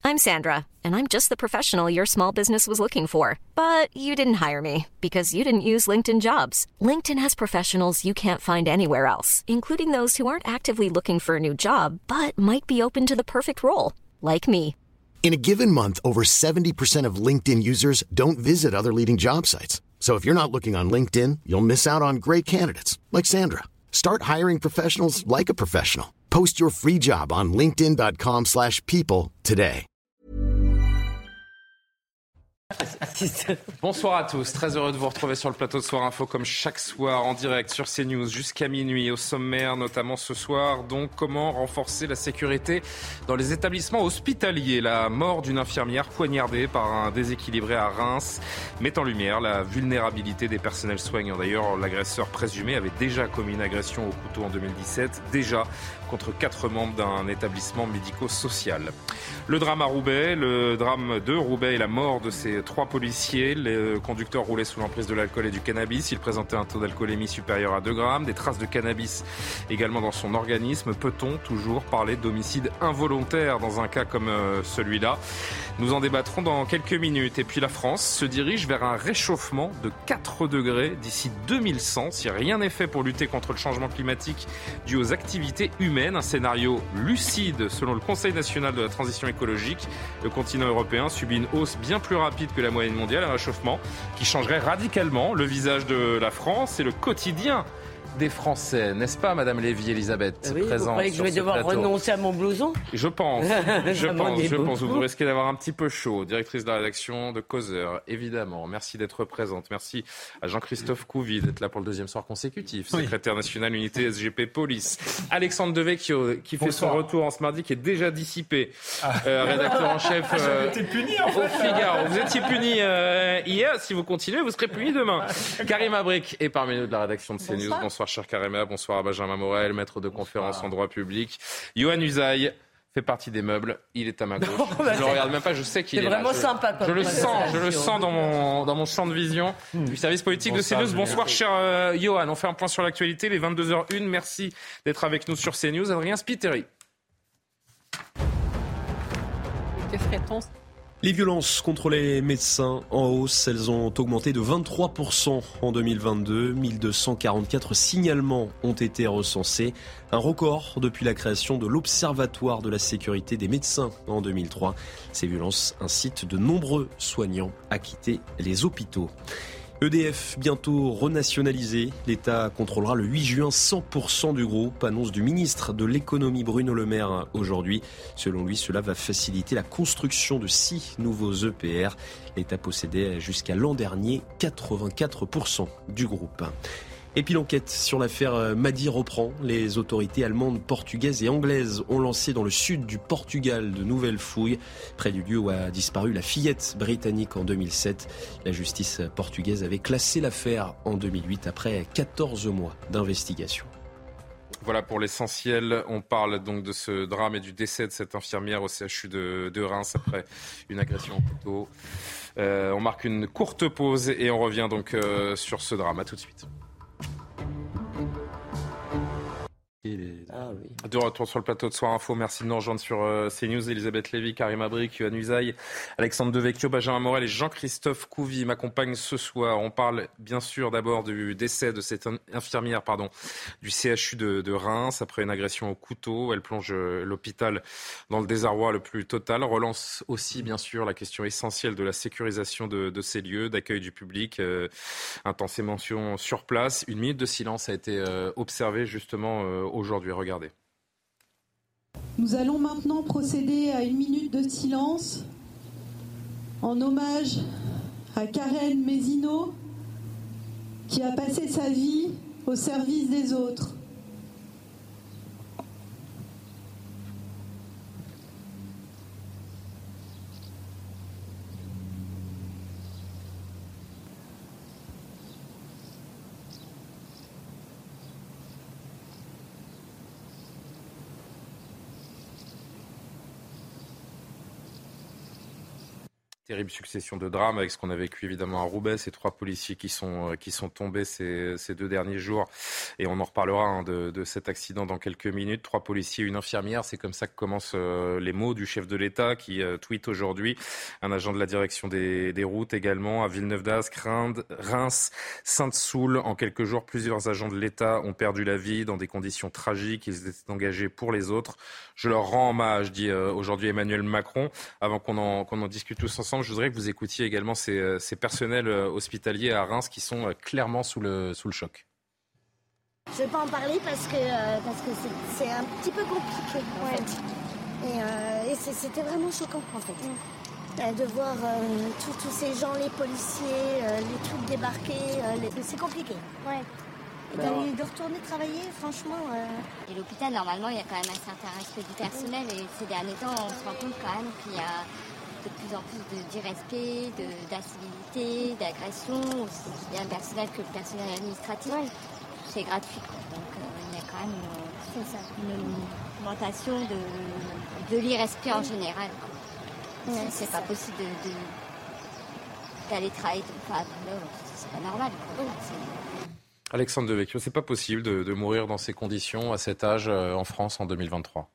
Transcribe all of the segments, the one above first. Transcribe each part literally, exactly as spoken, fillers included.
I'm Sandra, and I'm just the professional your small business was looking for. But you didn't hire me because you didn't use LinkedIn Jobs. LinkedIn has professionals you can't find anywhere else, including those who aren't actively looking for a new job, but might be open to the perfect role, like me. In a given month, over seventy percent of LinkedIn users don't visit other leading job sites. So if you're not looking on LinkedIn, you'll miss out on great candidates like Sandra. Start hiring professionals like a professional. Post your free job on linkedin dot com slash people today. Bonsoir à tous, très heureux de vous retrouver sur le plateau de Soir Info comme chaque soir en direct sur CNews jusqu'à minuit. Au sommaire notamment ce soir, donc comment renforcer la sécurité dans les établissements hospitaliers. La mort d'une infirmière poignardée par un déséquilibré à Reims met en lumière la vulnérabilité des personnels soignants. D'ailleurs, l'agresseur présumé avait déjà commis une agression au couteau en deux mille dix-sept, déjà contre quatre membres d'un établissement médico-social. Le drame à Roubaix, le drame de Roubaix et la mort de ces trois policiers. Le conducteur roulait sous l'emprise de l'alcool et du cannabis. Il présentait un taux d'alcoolémie supérieur à deux grammes. Des traces de cannabis également dans son organisme. Peut-on toujours parler d'homicide involontaire dans un cas comme celui-là ? Nous en débattrons dans quelques minutes. Et puis la France se dirige vers un réchauffement de quatre degrés d'ici deux mille cent. Si rien n'est fait pour lutter contre le changement climatique dû aux activités humaines, un scénario lucide selon le Conseil national de la transition écologique. Le continent européen subit une hausse bien plus rapide que la moyenne mondiale, un réchauffement qui changerait radicalement le visage de la France et le quotidien des Français, n'est-ce pas, Madame Lévy-Elisabeth, oui, présente vous croyez que je vais devoir plateau. renoncer à mon blouson ? Je pense, je pense, je pense. Vous beaucoup. risquez d'avoir un petit peu chaud. Directrice de la rédaction de Causeur, évidemment. Merci d'être présente. Merci à Jean-Christophe Couvi d'être là pour le deuxième soir consécutif. Oui. Secrétaire national unité S G P Police. Alexandre Devecchio, qui fait Bonsoir. son retour en ce mardi, qui est déjà dissipé. Euh, rédacteur en chef euh, J'avais été puni, en au fait. Figaro. Vous étiez puni euh, hier. Si vous continuez, vous serez puni demain. Karim Abric est parmi nous de la rédaction de CNews. Bonsoir, Bonsoir cher Karima. Bonsoir à Benjamin Morel, maître de conférence Bonsoir. En droit public. Yohann Usaï fait partie des meubles. Il est à ma gauche. Non, bah je ne le regarde même pas, je sais qu'il est, est vraiment là. Je, sympa. Comme je le sens, je le présentation. sens dans mon, dans mon champ de vision mmh. du service politique Bonsoir, de CNews. Bonsoir, cher euh, Yohann. On fait un point sur l'actualité. Les vingt-deux heures une. Merci d'être avec nous sur CNews. Adrien Spiteri. Que ferait-on ? Les violences contre les médecins en hausse, elles ont augmenté de vingt-trois pour cent en deux mille vingt-deux. mille deux cent quarante-quatre signalements ont été recensés. Un record depuis la création de l'Observatoire de la sécurité des médecins en deux mille trois. Ces violences incitent de nombreux soignants à quitter les hôpitaux. E D F bientôt renationalisé. L'État contrôlera le huit juin cent pour cent du groupe, annonce du ministre de l'économie Bruno Le Maire aujourd'hui. Selon lui, cela va faciliter la construction de six nouveaux E P R. L'État possédait jusqu'à l'an dernier quatre-vingt-quatre pour cent du groupe. Et puis l'enquête sur l'affaire Madi reprend. Les autorités allemandes, portugaises et anglaises ont lancé dans le sud du Portugal de nouvelles fouilles, près du lieu où a disparu la fillette britannique en deux mille sept. La justice portugaise avait classé l'affaire en deux mille huit après quatorze mois d'investigation. Voilà pour l'essentiel. On parle donc de ce drame et du décès de cette infirmière au C H U de, de Reims après une agression au couteau. Euh, on marque une courte pause et on revient donc euh, sur ce drame. À tout de suite. Ah oui. De retour sur le plateau de Soir Info, merci de nous rejoindre sur euh, CNews. Elisabeth Lévy, Karim Abric, Yohann Usaï, Alexandre Devecchio, Benjamin Morel et Jean-Christophe Couvi m'accompagnent ce soir. On parle bien sûr d'abord du décès de cette infirmière pardon, du C H U de, de Reims après une agression au couteau. Elle plonge euh, l'hôpital dans le désarroi le plus total. Relance aussi bien sûr la question essentielle de la sécurisation de, de ces lieux, d'accueil du public. Euh, intense émotion sur place. Une minute de silence a été euh, observée justement euh, aujourd'hui. Regardez. Nous allons maintenant procéder à une minute de silence en hommage à Karen Mézineau qui a passé sa vie au service des autres. Terrible succession de drames avec ce qu'on a vécu évidemment à Roubaix, ces trois policiers qui sont, qui sont tombés ces, ces deux derniers jours. Et on en reparlera hein, de, de cet accident dans quelques minutes. Trois policiers, une infirmière, c'est comme ça que commencent euh, les mots du chef de l'État qui euh, tweet aujourd'hui. Un agent de la direction des, des routes également à Villeneuve-d'Ascq, Reims, Sainte-Soule. En quelques jours, plusieurs agents de l'État ont perdu la vie dans des conditions tragiques. Ils étaient engagés pour les autres. Je leur rends hommage, dit euh, aujourd'hui Emmanuel Macron. Avant qu'on en, qu'on en discute tous ensemble, je voudrais que vous écoutiez également ces, ces personnels hospitaliers à Reims qui sont clairement sous le, sous le choc. Je ne vais pas en parler parce que, euh, parce que c'est, c'est un petit peu compliqué en ouais. fait. Et, euh, et c'est, c'était vraiment choquant en fait. Mm. De voir euh, tous ces gens, les policiers, euh, les trucs débarquer, euh, les... c'est compliqué. Ouais. Et de, de retourner travailler, franchement... Euh... Et l'hôpital, normalement, il y a quand même un certain respect du personnel. Et ces derniers temps, on se rend compte quand même qu'il y a de plus en plus de, d'irrespect, de, d'incivilité, d'agression, aussi bien le personnel que le personnel administratif. Ouais. C'est gratuit, quoi. Donc euh, il y a quand même une, ça, une augmentation de, de l'irrespect en général. Ouais, c'est, c'est, c'est pas possible de, de, d'aller travailler de pas c'est pas normal. Quoi. Ouais. C'est... Alexandre Devecchio, c'est pas possible de, de mourir dans ces conditions à cet âge euh, en France en deux mille vingt-trois.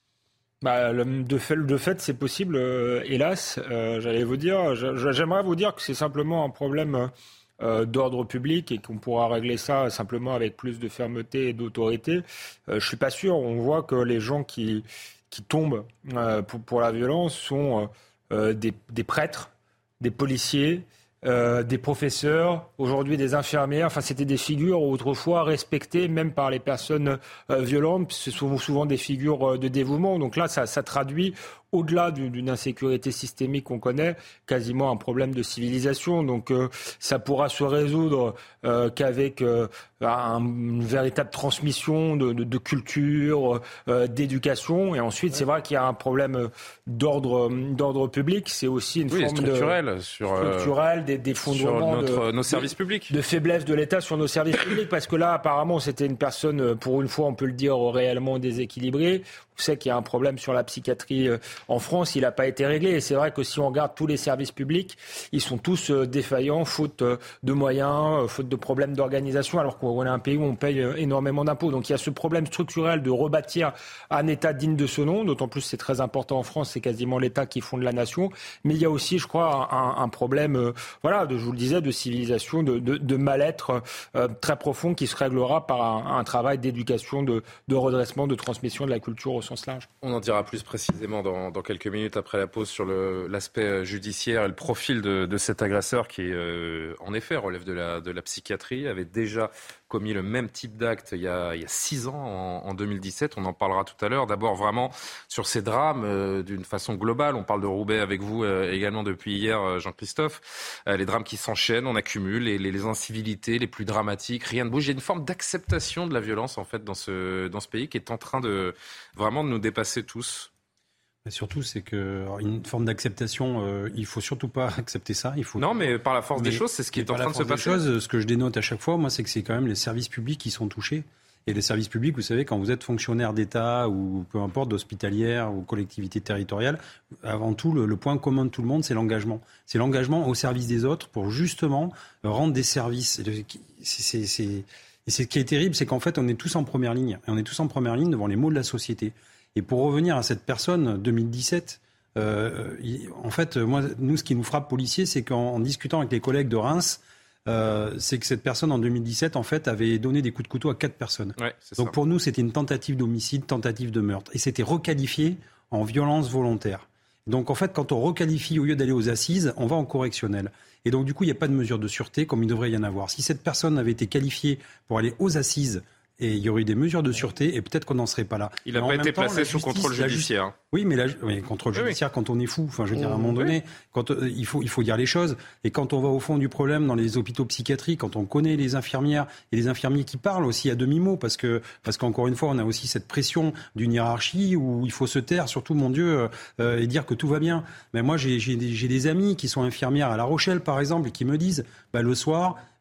Bah, de fait, de fait, c'est possible, euh, hélas. Euh, j'allais vous dire, j'aimerais vous dire que c'est simplement un problème euh, d'ordre public et qu'on pourra régler ça simplement avec plus de fermeté et d'autorité. Euh, je suis pas sûr. On voit que les gens qui qui tombent euh, pour, pour la violence sont euh, des, des prêtres, des policiers. Euh, des professeurs, aujourd'hui des infirmières. Enfin, c'était des figures autrefois respectées même par les personnes euh, violentes. C'est souvent, souvent des figures euh, de dévouement. Donc là, ça, ça traduit, au-delà d'une, d'une insécurité systémique qu'on connaît, quasiment un problème de civilisation. Donc euh, ça pourra se résoudre euh, qu'avec euh, un, une véritable transmission de, de, de culture, euh, d'éducation. Et ensuite, ouais. c'est vrai qu'il y a un problème d'ordre, d'ordre public. C'est aussi une oui, forme structurelle, de sur, structurelle, des d'effondrement de, de, nos services publics. de faiblesse de l'État sur nos services publics, parce que là, apparemment, c'était une personne, pour une fois, on peut le dire, réellement déséquilibrée. On sait qu'il y a un problème sur la psychiatrie en France, il n'a pas été réglé. Et c'est vrai que si on regarde tous les services publics, ils sont tous défaillants, faute de moyens, faute de problèmes d'organisation, alors qu'on est un pays où on paye énormément d'impôts. Donc il y a ce problème structurel de rebâtir un État digne de ce nom, d'autant plus c'est très important en France, c'est quasiment l'État qui fonde la nation. Mais il y a aussi, je crois, un, un problème, euh, voilà, de, je vous le disais, de civilisation, de, de, de mal-être euh, très profond qui se réglera par un, un travail d'éducation, de, de redressement, de transmission de la culture au sens large. On en dira plus précisément dans, dans quelques minutes après la pause sur le, l'aspect judiciaire et le profil de, de cet agresseur qui, euh, en effet, relève de la, de la psychiatrie, avait déjà commis le même type d'acte il y a, il y a six ans, en, en deux mille dix-sept. On en parlera tout à l'heure. D'abord, vraiment, sur ces drames, euh, d'une façon globale. On parle de Roubaix avec vous euh, également depuis hier, euh, Jean-Christophe. Euh, les drames qui s'enchaînent, on accumule, les, les, les incivilités les plus dramatiques, rien ne bouge. Il y a une forme d'acceptation de la violence, en fait, dans ce, dans ce pays qui est en train de vraiment de nous dépasser tous. Mais surtout, c'est que une forme d'acceptation, euh, il faut surtout pas accepter ça. Il faut non, mais par la force mais, des choses, c'est ce qui est en train de se passer. Choses, ce que je dénote à chaque fois, moi, c'est que c'est quand même les services publics qui sont touchés. Et les services publics, vous savez, quand vous êtes fonctionnaire d'État ou peu importe, d'hospitalière ou collectivité territoriale, avant tout, le, le point commun de tout le monde, c'est l'engagement. C'est l'engagement au service des autres pour justement rendre des services. C'est, c'est, c'est, et c'est ce qui est terrible, c'est qu'en fait, on est tous en première ligne. Et on est tous en première ligne devant les maux de la société. Et pour revenir à cette personne, deux mille dix-sept, euh, il, en fait, moi, nous, ce qui nous frappe, policiers, c'est qu'en en discutant avec les collègues de Reims, euh, c'est que cette personne, en deux mille dix-sept, en fait, avait donné des coups de couteau à quatre personnes. Ouais, c'est Donc ça. Pour nous, c'était une tentative d'homicide, tentative de meurtre. Et c'était requalifié en violence volontaire. Donc en fait, quand on requalifie, au lieu d'aller aux assises, on va en correctionnel. Et donc du coup, il n'y a pas de mesure de sûreté comme il devrait y en avoir. Si cette personne avait été qualifiée pour aller aux assises, et il y aurait eu des mesures de sûreté, et peut-être qu'on n'en serait pas là. Il n'a pas été temps, placé sous justice, contrôle judiciaire. Justice, oui, mais la, oui, contrôle judiciaire, oui. Quand on est fou, enfin, je veux dire, à un moment donné, oui. quand, euh, il, faut, il faut dire les choses. Et quand on va au fond du problème dans les hôpitaux psychiatriques, quand on connaît les infirmières et les infirmiers qui parlent aussi à demi-mot, parce que, parce qu'encore une fois, on a aussi cette pression d'une hiérarchie où il faut se taire, surtout, mon Dieu, euh, et dire que tout va bien. Mais moi, j'ai, j'ai, des, j'ai des amis qui sont infirmières à La Rochelle, par exemple, et qui me disent, bah, le soir,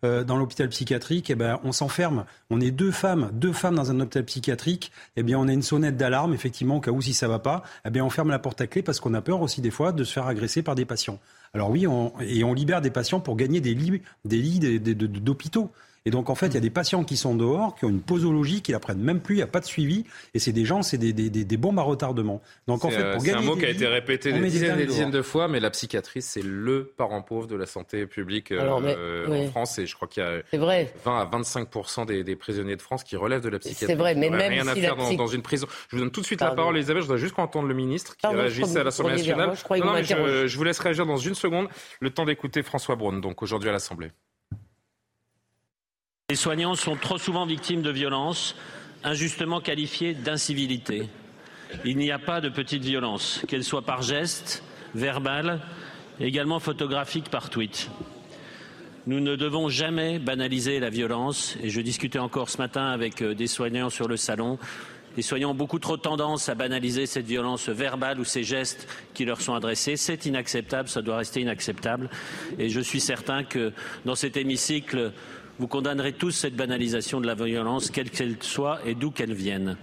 euh, dans l'hôpital psychiatrique, eh ben, on s'enferme. On est deux femmes, deux femmes dans un hôpital psychiatrique. Eh bien, on a une sonnette d'alarme, effectivement, au cas où si ça va pas. Eh bien, on ferme la porte à clé parce qu'on a peur aussi des fois de se faire agresser par des patients. Alors oui, on, et on libère des patients pour gagner des lits, des lits des, des, de, d'hôpitaux. Et donc, en fait, il y a des patients qui sont dehors, qui ont une posologie, qui la prennent même plus, il n'y a pas de suivi. Et c'est des gens, c'est des, des, des, des bombes à retardement. Donc, en c'est, fait, pour c'est gagner un mot des qui a lits, été répété des des dizaines et des dehors. dizaines de fois, mais la psychiatrie, c'est le parent pauvre de la santé publique euh, Alors, mais, euh, oui. en France. Et je crois qu'il y a c'est vrai. vingt à vingt-cinq pour cent des, des prisonniers de France qui relèvent de la psychiatrie. C'est vrai, mais même rien à si faire la psy... dans, dans une prison. Je vous donne tout de suite Pardon. la parole, Elisabeth. Je voudrais juste qu'on entende le ministre qui Pardon, réagissait à l'Assemblée nationale. Moi, je, crois non, non, mais je, je vous laisse réagir dans une seconde. Le temps d'écouter François Braun, donc aujourd'hui à l'Assemblée. Les soignants sont trop souvent victimes de violences, injustement qualifiées d'incivilité. Il n'y a pas de petite violence, qu'elle soit par geste, verbale, également photographique par tweet. Nous ne devons jamais banaliser la violence, et je discutais encore ce matin avec des soignants sur le salon. Les soignants ont beaucoup trop tendance à banaliser cette violence verbale ou ces gestes qui leur sont adressés. C'est inacceptable, ça doit rester inacceptable. Et je suis certain que dans cet hémicycle, vous condamnerez tous cette banalisation de la violence, quelle qu'elle soit et d'où qu'elle vienne.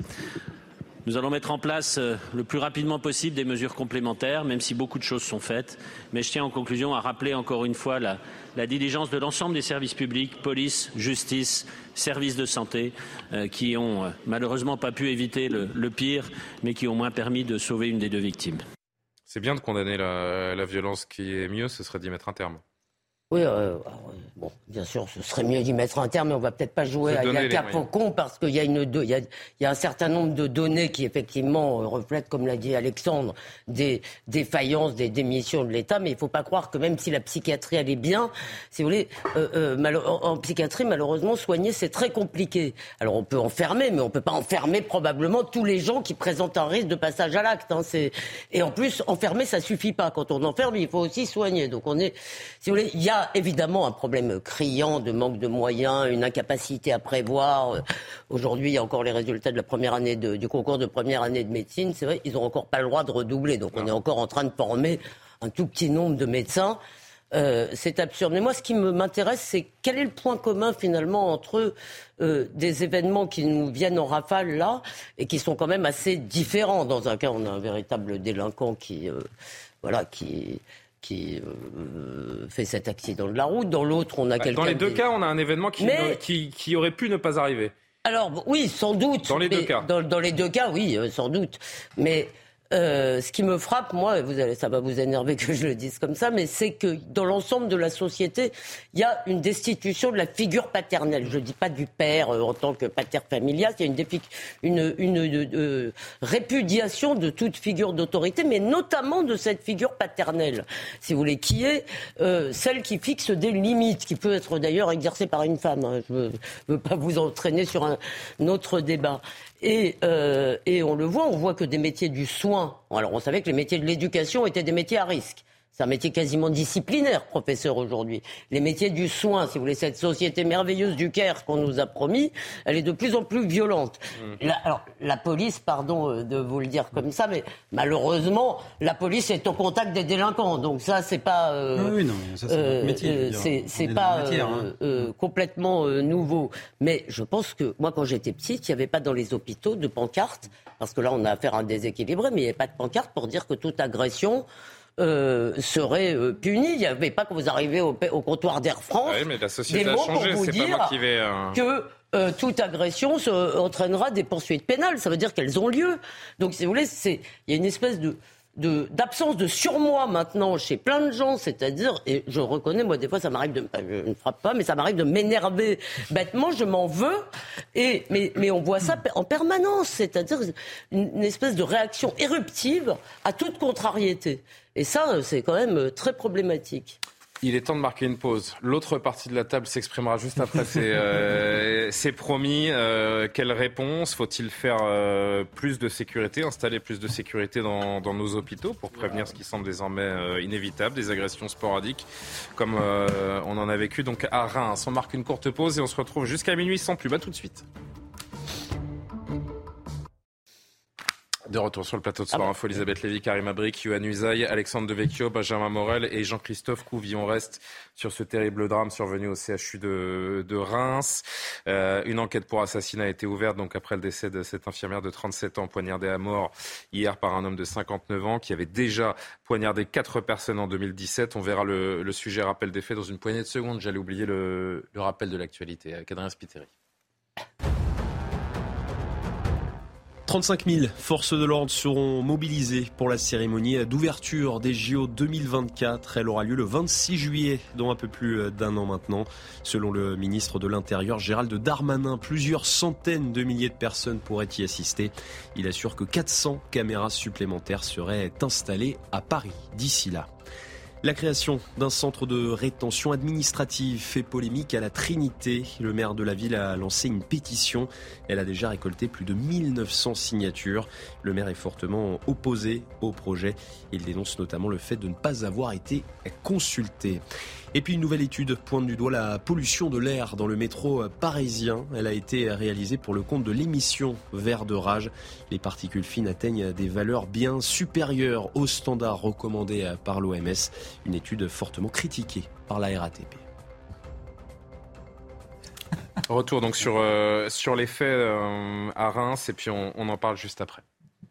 Nous allons mettre en place euh, le plus rapidement possible des mesures complémentaires, même si beaucoup de choses sont faites. Mais je tiens en conclusion à rappeler encore une fois la, la diligence de l'ensemble des services publics, police, justice, services de santé, euh, qui ont euh, malheureusement pas pu éviter le, le pire, mais qui ont au moins permis de sauver une des deux victimes. C'est bien de condamner la, la violence, qui est mieux, ce serait d'y mettre un terme. Oui, euh, bon, bien sûr, ce serait mieux d'y mettre un terme, mais on va peut-être pas jouer à Yaka Faucon parce qu'il y a une, il y a, il y a un certain nombre de données qui effectivement reflètent, comme l'a dit Alexandre, des défaillances, des démissions de l'État. Mais il faut pas croire que même si la psychiatrie allait bien, si vous voulez, euh, euh, mal, en, en psychiatrie, malheureusement, soigner c'est très compliqué. Alors on peut enfermer, mais on peut pas enfermer probablement tous les gens qui présentent un risque de passage à l'acte. Hein, c'est... Et en plus, enfermer ça suffit pas. Quand on enferme, il faut aussi soigner. Donc on est, si vous voulez, il y a évidemment un problème criant de manque de moyens, une incapacité à prévoir. Aujourd'hui, il y a encore les résultats de la première année de, du concours de première année de médecine. C'est vrai, ils n'ont encore pas le droit de redoubler. Donc on est encore en train de former un tout petit nombre de médecins. Euh, c'est absurde. Mais moi, ce qui me, m'intéresse, c'est quel est le point commun finalement entre euh, des événements qui nous viennent en rafale là et qui sont quand même assez différents. Dans un cas, on a un véritable délinquant qui, euh, voilà, qui qui euh, fait cet accident de la route. Dans l'autre, on a bah, quelqu'un... Dans les deux des... cas, on a un événement qui, mais... qui, qui aurait pu ne pas arriver. Alors, oui, sans doute. Dans les deux cas. Dans, dans les deux cas, oui, euh, sans doute. Mais euh, ce qui me frappe, moi, vous allez, ça va vous énerver que je le dise comme ça, mais c'est que dans l'ensemble de la société, il y a une destitution de la figure paternelle. Je ne dis pas du père euh, en tant que pater familias, il y a une, défi- une, une, une euh, répudiation de toute figure d'autorité, mais notamment de cette figure paternelle, si vous voulez, qui est euh, celle qui fixe des limites, qui peut être d'ailleurs exercée par une femme. Hein. Je ne veux pas vous entraîner sur un, un autre débat. Et, euh, et on le voit, on voit que des métiers du soin, alors on savait que les métiers de l'éducation étaient des métiers à risque. C'est un métier quasiment disciplinaire, professeur, aujourd'hui. Les métiers du soin, si vous voulez, cette société merveilleuse du Caire qu'on nous a promis, elle est de plus en plus violente. Mmh. La, alors, la police, pardon de vous le dire comme ça, mais malheureusement, la police est au contact des délinquants. Donc ça, c'est pas... Euh, oui, non, ça, c'est euh, notre métier. Euh, c'est c'est pas matière, euh, hein. euh, complètement euh, nouveau. Mais je pense que, moi, quand j'étais petite, il n'y avait pas dans les hôpitaux de pancartes, parce que là, on a affaire à un déséquilibré, mais il n'y avait pas de pancarte pour dire que toute agression... Euh, serait euh, puni. Il n'y avait pas que vous arrivez au, au comptoir d'Air France. Oui, mais la société des a mots changé. pour vous c'est dire pas moi qui vais. Euh... Que euh, toute agression se, entraînera des poursuites pénales. Ça veut dire qu'elles ont lieu. Donc, si vous voulez, c'est il y a une espèce de De, d'absence de surmoi maintenant chez plein de gens, c'est-à-dire, et je reconnais, moi des fois ça m'arrive de, je ne frappe pas, mais ça m'arrive de m'énerver bêtement, je m'en veux, et, mais, mais on voit ça en permanence, c'est-à-dire une, une espèce de réaction éruptive à toute contrariété. Et ça, c'est quand même très problématique. Il est temps de marquer une pause. L'autre partie de la table s'exprimera juste après. C'est, euh, c'est promis. Euh, quelle réponse ? Faut-il faire euh, plus de sécurité, installer plus de sécurité dans, dans nos hôpitaux pour prévenir ce qui semble désormais euh, inévitable, des agressions sporadiques, comme euh, on en a vécu donc à Reims. On marque une courte pause et on se retrouve jusqu'à minuit sans pub. À tout de suite. De retour sur le plateau de Soir Info, Elisabeth Lévy, Karim Abrik, Yohann Usaï, Alexandre Devecchio, Benjamin Morel et Jean-Christophe Couvi. On reste sur ce terrible drame survenu au C H U de, de Reims. Euh, une enquête pour assassinat a été ouverte donc après le décès de cette infirmière de trente-sept ans poignardée à mort hier par un homme de cinquante-neuf ans qui avait déjà poignardé quatre personnes en deux mille dix-sept. On verra le, le sujet rappel des faits dans une poignée de secondes. J'allais oublier le, le rappel de l'actualité avec Adrien Spiteri. trente-cinq mille forces de l'ordre seront mobilisées pour la cérémonie d'ouverture des J O deux mille vingt-quatre. Elle aura lieu le vingt-six juillet, dans un peu plus d'un an maintenant. Selon le ministre de l'Intérieur, Gérald Darmanin, plusieurs centaines de milliers de personnes pourraient y assister. Il assure que quatre cents caméras supplémentaires seraient installées à Paris d'ici là. La création d'un centre de rétention administrative fait polémique à la Trinité. Le maire de la ville a lancé une pétition. Elle a déjà récolté plus de mille neuf cents signatures. Le maire est fortement opposé au projet. Il dénonce notamment le fait de ne pas avoir été consulté. Et puis une nouvelle étude pointe du doigt la pollution de l'air dans le métro parisien. Elle a été réalisée pour le compte de l'émission Vert de Rage. Les particules fines atteignent des valeurs bien supérieures aux standards recommandés par l'O M S. Une étude fortement critiquée par la R A T P. Retour donc sur, euh, sur les faits euh, à Reims et puis on, on en parle juste après.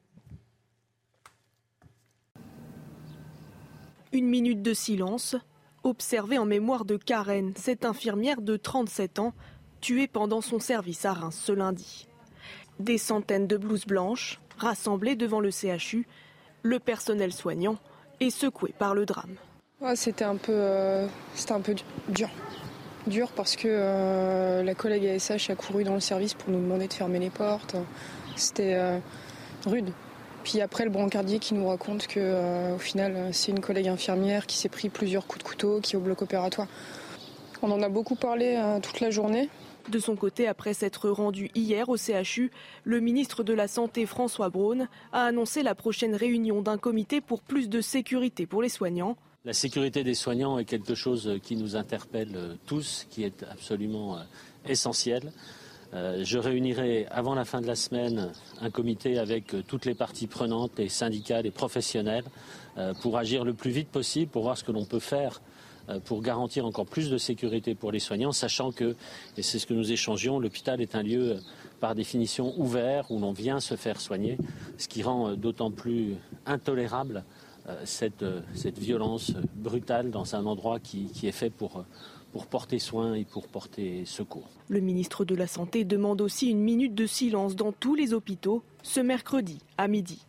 Une minute de silence, observée en mémoire de Karen, cette infirmière de trente-sept ans, tuée pendant son service à Reims ce lundi. Des centaines de blouses blanches rassemblées devant le C H U, le personnel soignant est secoué par le drame. Ouais, c'était un peu, euh, c'était un peu dur. Dur parce que euh, la collègue A S H a couru dans le service pour nous demander de fermer les portes. C'était euh, rude. Puis après, le brancardier qui nous raconte que, euh, au final, c'est une collègue infirmière qui s'est pris plusieurs coups de couteau, qui est au bloc opératoire. On en a beaucoup parlé euh, toute la journée. De son côté, après s'être rendu hier au C H U, le ministre de la Santé François Braun a annoncé la prochaine réunion d'un comité pour plus de sécurité pour les soignants. La sécurité des soignants est quelque chose qui nous interpelle tous, qui est absolument essentiel. Je réunirai avant la fin de la semaine un comité avec toutes les parties prenantes, les syndicats, les professionnels, pour agir le plus vite possible, pour voir ce que l'on peut faire pour garantir encore plus de sécurité pour les soignants, sachant que, et c'est ce que nous échangions, l'hôpital est un lieu par définition ouvert où l'on vient se faire soigner, ce qui rend d'autant plus intolérable cette, cette violence brutale dans un endroit qui, qui est fait pour, pour porter soin et pour porter secours. Le ministre de la Santé demande aussi une minute de silence dans tous les hôpitaux ce mercredi à midi.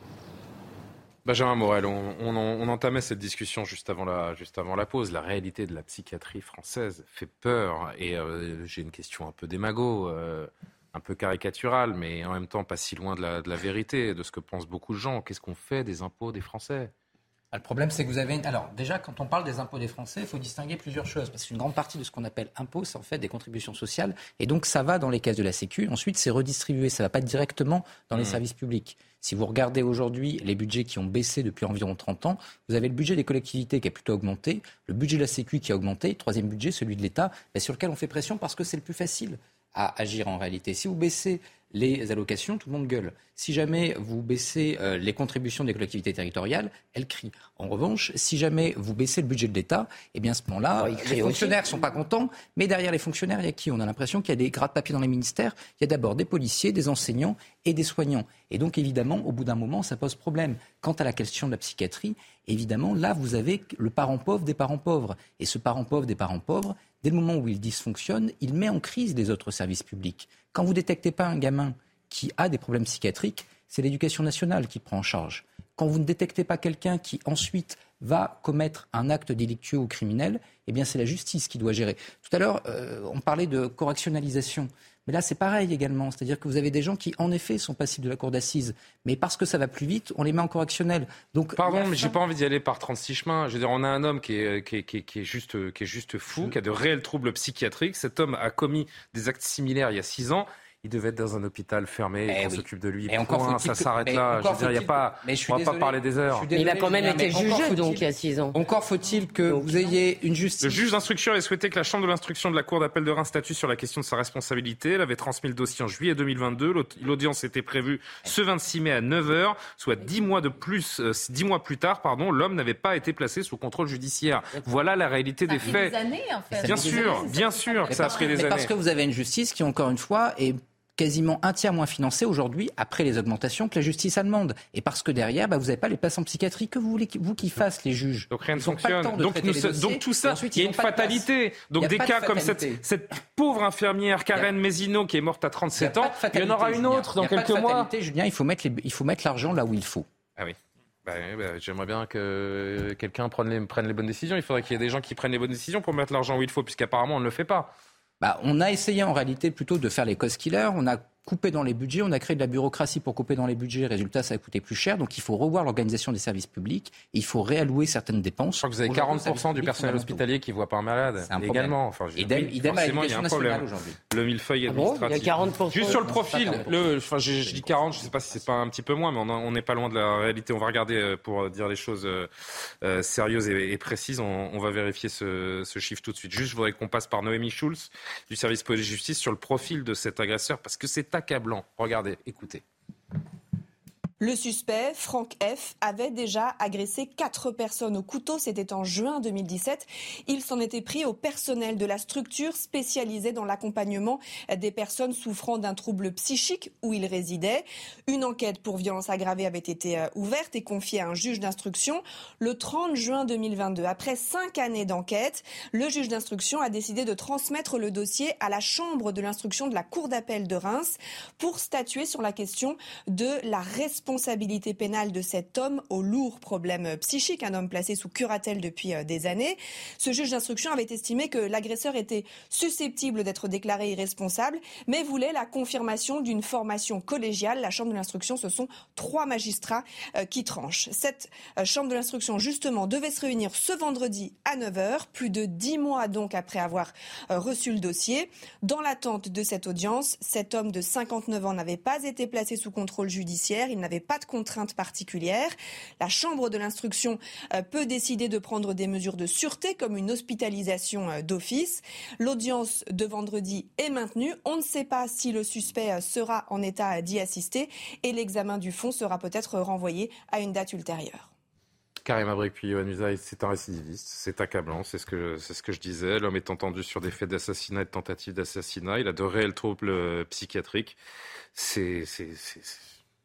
Benjamin Morel, on, on, on entamait cette discussion juste avant, la, juste avant la pause. La réalité de la psychiatrie française fait peur. Et euh, j'ai une question un peu démago, euh, un peu caricaturale, mais en même temps pas si loin de la, de la vérité, de ce que pensent beaucoup de gens. Qu'est-ce qu'on fait des impôts des Français ? Le problème, c'est que vous avez... Une... Alors, déjà, quand on parle des impôts des Français, il faut distinguer plusieurs choses. Parce qu'une grande partie de ce qu'on appelle impôts, c'est en fait des contributions sociales. Et donc, ça va dans les caisses de la Sécu. Ensuite, c'est redistribué. Ça ne va pas directement dans les mmh. services publics. Si vous regardez aujourd'hui les budgets qui ont baissé depuis environ trente ans, vous avez le budget des collectivités qui a plutôt augmenté, le budget de la Sécu qui a augmenté, le troisième budget, celui de l'État, sur lequel on fait pression parce que c'est le plus facile à agir en réalité. Si vous baissez les allocations, tout le monde gueule. Si jamais vous baissez euh, les contributions des collectivités territoriales, elles crient. En revanche, si jamais vous baissez le budget de l'État, eh bien à ce moment-là, oh, les fonctionnaires ne sont pas contents. Mais derrière les fonctionnaires, il y a qui ? On a l'impression qu'il y a des gratte-papiers dans les ministères. Il y a d'abord des policiers, des enseignants et des soignants. Et donc évidemment, au bout d'un moment, ça pose problème. Quant à la question de la psychiatrie, évidemment, là, vous avez le parent pauvre des parents pauvres. Et ce parent pauvre des parents pauvres, dès le moment où il dysfonctionne, il met en crise les autres services publics. Quand vous ne détectez pas un gamin qui a des problèmes psychiatriques, c'est l'éducation nationale qui prend en charge. Quand vous ne détectez pas quelqu'un qui ensuite va commettre un acte délictueux ou criminel, eh bien c'est la justice qui doit gérer. Tout à l'heure, euh, on parlait de correctionnalisation. Mais là, c'est pareil également. C'est-à-dire que vous avez des gens qui, en effet, sont passibles de la cour d'assises. Mais parce que ça va plus vite, on les met en correctionnel. Donc, Pardon, fin... mais j'ai pas envie d'y aller par trente-six chemins. Je veux dire, on a un homme qui est, qui est, qui est, qui est, juste, qui est juste fou, qui a de réels troubles psychiatriques. Cet homme a commis des actes similaires il y a six ans. Il devait être dans un hôpital fermé et, et on oui. s'occupe de lui. Et encore point, ça s'arrête que... là. Je veux dire, il y a pas. Mais je suis on ne va pas parler des heures. Désolé, il a quand même été jugé donc il y a six ans. Encore faut-il que donc, vous ayez une justice. Le juge d'instruction avait souhaité que la chambre de l'instruction de la cour d'appel de Reims statue sur la question de sa responsabilité. Elle avait transmis le dossier en juillet deux mille vingt-deux. L'audience était prévue ce vingt-six mai à neuf heures, soit dix mois de plus, euh, dix mois plus tard, pardon. L'homme n'avait pas été placé sous contrôle judiciaire. Voilà la réalité ça des faits. Des années, en fait. Bien sûr, années, bien sûr que ça a pris des mais années. Parce que vous avez une justice qui, encore une fois, est quasiment un tiers moins financée aujourd'hui, après les augmentations que la justice allemande. Et parce que derrière, bah, vous n'avez pas les places en psychiatrie que vous voulez vous qui fassent les juges. Donc rien ne fonctionne. Donc, nous, dossiers, donc tout ça, il y a une fatalité. Donc des cas comme cette, cette pauvre infirmière Karen Mézineau qui est morte à trente-sept ans, il y en aura une autre dans quelques mois. Julien, il faut mettre les, il faut mettre l'argent là où il faut. Ah oui. Bah, bah, j'aimerais bien que quelqu'un prenne les, prenne les bonnes décisions. Il faudrait qu'il y ait des gens qui prennent les bonnes décisions pour mettre l'argent où il faut, puisqu'apparemment on ne le fait pas. Bah, on a essayé en réalité plutôt de faire les cost killers. On a coupé dans les budgets, on a créé de la bureaucratie pour couper dans les budgets. Résultat, ça a coûté plus cher. Donc il faut revoir l'organisation des services publics. Et il faut réallouer certaines dépenses. Je crois que vous avez quarante pour cent du personnel hospitalier qui ne voit pas un malade. C'est un également. Enfin, je idem, oui, idem forcément, il y a un problème. Le millefeuille administratif. Ah bon, il y a quarante pour cent. Juste sur le profil, le, enfin, je, je dis quarante, je ne sais pas si c'est pas un petit peu moins, mais on n'est pas loin de la réalité. On va regarder pour dire les choses euh, sérieuses et, et précises. On, on va vérifier ce, ce chiffre tout de suite. Juste, je voudrais qu'on passe par Noémie Schulz du service police-justice sur le profil de cet agresseur parce que c'est accablant. Regardez, écoutez. Le suspect, Franck F., avait déjà agressé quatre personnes au couteau. C'était en juin deux mille dix-sept. Il s'en était pris au personnel de la structure spécialisée dans l'accompagnement des personnes souffrant d'un trouble psychique où il résidait. Une enquête pour violence aggravée avait été ouverte et confiée à un juge d'instruction le trente juin deux mille vingt-deux. Après cinq années d'enquête, le juge d'instruction a décidé de transmettre le dossier à la chambre de l'instruction de la cour d'appel de Reims pour statuer sur la question de la responsabilité responsabilité pénale de cet homme au lourd problème psychique, un homme placé sous curatelle depuis des années. Ce juge d'instruction avait estimé que l'agresseur était susceptible d'être déclaré irresponsable, mais voulait la confirmation d'une formation collégiale. La chambre de l'instruction, ce sont trois magistrats euh, qui tranchent. Cette euh, chambre de l'instruction, justement, devait se réunir ce vendredi à neuf heures, plus de dix mois donc après avoir euh, reçu le dossier. Dans l'attente de cette audience, cet homme de cinquante-neuf ans n'avait pas été placé sous contrôle judiciaire. Il n'avait pas de contraintes particulières. La chambre de l'instruction euh, peut décider de prendre des mesures de sûreté comme une hospitalisation euh, d'office. L'audience de vendredi est maintenue. On ne sait pas si le suspect euh, sera en état euh, d'y assister et l'examen du fond sera peut-être renvoyé à une date ultérieure. Karim Abrik puis Yohann Usaï, c'est un récidiviste, c'est accablant, c'est ce que c'est ce que je disais. L'homme est entendu sur des faits d'assassinat et de tentatives d'assassinat. Il a de réels troubles euh, psychiatriques. C'est, c'est, c'est, c'est...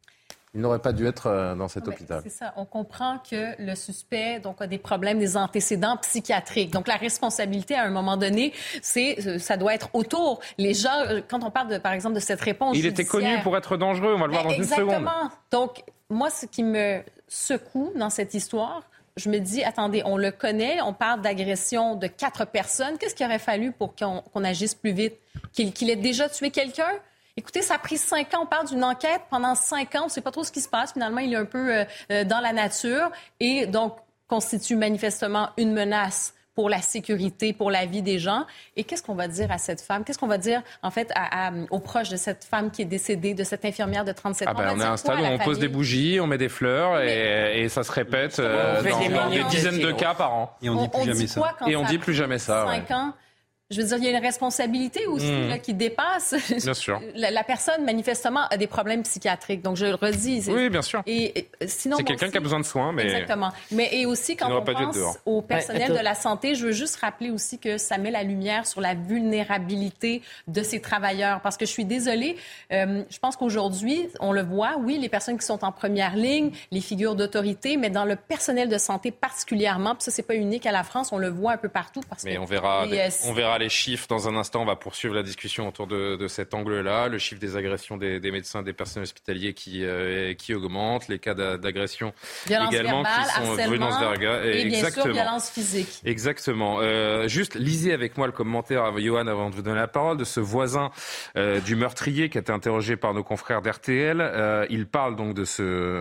Il n'aurait pas dû être dans cet non, hôpital. C'est ça. On comprend que le suspect donc, a des problèmes, des antécédents psychiatriques. Donc, la responsabilité, à un moment donné, c'est, ça doit être autour. Les gens, quand on parle, de, par exemple, de cette réponse Il judiciaire... était connu pour être dangereux. On va le voir dans Exactement. une seconde. Donc, moi, ce qui me secoue dans cette histoire... Je me dis, attendez, on le connaît, on parle d'agression de quatre personnes. Qu'est-ce qu'il aurait fallu pour qu'on, qu'on agisse plus vite? Qu'il, qu'il ait déjà tué quelqu'un? Écoutez, ça a pris cinq ans. On parle d'une enquête pendant cinq ans. On ne sait pas trop ce qui se passe. Finalement, il est un peu euh, dans la nature et donc constitue manifestement une menace pour la sécurité, pour la vie des gens. Et qu'est-ce qu'on va dire à cette femme? Qu'est-ce qu'on va dire, en fait, à, à, aux proches de cette femme qui est décédée, de cette infirmière de trente-sept ans? Ah ben, on, on est à un stade où on famille? pose des bougies, on met des fleurs mais... et, et ça se répète euh, dans, des, dans des dizaines de cas par an. Et on dit plus on jamais dit ça. Et on dit plus jamais ça. Cinq ouais. ans. Je veux dire, il y a une responsabilité aussi mmh. là, qui dépasse. Bien sûr. La, la personne, manifestement, a des problèmes psychiatriques. Donc, je le redis. C'est... Oui, bien sûr. Et, et sinon, c'est quelqu'un aussi... qui a besoin de soins. Mais... Exactement. Mais et aussi, quand on pense au personnel ouais, de la santé, je veux juste rappeler aussi que ça met la lumière sur la vulnérabilité de ces travailleurs. Parce que je suis désolée, euh, je pense qu'aujourd'hui, on le voit, oui, les personnes qui sont en première ligne, les figures d'autorité, mais dans le personnel de santé particulièrement, puis ça, c'est pas unique à la France, on le voit un peu partout. Parce mais que on verra, les, on verra les chiffres dans un instant. On va poursuivre la discussion autour de, de cet angle-là. Le chiffre des agressions des, des médecins, des personnels hospitaliers qui, euh, qui augmente, les cas d'agression violence également verbale, qui sont harcèlement, verga, et bien exactement. sûr violence physique. Exactement. Euh, juste lisez avec moi le commentaire à Yohann avant de vous donner la parole de ce voisin euh, du meurtrier qui a été interrogé par nos confrères d'R T L. Euh, il parle donc de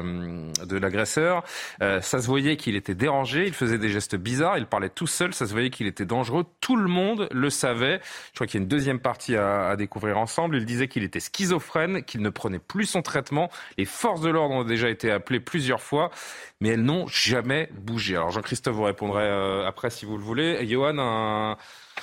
ce de l'agresseur. Euh, ça se voyait qu'il était dérangé, il faisait des gestes bizarres, il parlait tout seul, ça se voyait qu'il était dangereux. Tout le monde le le savait. Je crois qu'il y a une deuxième partie à, à découvrir ensemble. Il disait qu'il était schizophrène, qu'il ne prenait plus son traitement. Les forces de l'ordre ont déjà été appelées plusieurs fois, mais elles n'ont jamais bougé. Alors Jean-Christophe vous répondrez euh, après si vous le voulez. Johan, un,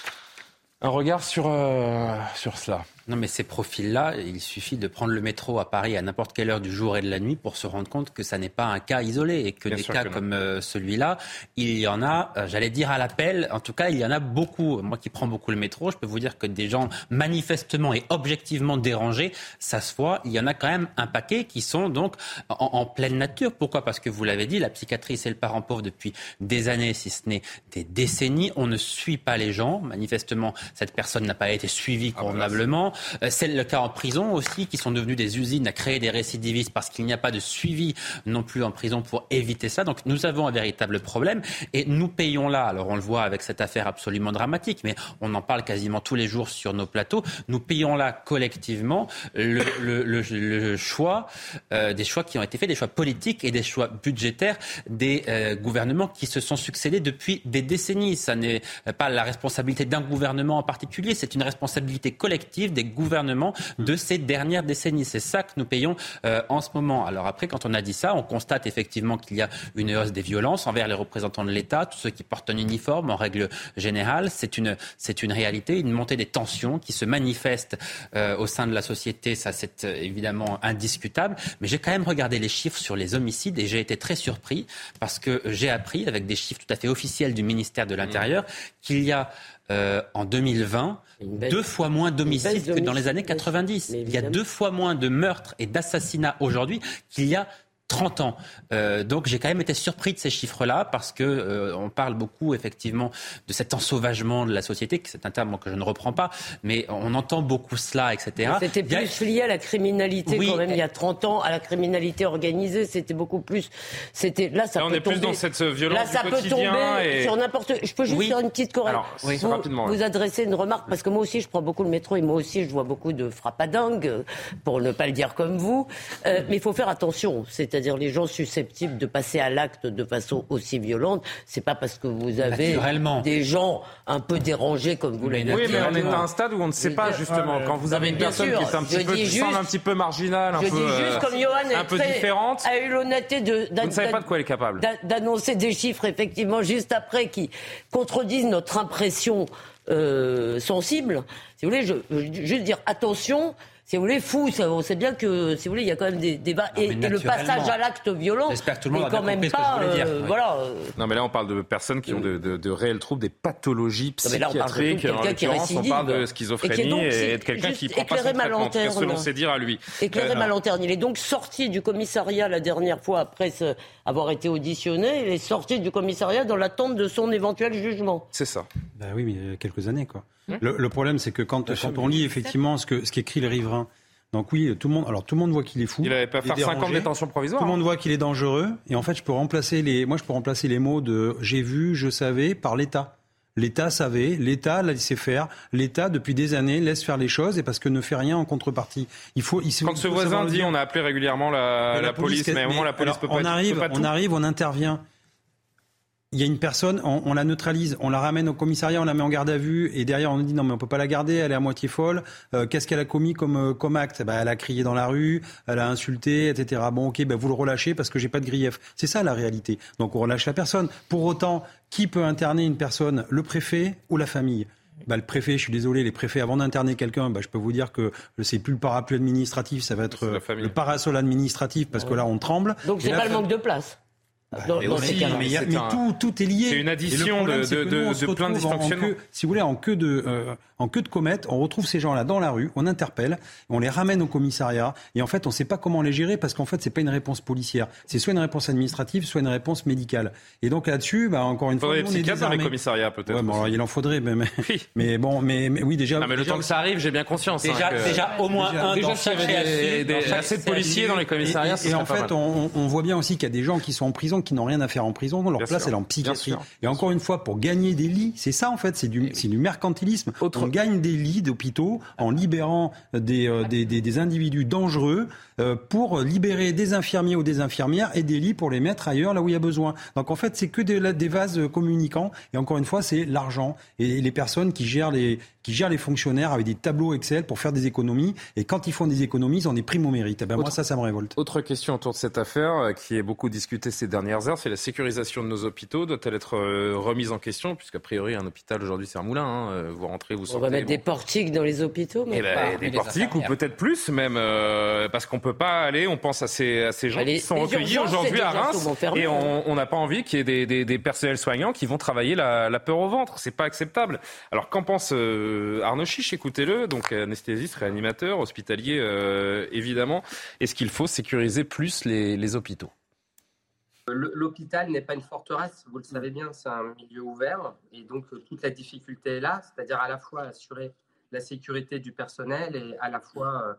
un regard sur, euh, sur cela. Non, mais ces profils-là, il suffit de prendre le métro à Paris à n'importe quelle heure du jour et de la nuit pour se rendre compte que ça n'est pas un cas isolé et que Bien des cas que comme euh, celui-là, il y en a, euh, j'allais dire à l'appel, en tout cas, il y en a beaucoup. Moi qui prends beaucoup le métro, je peux vous dire que des gens manifestement et objectivement dérangés, ça se voit, il y en a quand même un paquet qui sont donc en, en pleine nature. Pourquoi ? Parce que vous l'avez dit, la psychiatrie, c'est le parent pauvre depuis des années, si ce n'est des décennies. On ne suit pas les gens. Manifestement, cette personne n'a pas été suivie convenablement. C'est le cas en prison aussi, qui sont devenus des usines à créer des récidivistes parce qu'il n'y a pas de suivi non plus en prison pour éviter ça. Donc nous avons un véritable problème et nous payons là, alors on le voit avec cette affaire absolument dramatique, mais on en parle quasiment tous les jours sur nos plateaux, nous payons là collectivement le, le, le, le choix, euh, des choix qui ont été faits, des choix politiques et des choix budgétaires des euh, gouvernements qui se sont succédés depuis des décennies. Ça n'est pas la responsabilité d'un gouvernement en particulier, c'est une responsabilité collective des gouvernements de ces dernières décennies. C'est ça que nous payons euh, en ce moment. Alors après, quand on a dit ça, on constate effectivement qu'il y a une hausse des violences envers les représentants de l'État, tous ceux qui portent un uniforme en règle générale. C'est une, c'est une réalité, une montée des tensions qui se manifeste euh, au sein de la société. Ça, c'est euh, évidemment indiscutable. Mais j'ai quand même regardé les chiffres sur les homicides et j'ai été très surpris parce que j'ai appris, avec des chiffres tout à fait officiels du ministère de l'Intérieur, qu'il y a euh, en deux mille vingt deux fois moins d'homicides que dans les années quatre-vingt-dix. Il y a deux fois moins de meurtres et d'assassinats aujourd'hui qu'il y a trente ans. Euh, donc j'ai quand même été surpris de ces chiffres-là parce que euh, on parle beaucoup effectivement de cet ensauvagement de la société, que c'est un terme que je ne reprends pas, mais on entend beaucoup cela, et cetera. Mais c'était plus a... lié à la criminalité oui, quand même. Il y a trente ans, à la criminalité organisée, c'était beaucoup plus. C'était là, ça là, peut on est tomber. Plus dans cette violence là, du ça peut tomber et... sur n'importe. Je peux juste oui. faire une petite correction. Oui, vous, rapidement. Vous adressez une remarque parce que moi aussi, je prends beaucoup le métro et moi aussi, je vois beaucoup de frappadingues, pour ne pas le dire comme vous. Euh, mais il faut faire attention. C'est-à-dire les gens susceptibles de passer à l'acte de façon aussi violente, c'est pas parce que vous avez des gens un peu dérangés comme vous l'avez dit. Oui, mais on est à un stade où on ne sait pas justement. Quand vous avez une personne sûr, qui est un petit peu, qui juste, semble un petit peu marginale, un je peu, dis juste, comme Johan un peu très, différente, a eu l'honnêteté de, vous ne savez pas de quoi elle est capable. D'annoncer des chiffres effectivement juste après qui contredisent notre impression euh, sensible. Si vous voulez, je, je veux juste dire attention. Si vous voulez, fou, on sait bien que, si vous voulez, il y a quand même des débats. Et, et le passage à l'acte violent, j'espère que tout le monde est quand même pas. Euh, oui. voilà. Non, mais là, on parle de personnes qui ont de, de, de réels troubles, des pathologies psychiatriques. Non, mais là, on, on parle de schizophrénie et, donc, et de quelqu'un qui prend pas son traitement, selon ses dires à lui. Éclairé euh, ma lanterne. Il est donc sorti du commissariat la dernière fois après ce, avoir été auditionné. Il est sorti du commissariat dans l'attente de son éventuel jugement. C'est ça. Ben oui, mais il y a quelques années, quoi. Le, le problème, c'est que quand, quand on lit effectivement ce que ce qu'écrit le riverain, donc oui, tout le monde, alors tout le monde voit qu'il est fou. Il n'avait pas faire cinq ans de détention provisoire. Tout le monde voit qu'il est dangereux. Et en fait, je peux remplacer les, moi, je peux remplacer les mots de j'ai vu, je savais par l'État. L'État savait, l'État l'a laissé faire, l'État depuis des années laisse faire les choses et parce que ne fait rien en contrepartie. Il faut. Il, Quand il ce faut voisin dit, on a appelé régulièrement la, la, la police, police, mais à un moment la police alors, peut pas. On arrive, peut pas on arrive, on intervient. Il y a une personne, on, on la neutralise, on la ramène au commissariat, on la met en garde à vue, et derrière on nous dit non mais on peut pas la garder, elle est à moitié folle. Euh, qu'est-ce qu'elle a commis comme comme acte ? Bah, elle a crié dans la rue, elle a insulté, et cetera. Bon ok, bah, vous le relâchez parce que j'ai pas de grief. C'est ça la réalité. Donc on relâche la personne. Pour autant, qui peut interner une personne ? Le préfet ou la famille ? Bah, le préfet, je suis désolé, les préfets, avant d'interner quelqu'un, bah, je peux vous dire que c'est plus le parapluie administratif, ça va être le parasol administratif parce que là on tremble. Donc c'est pas le manque de place. Bah, dans, mais dans aussi, mais, y a, mais un... tout, tout est lié. C'est une addition de, de, de, de plein de dysfonctionnements. Queue, si vous voulez, en queue de, euh, en queue de comète, on retrouve ces gens-là dans la rue, on interpelle, on les ramène au commissariat, et en fait, on ne sait pas comment les gérer parce qu'en fait, c'est pas une réponse policière. C'est soit une réponse administrative, soit une réponse médicale. Et donc là-dessus, bah, encore une fois, il faudrait des psychiatres dans les commissariats, peut-être. Ouais, bon, alors, il en faudrait, mais, mais, oui. mais bon, mais, mais oui, déjà. Non, mais le déjà, temps que ça arrive, j'ai bien conscience. Déjà, hein, que... déjà au moins déjà, un déjà, dans chaque assez de policiers dans les commissariats. Et, et en fait, on, on voit bien aussi qu'il y a des gens qui sont en prison qui n'ont rien à faire en prison, leur Bien place sûr. elle est en psychiatrie. Et encore une fois, pour gagner des lits, c'est ça en fait, c'est du, c'est du mercantilisme. Autre... On gagne des lits d'hôpitaux en libérant des, euh, des, des, des individus dangereux euh, pour libérer des infirmiers ou des infirmières et des lits pour les mettre ailleurs, là où il y a besoin. Donc en fait, c'est que des, des vases communicants. Et encore une fois, c'est l'argent et les personnes qui gèrent les, qui gèrent les fonctionnaires avec des tableaux Excel pour faire des économies. Et quand ils font des économies, ils ont des primes au mérite. Et ben Autre... moi, ça, ça me révolte. Autre question autour de cette affaire euh, qui est beaucoup discutée ces dernières heures, c'est la sécurisation de nos hôpitaux. Doit-elle être euh, remise en question? Puisqu'a priori, un hôpital aujourd'hui, c'est un moulin. Hein. Vous rentrez, vous sortez. On va mettre bon. des portiques dans les hôpitaux, mais eh ben, pas. Des portiques ou peut-être plus même, euh, parce qu'on peut pas aller, on pense à ces, à ces gens Allez, qui sont recueillis aujourd'hui à Reims et on n'a pas envie qu'il y ait des, des, des personnels soignants qui vont travailler la, la peur au ventre. C'est pas acceptable. Alors qu'en pense euh, Arnaud Chiche? Écoutez-le, donc anesthésiste, réanimateur, hospitalier euh, évidemment. Est-ce qu'il faut sécuriser plus les, les hôpitaux? L'hôpital n'est pas une forteresse, vous le savez bien, c'est un milieu ouvert et donc toute la difficulté est là, c'est-à-dire à la fois assurer la sécurité du personnel et à la fois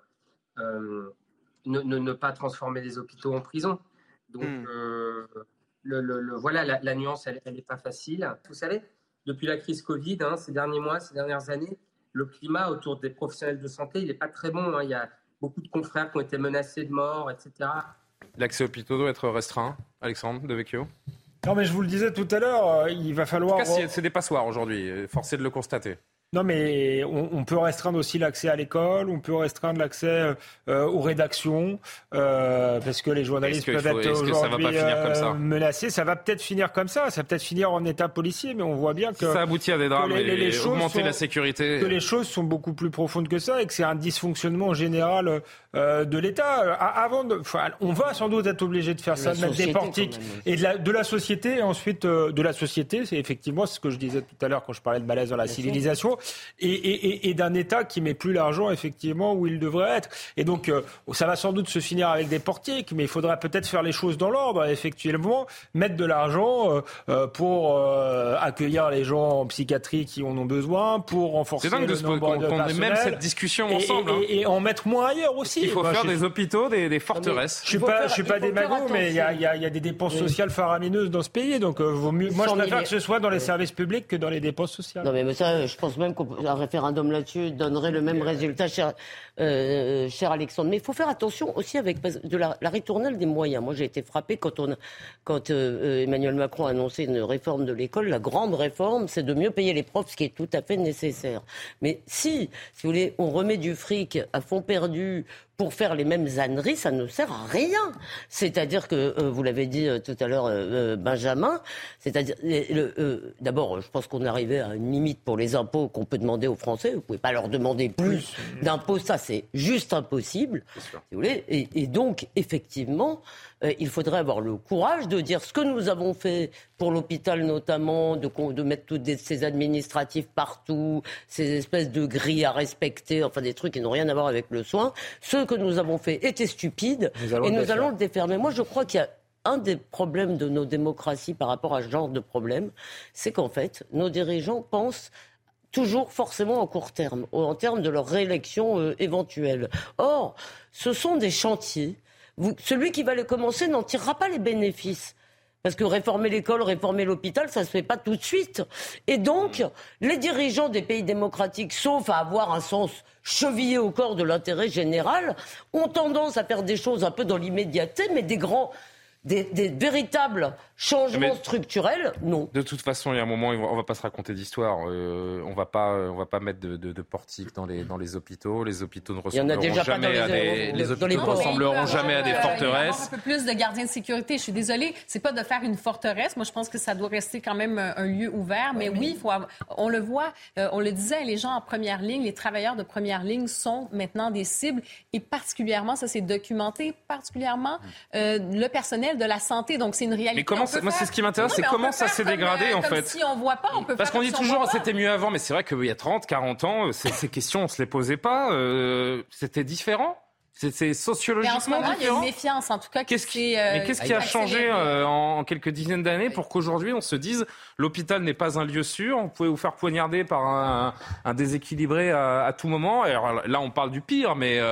euh, ne, ne, ne pas transformer les hôpitaux en prison. Donc mmh. euh, le, le, le, voilà, la, la nuance, elle n'est pas facile. Vous savez, depuis la crise Covid, hein, ces derniers mois, ces dernières années, le climat autour des professionnels de santé, il n'est pas très bon. Hein. Il y a beaucoup de confrères qui ont été menacés de mort, et cetera. L'accès aux hôpitaux doit être restreint, Alexandre Devecchio? Non, mais je vous le disais tout à l'heure, il va falloir... En tout cas, c'est des passoires aujourd'hui, forcé de le constater. Non, mais on, on peut restreindre aussi l'accès à l'école, on peut restreindre l'accès euh, aux rédactions, euh, parce que les journalistes peuvent faut, être aujourd'hui euh, menacés. Ça va peut-être finir comme ça, ça va peut-être finir en état policier, mais on voit bien que... Ça aboutit à des drames les, les, les et augmenter sont, la sécurité. Que les choses sont beaucoup plus profondes que ça et que c'est un dysfonctionnement général euh, de l'État. Avant de, enfin, on va sans doute être obligé de faire de ça, de mettre des portiques et de la, de la société, et ensuite euh, de la société, c'est effectivement ce que je disais tout à l'heure quand je parlais de malaise dans la bien civilisation. Et, et, et d'un État qui met plus l'argent effectivement où il devrait être. Et donc euh, ça va sans doute se finir avec des portiques, mais il faudra peut-être faire les choses dans l'ordre, effectivement, mettre de l'argent euh, pour euh, accueillir les gens en psychiatrie qui en ont besoin, pour renforcer le de nombre de personnel. C'est dingue qu'on ait même cette discussion et, ensemble. Et, hein. et, et en mettre moins ailleurs aussi. Il faut Moi, faire je... des hôpitaux, des, des forteresses. Je suis pas, je suis pas démago, mais il y a, y, a, y a des dépenses oui. sociales faramineuses dans ce pays, donc euh, vaut mieux. Moi, je préfère que ce soit dans les services publics que dans les dépenses sociales. Non, mais ça, je pense même qu'un référendum là-dessus donnerait le même résultat, cher, euh, cher Alexandre. Mais il faut faire attention aussi avec de la, la ritournelle des moyens. Moi, j'ai été frappée quand, on, quand euh, Emmanuel Macron a annoncé une réforme de l'école. La grande réforme, c'est de mieux payer les profs, ce qui est tout à fait nécessaire. Mais si, si vous voulez, on remet du fric à fond perdu pour faire les mêmes âneries, ça ne sert à rien. C'est-à-dire que, euh, vous l'avez dit euh, tout à l'heure, euh, Benjamin, c'est-à-dire, euh, euh, d'abord, je pense qu'on est arrivé à une limite pour les impôts qu'on peut demander aux Français. Vous ne pouvez pas leur demander plus d'impôts, ça c'est juste impossible, si vous voulez. Et, et donc, effectivement, euh, il faudrait avoir le courage de dire ce que nous avons fait pour l'hôpital notamment, de, de mettre tous des, ces administratifs partout, ces espèces de grilles à respecter, enfin des trucs qui n'ont rien à voir avec le soin. Ce que nous avons fait était stupide et nous allons le défermer. Moi, je crois qu'il y a un des problèmes de nos démocraties par rapport à ce genre de problème, c'est qu'en fait, nos dirigeants pensent toujours forcément en court terme, en termes de leur réélection euh, éventuelle. Or, ce sont des chantiers. Vous, celui qui va les commencer n'en tirera pas les bénéfices. Parce que réformer l'école, réformer l'hôpital, ça ne se fait pas tout de suite. Et donc, les dirigeants des pays démocratiques, sauf à avoir un sens chevillé au corps de l'intérêt général, ont tendance à faire des choses un peu dans l'immédiateté, mais des grands... Des, des véritables changements mais structurels, non. De toute façon, il y a un moment, on ne va pas se raconter d'histoire. Euh, on ne va pas, on va pas mettre de, de, de portiques dans les, dans les hôpitaux. Les hôpitaux ne ressembleront jamais les, à des, les hôpitaux ne ressembleront jamais à des forteresses. Un peu plus de gardiens de sécurité. Je suis désolée, c'est pas de faire une forteresse. Moi, je pense que ça doit rester quand même un lieu ouvert. Mais oui, oui il faut avoir, on le voit, euh, on le disait, les gens en première ligne, les travailleurs de première ligne sont maintenant des cibles. Et particulièrement, ça c'est documenté, particulièrement euh, le personnel de la santé, donc c'est une réalité. Mais comment, moi c'est ce qui m'intéresse, non, c'est comment ça s'est dégradé comme, en comme fait. Si on voit pas, on peut Parce faire qu'on dit si toujours c'était mieux avant, mais c'est vrai qu'il y a trente, quarante ans, ces, ces questions on se les posait pas, euh, c'était différent. C'est, c'est sociologiquement différent. Mais en ce moment, il y a une méfiance, en tout cas. Qu'est-ce qui, euh, mais qu'est-ce qui a changé euh, en, en quelques dizaines d'années pour qu'aujourd'hui on se dise l'hôpital n'est pas un lieu sûr, on pouvait vous faire poignarder par un, un déséquilibré à, à tout moment. Alors là, on parle du pire, mais euh,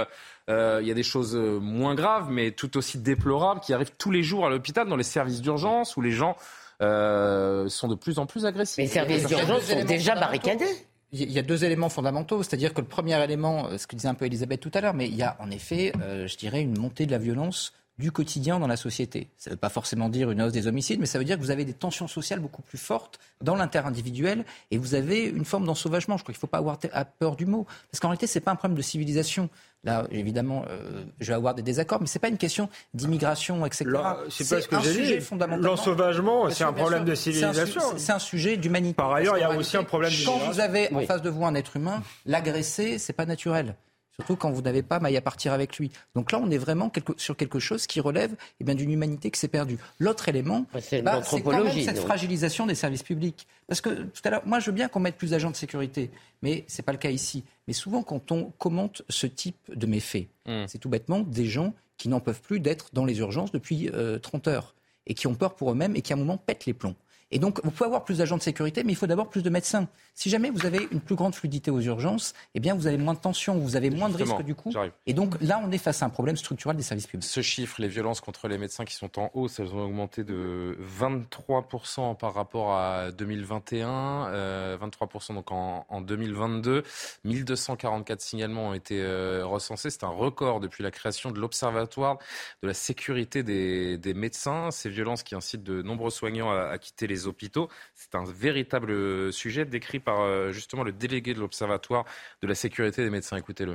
euh, il y a des choses moins graves, mais tout aussi déplorables, qui arrivent tous les jours à l'hôpital, dans les services d'urgence, où les gens euh, sont de plus en plus agressifs. Les services d'urgence sont déjà barricadés. Il y a deux éléments fondamentaux, c'est-à-dire que le premier élément, ce que disait un peu Elisabeth tout à l'heure, mais il y a en effet, euh, je dirais, une montée de la violence du quotidien dans la société. Ça ne veut pas forcément dire une hausse des homicides, mais ça veut dire que vous avez des tensions sociales beaucoup plus fortes dans l'inter-individuel et vous avez une forme d'ensauvagement. Je crois qu'il ne faut pas avoir peur du mot. Parce qu'en réalité, ce n'est pas un problème de civilisation. Là, évidemment, euh, je vais avoir des désaccords, mais ce n'est pas une question d'immigration, et cetera. C'est pas ce que j'ai dit. L'ensauvagement, c'est un problème de civilisation. C'est un, c'est un sujet d'humanité. Par ailleurs, il y a aussi un problème d'immigration. Quand vous avez en oui. face de vous un être humain, l'agresser, ce n'est pas naturel. Surtout quand vous n'avez pas maille à partir avec lui. Donc là, on est vraiment quelque, sur quelque chose qui relève eh bien, d'une humanité qui s'est perdue. L'autre élément, c'est, bah, c'est quand même cette donc. fragilisation des services publics. Parce que tout à l'heure, moi je veux bien qu'on mette plus d'agents de sécurité, mais ce n'est pas le cas ici. Mais souvent, quand on commente ce type de méfaits, mmh. c'est tout bêtement des gens qui n'en peuvent plus d'être dans les urgences depuis euh, trente heures et qui ont peur pour eux-mêmes et qui à un moment pètent les plombs. Et donc, vous pouvez avoir plus d'agents de sécurité, mais il faut d'abord plus de médecins. Si jamais vous avez une plus grande fluidité aux urgences, eh bien, vous avez moins de tension, vous avez moins Justement, de risques du coup. J'arrive. Et donc, là, on est face à un problème structurel des services publics. Ce chiffre, les violences contre les médecins qui sont en hausse, elles ont augmenté de vingt-trois pour cent par rapport à deux mille vingt et un, euh, vingt-trois pour cent donc en, en deux mille vingt-deux. mille deux cent quarante-quatre signalements ont été euh, recensés. C'est un record depuis la création de l'Observatoire de la sécurité des, des médecins. Ces violences qui incitent de nombreux soignants à, à quitter les hôpitaux. C'est un véritable sujet décrit par justement le délégué de l'Observatoire de la sécurité des médecins. Écoutez-le.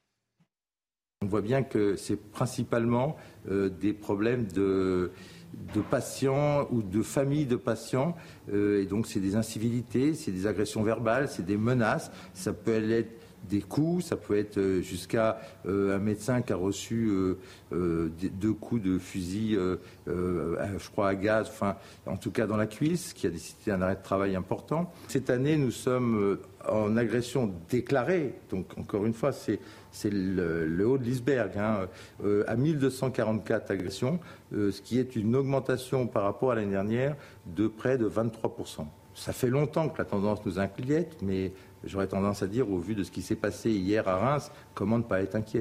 On voit bien que c'est principalement euh, des problèmes de, de patients ou de familles de patients. Euh, et donc c'est des incivilités, c'est des agressions verbales, c'est des menaces. Ça peut être des coups, ça peut être jusqu'à euh, un médecin qui a reçu euh, euh, deux coups de fusil, euh, euh, je crois à gaz, enfin en tout cas dans la cuisse, qui a décidé un arrêt de travail important. Cette année, nous sommes en agression déclarée, donc encore une fois, c'est, c'est le, le haut de l'iceberg, hein, euh, à mille deux cent quarante-quatre agressions, euh, ce qui est une augmentation par rapport à l'année dernière de près de vingt-trois pour cent. Ça fait longtemps que la tendance nous inquiète, mais j'aurais tendance à dire, au vu de ce qui s'est passé hier à Reims, comment ne pas être inquiet.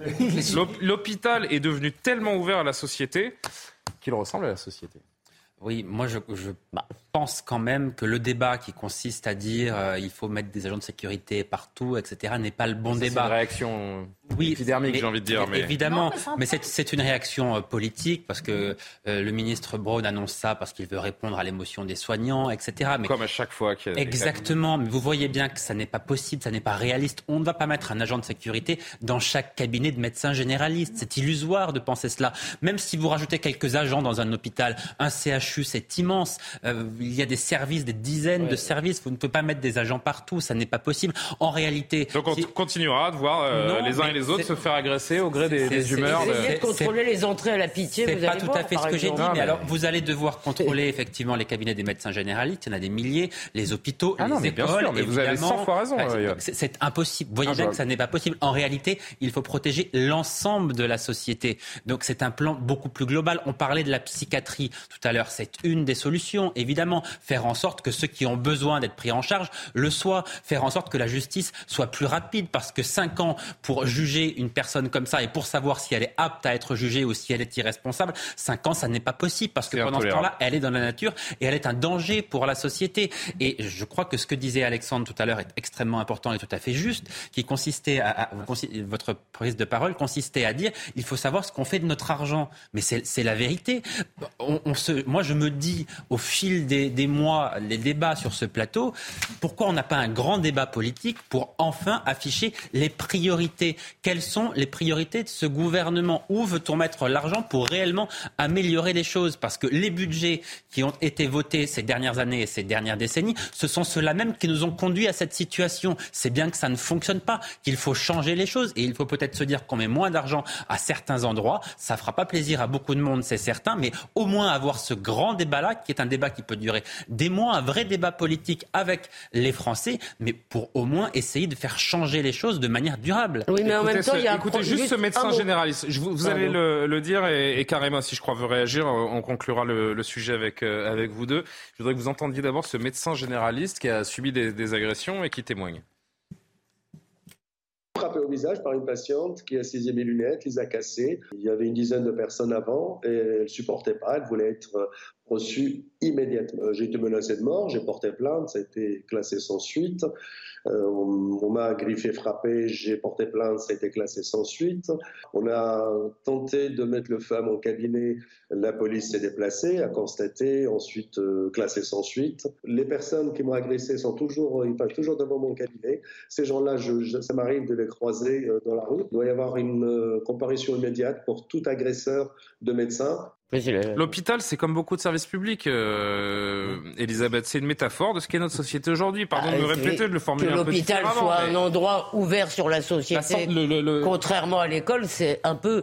L'hôpital est devenu tellement ouvert à la société qu'il ressemble à la société. Oui, moi je, je pense quand même que le débat qui consiste à dire euh, il faut mettre des agents de sécurité partout, et cetera, n'est pas le bon ça, débat. C'est une réaction oui, épidermique, j'ai envie de dire. Mais... Évidemment, non, mais, mais c'est, c'est une réaction euh, politique parce que euh, le ministre Braun annonce ça parce qu'il veut répondre à l'émotion des soignants, et cetera. Mais comme à chaque fois qu'il y a exactement, mais vous voyez bien que ça n'est pas possible, ça n'est pas réaliste. On ne va pas mettre un agent de sécurité dans chaque cabinet de médecins généralistes. C'est illusoire de penser cela. Même si vous rajoutez quelques agents dans un hôpital, un C H U, c'est immense. Euh, il y a des services, des dizaines ouais. de services. Vous ne pouvez pas mettre des agents partout, ça n'est pas possible. En réalité... Donc on si... continuera de voir euh, non, les uns et les autres se faire agresser au gré des, des humeurs. Vous essayez de contrôler les entrées à la pitié, c'est vous pas allez tout voir, à fait ce que j'ai dit, non, mais mais... alors vous allez devoir contrôler effectivement les cabinets des médecins généralistes, il y en a des milliers, les hôpitaux, ah les non, mais écoles, bien sûr, mais vous avez cent fois raison. Enfin, c'est, c'est impossible. Vous voyez ah, bien bah... que ça n'est pas possible. En réalité, il faut protéger l'ensemble de la société. Donc c'est un plan beaucoup plus global. On parlait de la psychiatrie tout à l'heure, c'est une des solutions. Évidemment, faire en sorte que ceux qui ont besoin d'être pris en charge le soient, faire en sorte que la justice soit plus rapide, parce que cinq ans pour juger une personne comme ça et pour savoir si elle est apte à être jugée ou si elle est irresponsable, cinq ans, ça n'est pas possible, parce que c'est pendant intolérable. Ce temps-là, elle est dans la nature et elle est un danger pour la société. Et je crois que ce que disait Alexandre tout à l'heure est extrêmement important et tout à fait juste, qui consistait à, à votre prise de parole consistait à dire il faut savoir ce qu'on fait de notre argent. Mais c'est, c'est la vérité. On, on se, moi, je me dis au fil des, des mois, les débats sur ce plateau, pourquoi on n'a pas un grand débat politique pour enfin afficher les priorités? Quelles sont les priorités de ce gouvernement? Où veut-on mettre l'argent pour réellement améliorer les choses? Parce que les budgets qui ont été votés ces dernières années et ces dernières décennies, ce sont ceux-là même qui nous ont conduits à cette situation. C'est bien que ça ne fonctionne pas, qu'il faut changer les choses, et il faut peut-être se dire qu'on met moins d'argent à certains endroits. Ça fera pas plaisir à beaucoup de monde, c'est certain, mais au moins avoir ce grand débat-là, qui est un débat qui peut durer des mois, un vrai débat politique avec les Français, mais pour au moins essayer de faire changer les choses de manière durable. Oui, mais en écoutez même temps, ce, il y a écoutez un juste ce médecin généraliste. Je, vous vous allez le, le dire, et, et Karima, si je crois, veut réagir. On conclura le, le sujet avec, euh, avec vous deux. Je voudrais que vous entendiez d'abord ce médecin généraliste qui a subi des, des agressions et qui témoigne. Frappé au visage par une patiente qui a saisi mes lunettes, les a cassées. Il y avait une dizaine de personnes avant et elle ne supportait pas, elle voulait être reçue immédiatement. J'ai été menacé de mort, j'ai porté plainte, ça a été classé sans suite. Euh, on, on m'a griffé, frappé, j'ai porté plainte, ça a été classé sans suite. On a tenté de mettre le feu à mon cabinet, la police s'est déplacée, a constaté, ensuite euh, classé sans suite. Les personnes qui m'ont agressé sont toujours, ils passent toujours devant mon cabinet. Ces gens-là, je, je, ça m'arrive de les croiser euh, dans la route. Il doit y avoir une euh, comparution immédiate pour tout agresseur de médecin. L'hôpital, c'est comme beaucoup de services publics, euh, Elisabeth, c'est une métaphore de ce qu'est notre société aujourd'hui. Pardon ah, de me répéter, de le formuler un peu différemment. Que l'hôpital soit mais... un endroit ouvert sur la société, la, le, le, le... contrairement à l'école, c'est un peu...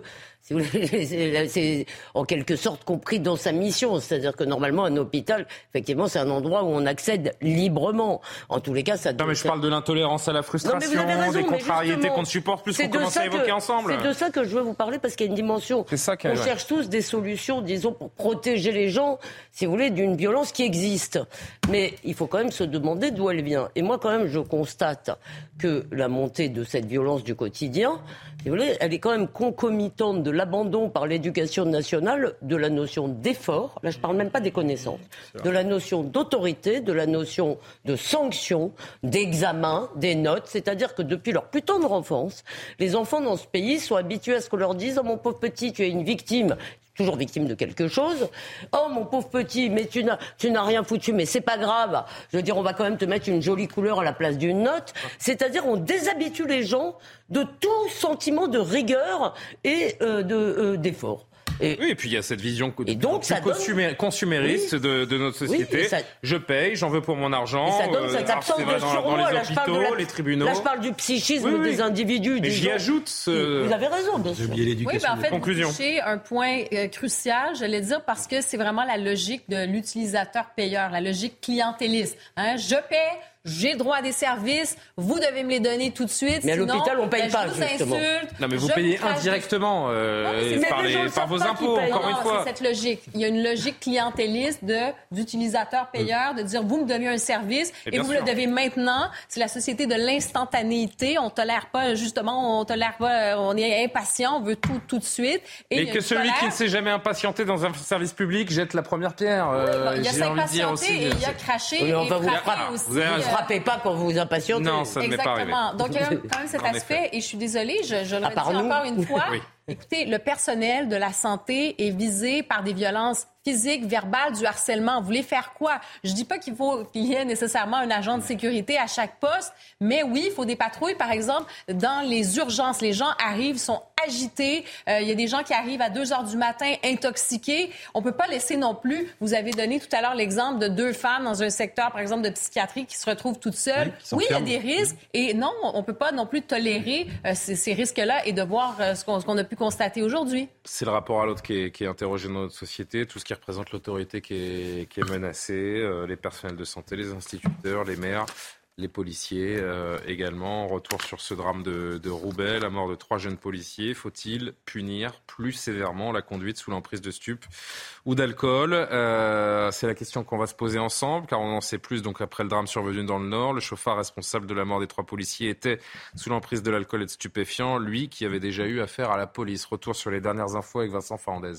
C'est en quelque sorte compris dans sa mission. C'est-à-dire que normalement, un hôpital, effectivement, c'est un endroit où on accède librement. En tous les cas, ça... Non, mais je parle de l'intolérance à la frustration, non, des contrariétés qu'on ne supporte plus, qu'on commence à évoquer que, ensemble. C'est de ça que je veux vous parler, parce qu'il y a une dimension. C'est ça on ouais. cherche tous des solutions, disons, pour protéger les gens, si vous voulez, d'une violence qui existe. Mais il faut quand même se demander d'où elle vient. Et moi, quand même, je constate que la montée de cette violence du quotidien, si vous voulez, elle est quand même concomitante de l'abandon par l'éducation nationale de la notion d'effort, là je ne parle même pas des connaissances, de la notion d'autorité, de la notion de sanction, d'examen, des notes, c'est-à-dire que depuis leur plus tendre enfance, les enfants dans ce pays sont habitués à ce qu'on leur dise « Oh mon pauvre petit, tu es une victime ». Toujours victime de quelque chose. Oh mon pauvre petit, mais tu n'as, tu n'as rien foutu, mais c'est pas grave. Je veux dire, on va quand même te mettre une jolie couleur à la place d'une note. C'est-à-dire, on déshabitue les gens de tout sentiment de rigueur et euh, de, euh, d'effort. Et oui, et puis il y a cette vision et donc, ça consumé- donne... consumériste oui. de, de notre société. Oui, ça... Je paye, j'en veux pour mon argent. Et ça donne cette absence de surmoi. Dans les là, hôpitaux, je parle de la... les tribunaux. Là, je parle du psychisme oui, oui. des individus. Mais j'y gens... ajoute ce... Vous avez raison, bien sûr. Oui, ben en fait, conclusion. Vous touchez un point euh, crucial, j'allais dire, parce que c'est vraiment la logique de l'utilisateur-payeur, la logique clientéliste. Hein? Je paie. J'ai droit à des services, vous devez me les donner tout de suite. Mais à sinon, l'hôpital, on ne paye ben, pas, je vous justement. Insulte, non, mais vous payez indirectement euh, non, par, les, par vos impôts, encore non, une non, fois. C'est cette logique. Il y a une logique clientéliste de, d'utilisateur-payeur, de dire vous me donnez un service et, et vous sûr. le devez maintenant. C'est la société de l'instantanéité. On ne tolère pas, justement, on tolère pas, on est impatient, on veut tout tout de suite. Et, et que celui colère. qui ne s'est jamais impatienté dans un service public jette la première pierre. Oui, euh, il y a s'impatienter et il y a craché oui, et enfin, frapper aussi. Vous ne frappez pas quand vous impatientez. Non, ça ne m'est pas arrivé. Exactement. Donc, il y a quand même cet en aspect, effet. et je suis désolée, je, je le redis encore une fois. Oui. Écoutez, le personnel de la santé est visé par des violences physiques, verbales, du harcèlement. Vous voulez faire quoi? Je dis pas qu'il faut qu'il y ait nécessairement un agent de sécurité à chaque poste, mais oui, il faut des patrouilles, par exemple, dans les urgences. Les gens arrivent, sont agités. Euh, il y a des gens qui arrivent à deux heures du matin intoxiqués. On peut pas laisser non plus. Vous avez donné tout à l'heure l'exemple de deux femmes dans un secteur, par exemple, de psychiatrie qui se retrouvent toutes seules. Oui, oui il y a des risques. Et non, on peut pas non plus tolérer euh, ces, ces risques-là et de voir euh, ce, qu'on, ce qu'on a pu constater aujourd'hui. C'est le rapport à l'autre qui est, qui est interrogé dans notre société. Tout ce qui représente l'autorité qui est, qui est menacée, euh, les personnels de santé, les instituteurs, les maires, les policiers euh, également. Retour sur ce drame de, de Roubaix, la mort de trois jeunes policiers. Faut-il punir plus sévèrement la conduite sous l'emprise de stupes ou d'alcool? euh, C'est la question qu'on va se poser ensemble, car on en sait plus donc après le drame survenu dans le Nord. Le chauffard responsable de la mort des trois policiers était sous l'emprise de l'alcool et de stupéfiants, lui qui avait déjà eu affaire à la police. Retour sur les dernières infos avec Vincent Fernandez.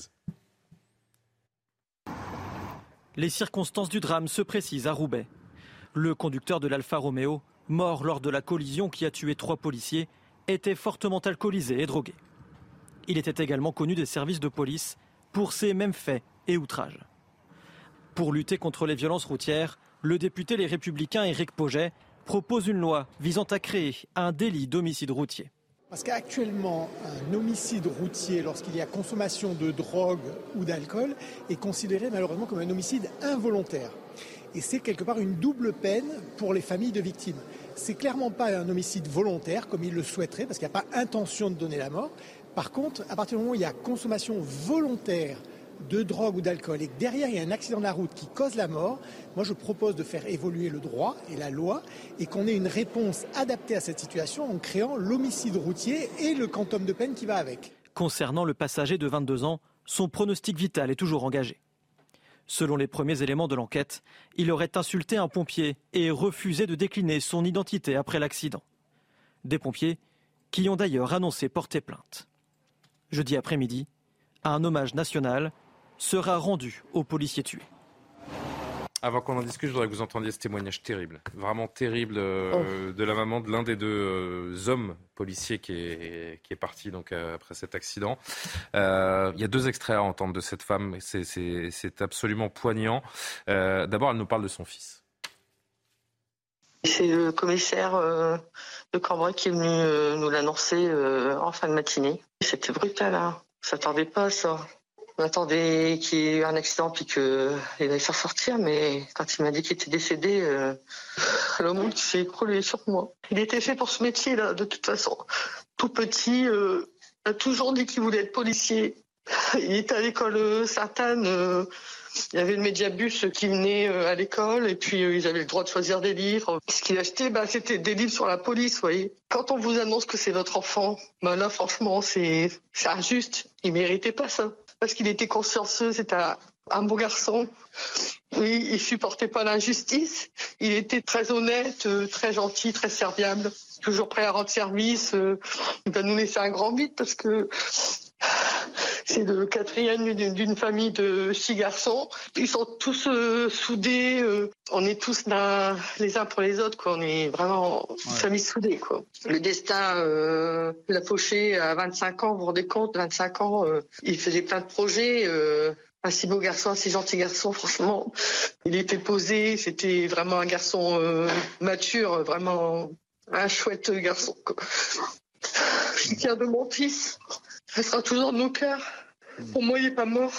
Les circonstances du drame se précisent à Roubaix. Le conducteur de l'Alfa Romeo, mort lors de la collision qui a tué trois policiers, était fortement alcoolisé et drogué. Il était également connu des services de police pour ces mêmes faits et outrages. Pour lutter contre les violences routières, le député Les Républicains Éric Pauget propose une loi visant à créer un délit d'homicide routier. Parce qu'actuellement, un homicide routier, lorsqu'il y a consommation de drogue ou d'alcool, est considéré malheureusement comme un homicide involontaire. Et c'est quelque part une double peine pour les familles de victimes. C'est clairement pas un homicide volontaire, comme ils le souhaiteraient, parce qu'il n'y a pas intention de donner la mort. Par contre, à partir du moment où il y a consommation volontaire de drogue ou d'alcool et que derrière il y a un accident de la route qui cause la mort, moi je propose de faire évoluer le droit et la loi et qu'on ait une réponse adaptée à cette situation en créant l'homicide routier et le quantum de peine qui va avec. Concernant le passager de vingt-deux ans, son pronostic vital est toujours engagé. Selon les premiers éléments de l'enquête, il aurait insulté un pompier et refusé de décliner son identité après l'accident. Des pompiers qui ont d'ailleurs annoncé porter plainte. Jeudi après-midi, un hommage national sera rendu aux policiers tués. Avant qu'on en discute, je voudrais que vous entendiez ce témoignage terrible, vraiment terrible euh, oh. de la maman de l'un des deux euh, hommes policiers qui est, qui est parti donc, euh, après cet accident. Euh, il y a deux extraits à entendre de cette femme, c'est, c'est, c'est absolument poignant. Euh, d'abord, elle nous parle de son fils. C'est le commissaire euh, de Cambrai qui est venu euh, nous l'annoncer euh, en fin de matinée. C'était brutal, hein. On ne s'attendait pas à ça. On attendait qu'il y ait eu un accident puis qu'il allait s'en sortir, mais quand il m'a dit qu'il était décédé, euh, le monde s'est écroulé sur moi. Il était fait pour ce métier-là, de toute façon. Tout petit, euh, il a toujours dit qu'il voulait être policier. Il était à l'école euh, Sainte-Anne, euh, il y avait le médiabus qui venait euh, à l'école et puis euh, ils avaient le droit de choisir des livres. Ce qu'il achetait, bah, c'était des livres sur la police, vous voyez. Quand on vous annonce que c'est votre enfant, bah là, franchement, c'est, c'est injuste. Il méritait pas ça. Parce qu'il était consciencieux, c'était un, un beau garçon. Oui, il supportait pas l'injustice. Il était très honnête, euh, très gentil, très serviable. Toujours prêt à rendre service. Euh, il va nous laisser un grand vide parce que c'est le quatrième d'une, d'une famille de six garçons. Ils sont tous euh, soudés. Euh, on est tous là, les uns pour les autres, quoi. On est vraiment une ouais. famille soudée, quoi. Le destin euh, l'a fauché à vingt-cinq ans. Vous vous rendez compte, vingt-cinq ans, euh, il faisait plein de projets. Euh, un si beau garçon, un si gentil garçon, franchement. Il était posé. C'était vraiment un garçon euh, mature, vraiment un chouette garçon, quoi. Je suis fière de mon fils. Elle sera toujours dans nos cœurs. Pour moi, il n'est pas mort.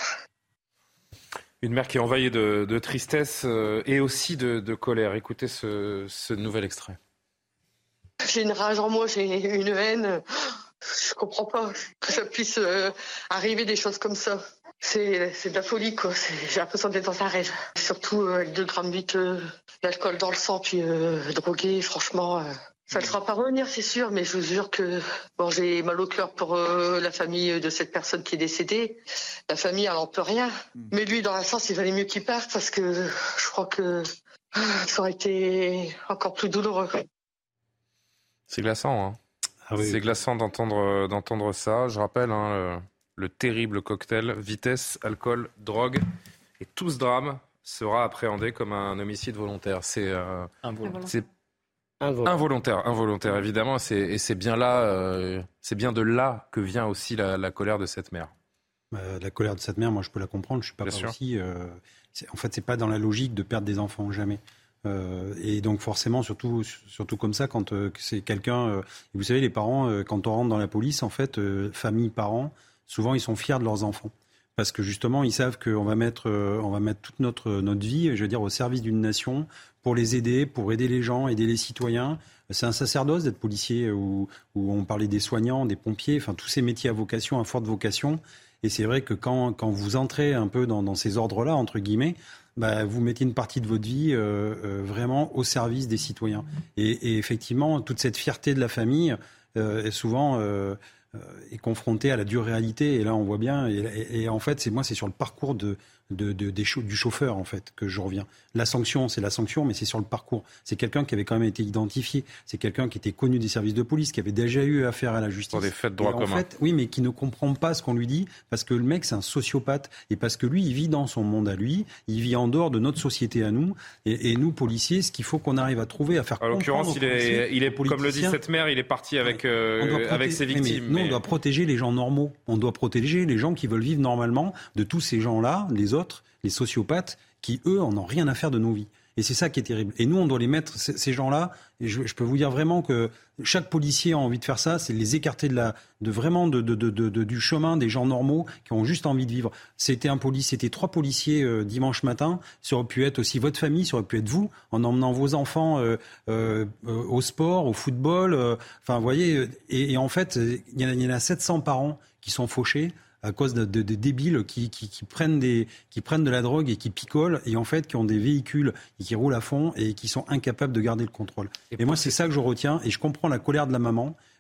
Une mère qui est envahie de, de tristesse euh, et aussi de, de colère. Écoutez ce, ce nouvel extrait. J'ai une rage en moi, j'ai une haine. Je comprends pas que ça puisse euh, arriver des choses comme ça. C'est, c'est de la folie, quoi. C'est, j'ai l'impression d'être dans un rêve. Surtout euh, avec deux grammes huit euh, d'alcool dans le sang, puis euh, drogué, franchement... Euh... Ça ne sera pas revenir, c'est sûr, mais je vous jure que bon, j'ai mal au cœur pour euh, la famille de cette personne qui est décédée. La famille, elle n'en peut rien. Mais lui, dans un sens, il valait mieux qu'il parte parce que je crois que ça aurait été encore plus douloureux. C'est glaçant, hein. Ah oui. C'est glaçant d'entendre, d'entendre ça. Je rappelle hein, le, le terrible cocktail vitesse, alcool, drogue. Et tout ce drame sera appréhendé comme un homicide volontaire. C'est, euh, c'est Involontaire. involontaire, involontaire évidemment, c'est, et c'est bien là, euh, c'est bien de là que vient aussi la, la colère de cette mère. Euh, la colère de cette mère, moi je peux la comprendre, je suis pas aussi. Euh, en fait, c'est pas dans la logique de perdre des enfants jamais. Euh, et donc forcément, surtout, surtout comme ça, quand euh, c'est quelqu'un. Euh, vous savez, les parents, euh, quand on rentre dans la police, en fait, euh, famille, parents, souvent ils sont fiers de leurs enfants. Parce que justement, ils savent qu'on va mettre, euh, on va mettre toute notre, notre vie, je veux dire, au service d'une nation, pour les aider, pour aider les gens, aider les citoyens. C'est un sacerdoce d'être policier, où, où on parlait des soignants, des pompiers, enfin tous ces métiers à vocation, à forte vocation. Et c'est vrai que quand, quand vous entrez un peu dans, dans ces ordres-là, entre guillemets, bah, vous mettez une partie de votre vie euh, euh, vraiment au service des citoyens. Et, et effectivement, toute cette fierté de la famille euh, est souvent... Euh, est confronté à la dure réalité, et là on voit bien, et, et, et en fait c'est moi c'est sur le parcours de, de, de, des chau- du chauffeur en fait que je reviens. La sanction c'est la sanction, mais c'est sur le parcours. C'est quelqu'un qui avait quand même été identifié, c'est quelqu'un qui était connu des services de police, qui avait déjà eu affaire à la justice. Pour des faits de droit commun. En fait, oui, mais qui ne comprend pas ce qu'on lui dit, parce que le mec c'est un sociopathe, et parce que lui il vit dans son monde à lui, il vit en dehors de notre société à nous, et, et nous policiers, ce qu'il faut qu'on arrive à trouver, à faire en comprendre. En l'occurrence, il est, il est comme le dit cette mère, il est parti avec, euh, proté- avec ses victimes. Mais, mais... Nous, on doit protéger les gens normaux. On doit protéger les gens qui veulent vivre normalement de tous ces gens-là, les autres, les sociopathes, qui, eux, en ont rien à faire de nos vies. Et c'est ça qui est terrible. Et nous, on doit les mettre, ces gens-là, et je, je peux vous dire vraiment que chaque policier a envie de faire ça, c'est les écarter de la, de vraiment de, de, de, de, du chemin des gens normaux qui ont juste envie de vivre. C'était un policier, c'était trois policiers euh, dimanche matin. Ça aurait pu être aussi votre famille, ça aurait pu être vous, en emmenant vos enfants euh, euh, au sport, au football. Euh, enfin, vous voyez, et, et en fait, il y, y en a sept cents par an qui sont fauchés à cause de, de, de débiles qui, qui, qui, prennent des, qui prennent de la drogue et qui picolent, et en fait qui ont des véhicules et qui roulent à fond et qui sont incapables de garder le contrôle. Et, et moi, c'est ça que je retiens, et je comprends la colère de la maman,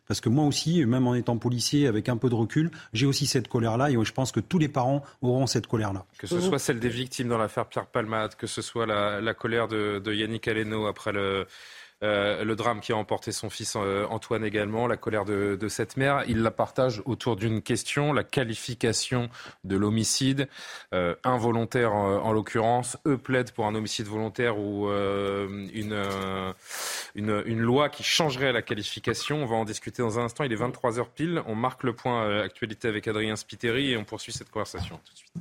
Parce que moi aussi, même en étant policier, avec un peu de recul, j'ai aussi cette colère-là et je pense que tous les parents auront cette colère-là. Que ce soit celle des victimes dans l'affaire Pierre Palmade, que ce soit la, la colère de, de Yannick Aleno après le... Euh, le drame qui a emporté son fils euh, Antoine également, la colère de, de cette mère, il la partage autour d'une question, la qualification de l'homicide euh, involontaire euh, en l'occurrence. Eux plaident pour un homicide volontaire ou euh, une, euh, une, une loi qui changerait la qualification. On va en discuter dans un instant, il est vingt-trois heures pile. On marque le point euh, actualité avec Adrien Spiteri et on poursuit cette conversation tout de suite.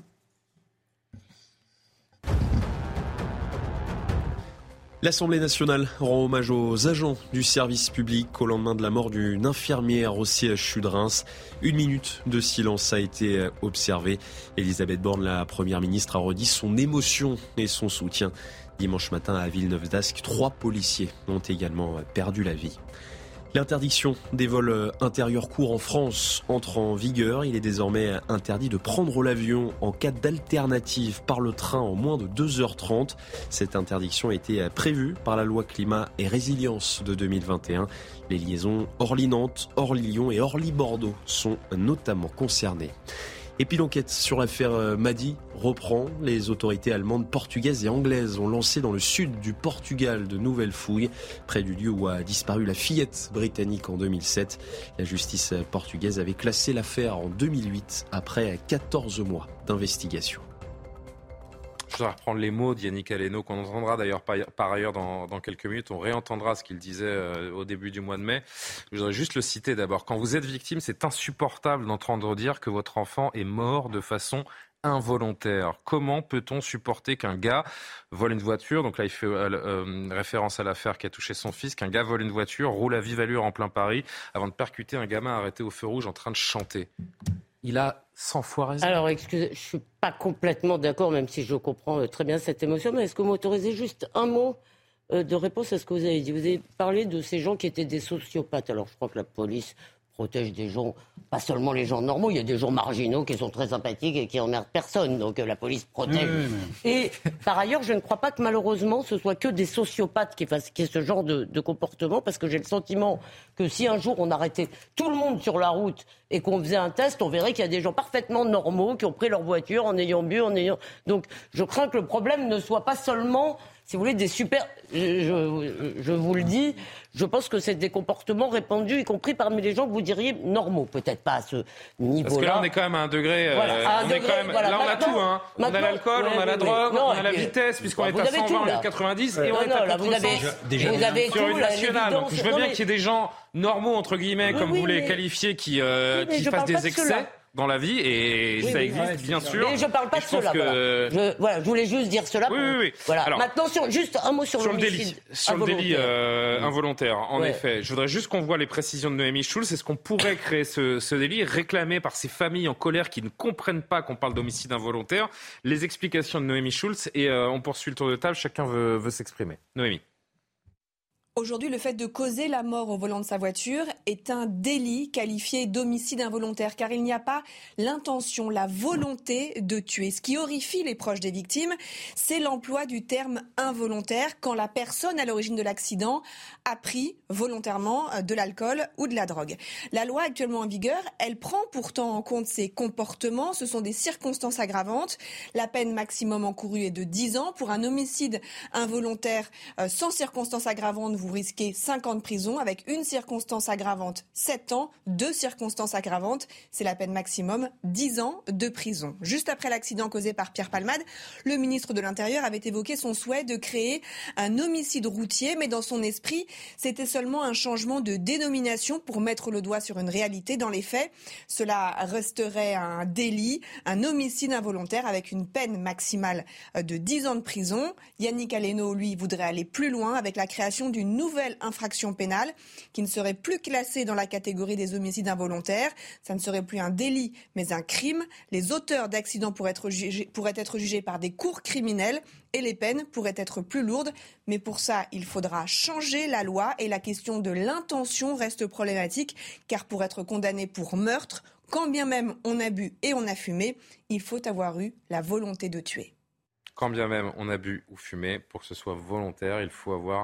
L'Assemblée nationale rend hommage aux agents du service public au lendemain de la mort d'une infirmière au C H U de Reims. Une minute de silence a été observée. Elisabeth Borne, la première ministre, a redit son émotion et son soutien. Dimanche matin à Villeneuve-d'Ascq, trois policiers ont également perdu la vie. L'interdiction des vols intérieurs courts en France entre en vigueur. Il est désormais interdit de prendre l'avion en cas d'alternative par le train en moins de deux heures trente. Cette interdiction a été prévue par la loi climat et résilience de deux mille vingt et un. Les liaisons Orly-Nantes, Orly-Lyon et Orly-Bordeaux sont notamment concernées. Et puis l'enquête sur l'affaire Madi reprend. Les autorités allemandes, portugaises et anglaises ont lancé dans le sud du Portugal de nouvelles fouilles, près du lieu où a disparu la fillette britannique en deux mille sept. La justice portugaise avait classé l'affaire en deux mille huit après quatorze mois d'investigation. Je voudrais reprendre les mots de Yannick Aleno, qu'on entendra d'ailleurs par, par ailleurs dans, dans quelques minutes. On réentendra ce qu'il disait euh, au début du mois de mai. Je voudrais juste le citer d'abord. Quand vous êtes victime, c'est insupportable d'entendre dire que votre enfant est mort de façon involontaire. Comment peut-on supporter qu'un gars vole une voiture, donc là il fait euh, euh, référence à l'affaire qui a touché son fils, qu'un gars vole une voiture, roule à vive allure en plein Paris, avant de percuter un gamin arrêté au feu rouge en train de chanter. Il a cent fois raison. Alors, excusez, je ne suis pas complètement d'accord, même si je comprends très bien cette émotion, mais est-ce que vous m'autorisez juste un mot de réponse à ce que vous avez dit ? Vous avez parlé de ces gens qui étaient des sociopathes. Alors, je crois que la police protège des gens, pas seulement les gens normaux, il y a des gens marginaux qui sont très sympathiques et qui emmerdent personne, donc euh, la police protège. Oui, oui, oui. Et par ailleurs, je ne crois pas que malheureusement ce soit que des sociopathes qui fassent qui aient ce genre de, de comportement, parce que j'ai le sentiment que si un jour on arrêtait tout le monde sur la route et qu'on faisait un test, on verrait qu'il y a des gens parfaitement normaux qui ont pris leur voiture en ayant bu, en ayant... Donc je crains que le problème ne soit pas seulement... Si vous voulez, des super... Je, je, je vous le dis, je pense que c'est des comportements répandus, y compris parmi les gens que vous diriez normaux. Peut-être pas à ce niveau-là. Parce que là, on est quand même à un degré... Voilà, euh, à un on degré, est quand même, voilà, là, on a tout. Hein. On a l'alcool, ouais, on a la oui, drogue, oui. Non, on a la vitesse, puisqu'on est à cent vingt au lieu de quatre-vingt-dix, et on est à quatre-vingts sur une nationale. Donc je veux bien qu'il y ait des gens normaux, entre guillemets, comme vous les qualifiez, qui fassent des excès dans la vie, et oui, ça existe, oui, bien sûr. Mais je ne parle pas de cela. Que... Voilà. Je, voilà, je voulais juste dire cela. Oui, oui, oui. Voilà. Alors, maintenant, sur, juste un mot sur, sur le délit. Sur le délit euh, involontaire, en ouais. effet. Je voudrais juste qu'on voit les précisions de Noémie Schulz. Est-ce qu'on pourrait créer ce, ce délit réclamé par ces familles en colère qui ne comprennent pas qu'on parle d'homicide involontaire? Les explications de Noémie Schulz, et euh, on poursuit le tour de table. Chacun veut, veut s'exprimer. Noémie. Aujourd'hui, le fait de causer la mort au volant de sa voiture est un délit qualifié d'homicide involontaire, car il n'y a pas l'intention, la volonté de tuer. Ce qui horrifie les proches des victimes, c'est l'emploi du terme involontaire quand la personne à l'origine de l'accident a pris volontairement de l'alcool ou de la drogue. La loi actuellement en vigueur, elle prend pourtant en compte ces comportements. Ce sont des circonstances aggravantes. La peine maximum encourue est de dix ans. Pour un homicide involontaire sans circonstances aggravantes, vous risquez cinq ans de prison, avec une circonstance aggravante, sept ans, deux circonstances aggravantes, c'est la peine maximum, dix ans de prison. Juste après l'accident causé par Pierre Palmade, le ministre de l'Intérieur avait évoqué son souhait de créer un homicide routier, mais dans son esprit, c'était seulement un changement de dénomination pour mettre le doigt sur une réalité. Dans les faits, cela resterait un délit, un homicide involontaire avec une peine maximale de dix ans de prison. Yannick Aleno, lui, voudrait aller plus loin avec la création d'une nouvelle infraction pénale qui ne serait plus classée dans la catégorie des homicides involontaires. Ça ne serait plus un délit, mais un crime. Les auteurs d'accidents pourraient être jugés, pourraient être jugés par des cours criminels et les peines pourraient être plus lourdes. Mais pour ça, il faudra changer la loi et la question de l'intention reste problématique, car pour être condamné pour meurtre, quand bien même on a bu et on a fumé, il faut avoir eu la volonté de tuer. Quand bien même on a bu ou fumé, pour que ce soit volontaire, il faut avoir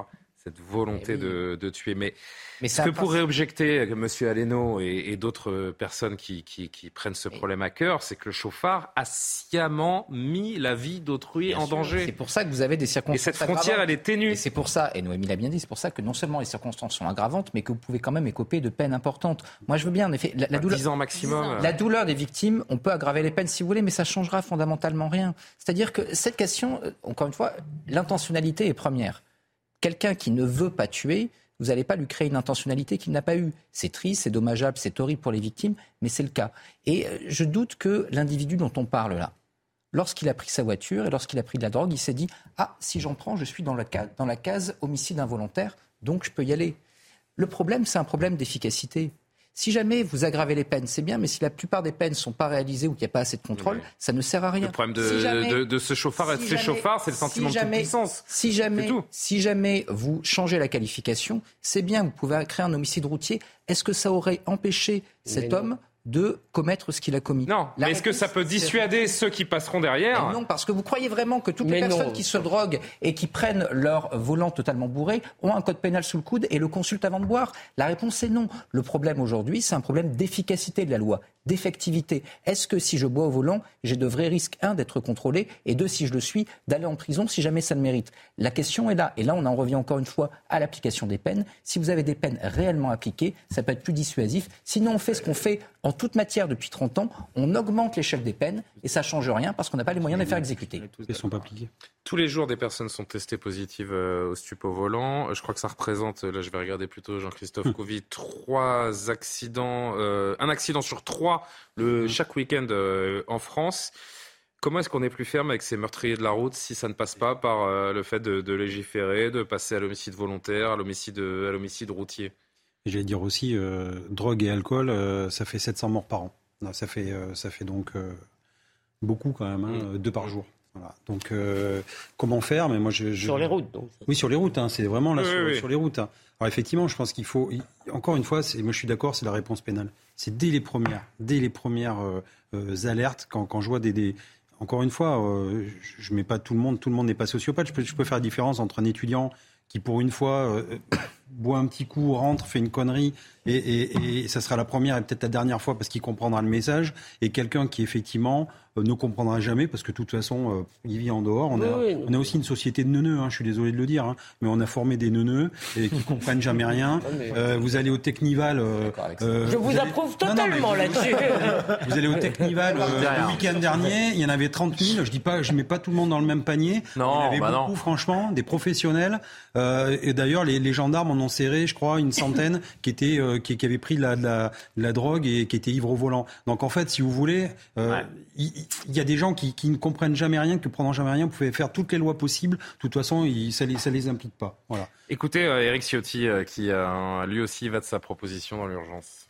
cette volonté oui. de, de tuer. Mais, Mais ce que pourrait objecter M. Aleno et, et d'autres personnes qui, qui, qui prennent ce problème à cœur, c'est que le chauffard a sciemment mis la vie d'autrui bien en sûr. danger. C'est pour ça que vous avez des circonstances. Et cette frontière, elle est ténue. Et c'est pour ça, et Noémie l'a bien dit, c'est pour ça que non seulement les circonstances sont aggravantes, mais que vous pouvez quand même écoper de peines importantes. Moi, je veux bien, en effet, la, la douleur, dix ans maximum. La douleur des victimes, on peut aggraver les peines si vous voulez, mais ça changera fondamentalement rien. C'est-à-dire que cette question, encore une fois, l'intentionnalité est première. Quelqu'un qui ne veut pas tuer, vous n'allez pas lui créer une intentionnalité qu'il n'a pas eue. C'est triste, c'est dommageable, c'est horrible pour les victimes, mais c'est le cas. Et je doute que l'individu dont on parle là, lorsqu'il a pris sa voiture et lorsqu'il a pris de la drogue, il s'est dit « Ah, si j'en prends, je suis dans la case, dans la case homicide involontaire, donc je peux y aller ». Le problème, c'est un problème d'efficacité. Si jamais vous aggravez les peines, c'est bien, mais si la plupart des peines ne sont pas réalisées ou qu'il n'y a pas assez de contrôle, oui. ça ne sert à rien. Le problème de, si jamais, de, de ce chauffard et de ces chauffards, c'est le sentiment si jamais, de toute puissance. Si jamais, si jamais vous changez la qualification, c'est bien, vous pouvez créer un homicide routier. Est-ce que ça aurait empêché cet mais homme non. de commettre ce qu'il a commis? Non, la mais est-ce que ça peut dissuader ceux qui passeront derrière? Mais non, parce que vous croyez vraiment que toutes mais les personnes non. qui se droguent et qui prennent leur volant totalement bourré ont un code pénal sous le coude et le consultent avant de boire? La réponse est non. Le problème aujourd'hui, c'est un problème d'efficacité de la loi, d'effectivité. Est-ce que si je bois au volant, j'ai de vrais risques, un, d'être contrôlé, et deux, si je le suis, d'aller en prison si jamais ça le mérite? La question est là. Et là, on en revient encore une fois à l'application des peines. Si vous avez des peines réellement appliquées, ça peut être plus dissuasif. Sinon, on fait ce qu'on fait en toute matière depuis trente ans, on augmente l'échelle des peines et ça ne change rien parce qu'on n'a pas les moyens de les faire exécuter. Ils sont pas appliqués. Tous les jours, des personnes sont testées positives au stupéfiant au volant. Je crois que ça représente, là je vais regarder plutôt Jean-Christophe Couvi, trois accidents, euh, un accident sur trois le, chaque week-end euh, en France. Comment est-ce qu'on est plus ferme avec ces meurtriers de la route si ça ne passe pas par euh, le fait de, de légiférer, de passer à l'homicide volontaire, à l'homicide, à l'homicide routier? Et j'allais dire aussi, euh, drogue et alcool, euh, ça fait sept cents morts par an. Non, ça, fait, euh, ça fait donc euh, beaucoup quand même, hein, mmh. deux par jour. Voilà. Donc, euh, comment faire? Mais moi, je, je... Sur les routes, donc. Oui, sur les routes, hein, c'est vraiment là, oui, sur, oui. sur les routes. Hein. Alors, effectivement, je pense qu'il faut, encore une fois, c'est, moi je suis d'accord, c'est la réponse pénale. C'est dès les premières, dès les premières euh, euh, alertes, quand, quand je vois des... des... Encore une fois, euh, je ne mets pas tout le monde, tout le monde n'est pas sociopathe. Je peux, je peux faire la différence entre un étudiant qui, pour une fois, euh, boit un petit coup, rentre, fait une connerie, et, et, et ça sera la première et peut-être la dernière fois parce qu'il comprendra le message, et quelqu'un qui, effectivement, euh, ne comprendra jamais parce que, de toute façon, euh, il vit en dehors. On, oui, a, oui, on a aussi une société de neuneux, hein, je suis désolé de le dire, hein, mais on a formé des neuneux et qui ne comprennent jamais rien. Euh, vous allez au Technival... Euh, euh, je vous, vous approuve allez... totalement non, non, là-dessus. Vous allez au Technival euh, le week-end dernier, il y en avait trente mille, je dis pas, je mets pas tout le monde dans le même panier. Non, il y en avait bah beaucoup, non. franchement, des professionnels. Euh, et d'ailleurs, les, les gendarmes en ont serré, je crois, une centaine qui étaient, euh, qui, qui avaient pris de la, de, la, de la drogue et qui étaient ivres au volant. Donc en fait, si vous voulez, euh, ouais. il, il y a des gens qui, qui ne comprennent jamais rien, qui ne comprennent jamais rien. Vous pouvez faire toutes les lois possibles. De toute façon, il, ça les, ça les implique pas. Voilà. Écoutez, euh, Éric Ciotti, euh, qui euh, lui aussi va de sa proposition dans l'urgence.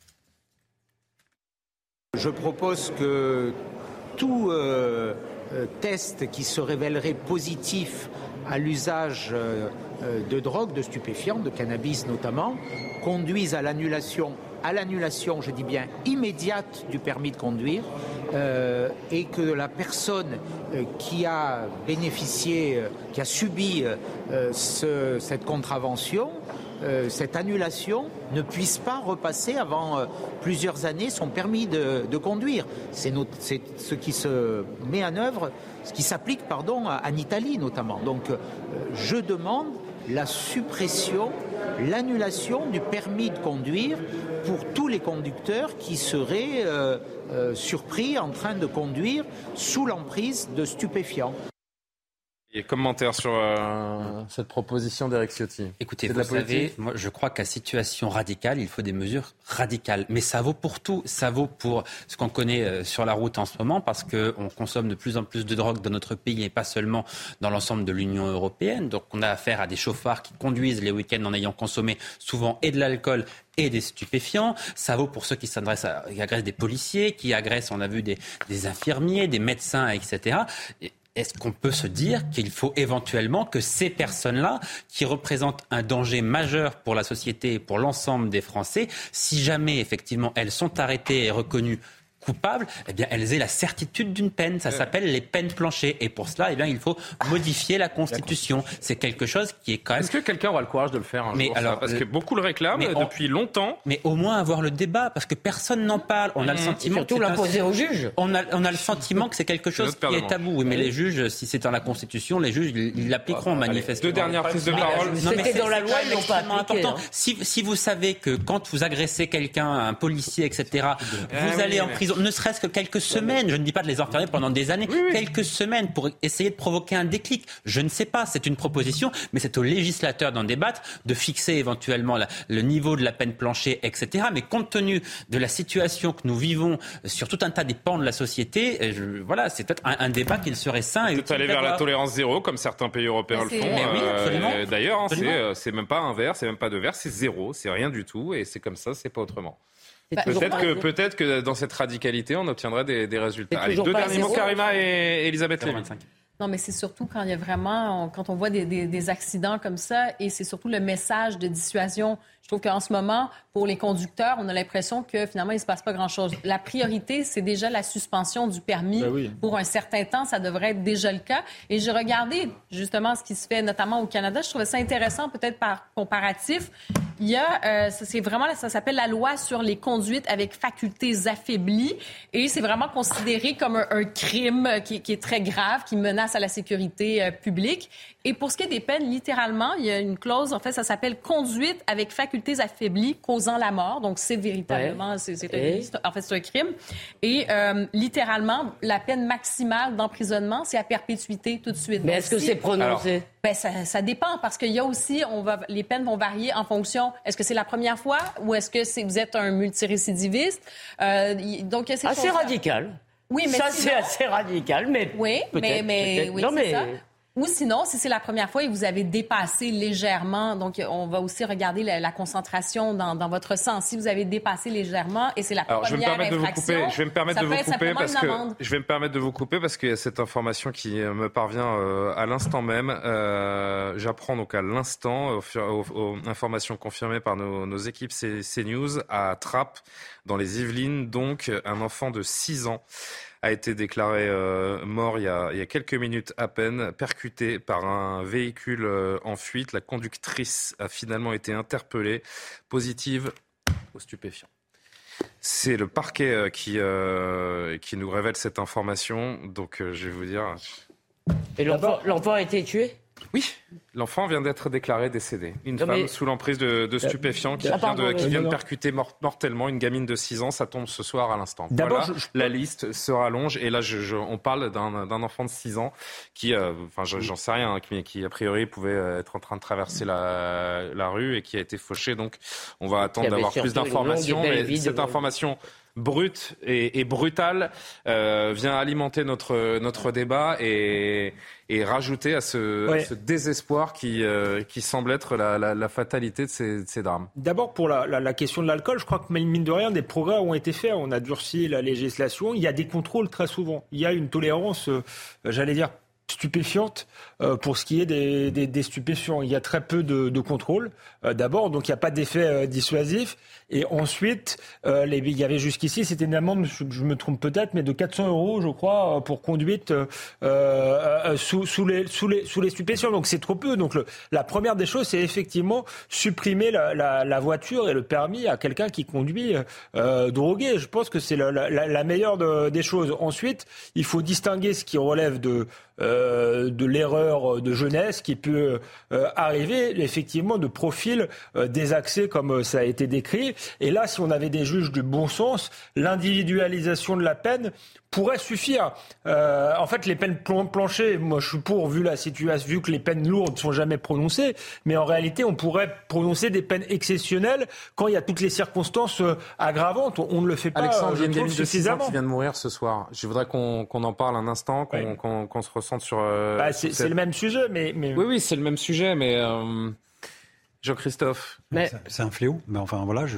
Je propose que tout euh, euh, test qui se révélerait positif à l'usage euh, de drogue, de stupéfiants, de cannabis notamment, conduise à l'annulation, à l'annulation, je dis bien immédiate du permis de conduire, euh, et que la personne euh, qui a bénéficié, euh, qui a subi euh, ce, cette contravention, euh, cette annulation, ne puisse pas repasser avant euh, plusieurs années son permis de, de conduire. C'est, notre, c'est ce qui se met en œuvre, ce qui s'applique, pardon, en Italie notamment. Donc, euh, je demande la suppression, l'annulation du permis de conduire pour tous les conducteurs qui seraient euh, euh, surpris en train de conduire sous l'emprise de stupéfiants. Et commentaire sur euh, cette proposition d'Éric Ciotti. Écoutez, vous savez, moi je crois qu'à situation radicale, il faut des mesures radicales. Mais ça vaut pour tout. Ça vaut pour ce qu'on connaît euh, sur la route en ce moment, parce qu'on consomme de plus en plus de drogue dans notre pays et pas seulement dans l'ensemble de l'Union européenne. Donc on a affaire à des chauffards qui conduisent les week-ends en ayant consommé souvent et de l'alcool et des stupéfiants. Ça vaut pour ceux qui s'adressent à, qui agressent des policiers, qui agressent, on a vu, des, des infirmiers, des médecins, et cetera. Et, est-ce qu'on peut se dire qu'il faut éventuellement que ces personnes-là, qui représentent un danger majeur pour la société et pour l'ensemble des Français, si jamais effectivement elles sont arrêtées et reconnues coupables, eh bien, elles aient la certitude d'une peine. Ça s'appelle les peines planchées. Et pour cela, eh bien, il faut modifier la Constitution. C'est quelque chose qui est quand même... Est-ce que quelqu'un aura le courage de le faire un mais jour, alors, ça parce que beaucoup le réclament on... depuis longtemps. Mais au moins avoir le débat, parce que personne n'en parle. On a mmh. le sentiment... Surtout l'imposer aux juges. On a, on a le sentiment que c'est quelque chose c'est qui est tabou. Oui, mais oui. les juges, si c'est dans la Constitution, les juges, ils l'appliqueront ah, manifestement. Deux dernières prises de parole. Non, mais c'est dans la loi, ils n'ont pas appliqué. Hein. Si, si vous savez que quand vous agressez quelqu'un, un policier, et cetera, vous allez en prison, ne serait-ce que quelques semaines, je ne dis pas de les enfermer pendant des années, oui, oui. quelques semaines pour essayer de provoquer un déclic. Je ne sais pas, c'est une proposition, mais c'est au législateur d'en débattre, de fixer éventuellement la, le niveau de la peine planchée, et cetera. Mais compte tenu de la situation que nous vivons sur tout un tas des pans de la société, je, voilà, c'est peut-être un, un débat qu'il serait sain. Peut-être aller vers la tolérance zéro, comme certains pays européens le font. Mais oui, absolument. Euh, d'ailleurs, hein, c'est, c'est même pas un verre, c'est même pas deux verres, c'est zéro, c'est rien du tout, et c'est comme ça, c'est pas autrement. Bah, peut-être, que, peut-être que dans cette radicalité, on obtiendrait des, des résultats. Allez, deux derniers mots, Karima et Elisabeth Lévy. Non, mais c'est surtout quand il y a vraiment, on, quand on voit des, des, des accidents comme ça, et c'est surtout le message de dissuasion. Je trouve qu'en ce moment, pour les conducteurs, on a l'impression que finalement, il ne se passe pas grand-chose. La priorité, c'est déjà la suspension du permis. Ben oui. Pour un certain temps, ça devrait être déjà le cas. Et j'ai regardé justement ce qui se fait notamment au Canada. Je trouvais ça intéressant, peut-être par comparatif. Il y a, euh, ça, c'est vraiment, ça s'appelle la loi sur les conduites avec facultés affaiblies. Et c'est vraiment considéré comme un, un crime qui, qui est très grave, qui menace à la sécurité euh, publique. Et pour ce qui est des peines, littéralement, il y a une clause, en fait, ça s'appelle conduite avec facultés affaiblies causant la mort. Donc, c'est véritablement, ouais. c'est, c'est un, en fait, c'est un crime. Et euh, littéralement, la peine maximale d'emprisonnement, c'est à perpétuité tout de suite. Mais donc, est-ce que si, c'est prononcé? Alors, ben, ça, ça dépend, parce qu'il y a aussi, on va, les peines vont varier en fonction, est-ce que c'est la première fois ou est-ce que c'est, vous êtes un multirécidiviste? Euh, donc, c'est assez radical. Oui, mais ça, sinon... c'est assez radical, mais oui, peut-être, mais, mais, peut-être. Oui, non, c'est mais... ça. Ou sinon, si c'est la première fois et vous avez dépassé légèrement, donc on va aussi regarder la, la concentration dans, dans votre sang. Si vous avez dépassé légèrement et c'est la Alors, première je vais me permettre infraction, de vous couper. Je vais me permettre de vous couper parce que amende. je vais me permettre de vous couper parce qu'il y a cette information qui me parvient euh, à l'instant même. Euh, j'apprends donc à l'instant, aux, aux, aux informations confirmées par nos, nos équipes CNews à Trappes, dans les Yvelines, donc un enfant de six ans a été déclaré euh, mort il y, a, il y a quelques minutes à peine, percuté par un véhicule euh, en fuite. La conductrice a finalement été interpellée, positive aux stupéfiants. C'est le parquet euh, qui, euh, qui nous révèle cette information, donc euh, je vais vous dire... Et l'enfant, l'enfant a été tué ? Oui, l'enfant vient d'être déclaré décédé. Une non, femme mais... sous l'emprise de, de stupéfiants qui, ah, vient, de, qui vient de percuter mort, mortellement une gamine de six ans. Ça tombe ce soir à l'instant. D'abord, voilà, je... la liste se rallonge. Et là, je, je, on parle d'un, d'un enfant de six ans qui, euh, enfin, je, j'en sais rien, qui, qui a priori pouvait être en train de traverser la, la rue et qui a été fauché. Donc, on va attendre d'avoir plus d'informations. Mais cette information... brute et, et brutale euh, vient alimenter notre notre débat et, et rajouter à ce, ouais. à ce désespoir qui euh, qui semble être la, la, la fatalité de ces, de ces drames. D'abord pour la, la, la question de l'alcool, je crois que mine de rien des progrès ont été faits. On a durci la législation. Il y a des contrôles très souvent. Il y a une tolérance, euh, j'allais dire, stupéfiante euh, pour ce qui est des, des, des stupéfiants. Il y a très peu de, de contrôle. Euh, d'abord, donc il n'y a pas d'effet euh, dissuasif. Et ensuite, euh, les, il y avait jusqu'ici, c'était une amende, je, je me trompe peut-être, mais de quatre cents euros, je crois, pour conduite euh, euh, sous, sous, les, sous, les, sous les stupéfiants. Donc c'est trop peu. Donc le, la première des choses, c'est effectivement supprimer la, la, la voiture et le permis à quelqu'un qui conduit euh, drogué. Je pense que c'est la, la, la meilleure de, des choses. Ensuite, il faut distinguer ce qui relève de Euh, de l'erreur de jeunesse qui peut euh, arriver, effectivement, de profil euh, désaxé comme ça a été décrit. Et là, si on avait des juges de bon sens, l'individualisation de la peine pourrait suffire. Euh, en fait, les peines planchées, moi je suis pour, vu la situation, vu que les peines lourdes ne sont jamais prononcées, mais en réalité, on pourrait prononcer des peines exceptionnelles quand il y a toutes les circonstances aggravantes. On, on ne le fait pas. Alexandre, je il y a une trouve, gamine de six ans suffisamment. qui vient de mourir ce soir. Je voudrais qu'on, qu'on en parle un instant, qu'on, ouais. qu'on, qu'on se recentre sur... Euh, bah, c'est, sur c'est cette... le même sujet, mais... mais... Oui, oui, c'est le même sujet, mais... Euh... Jean-Christophe. Mais... C'est, c'est un fléau, mais enfin voilà, je...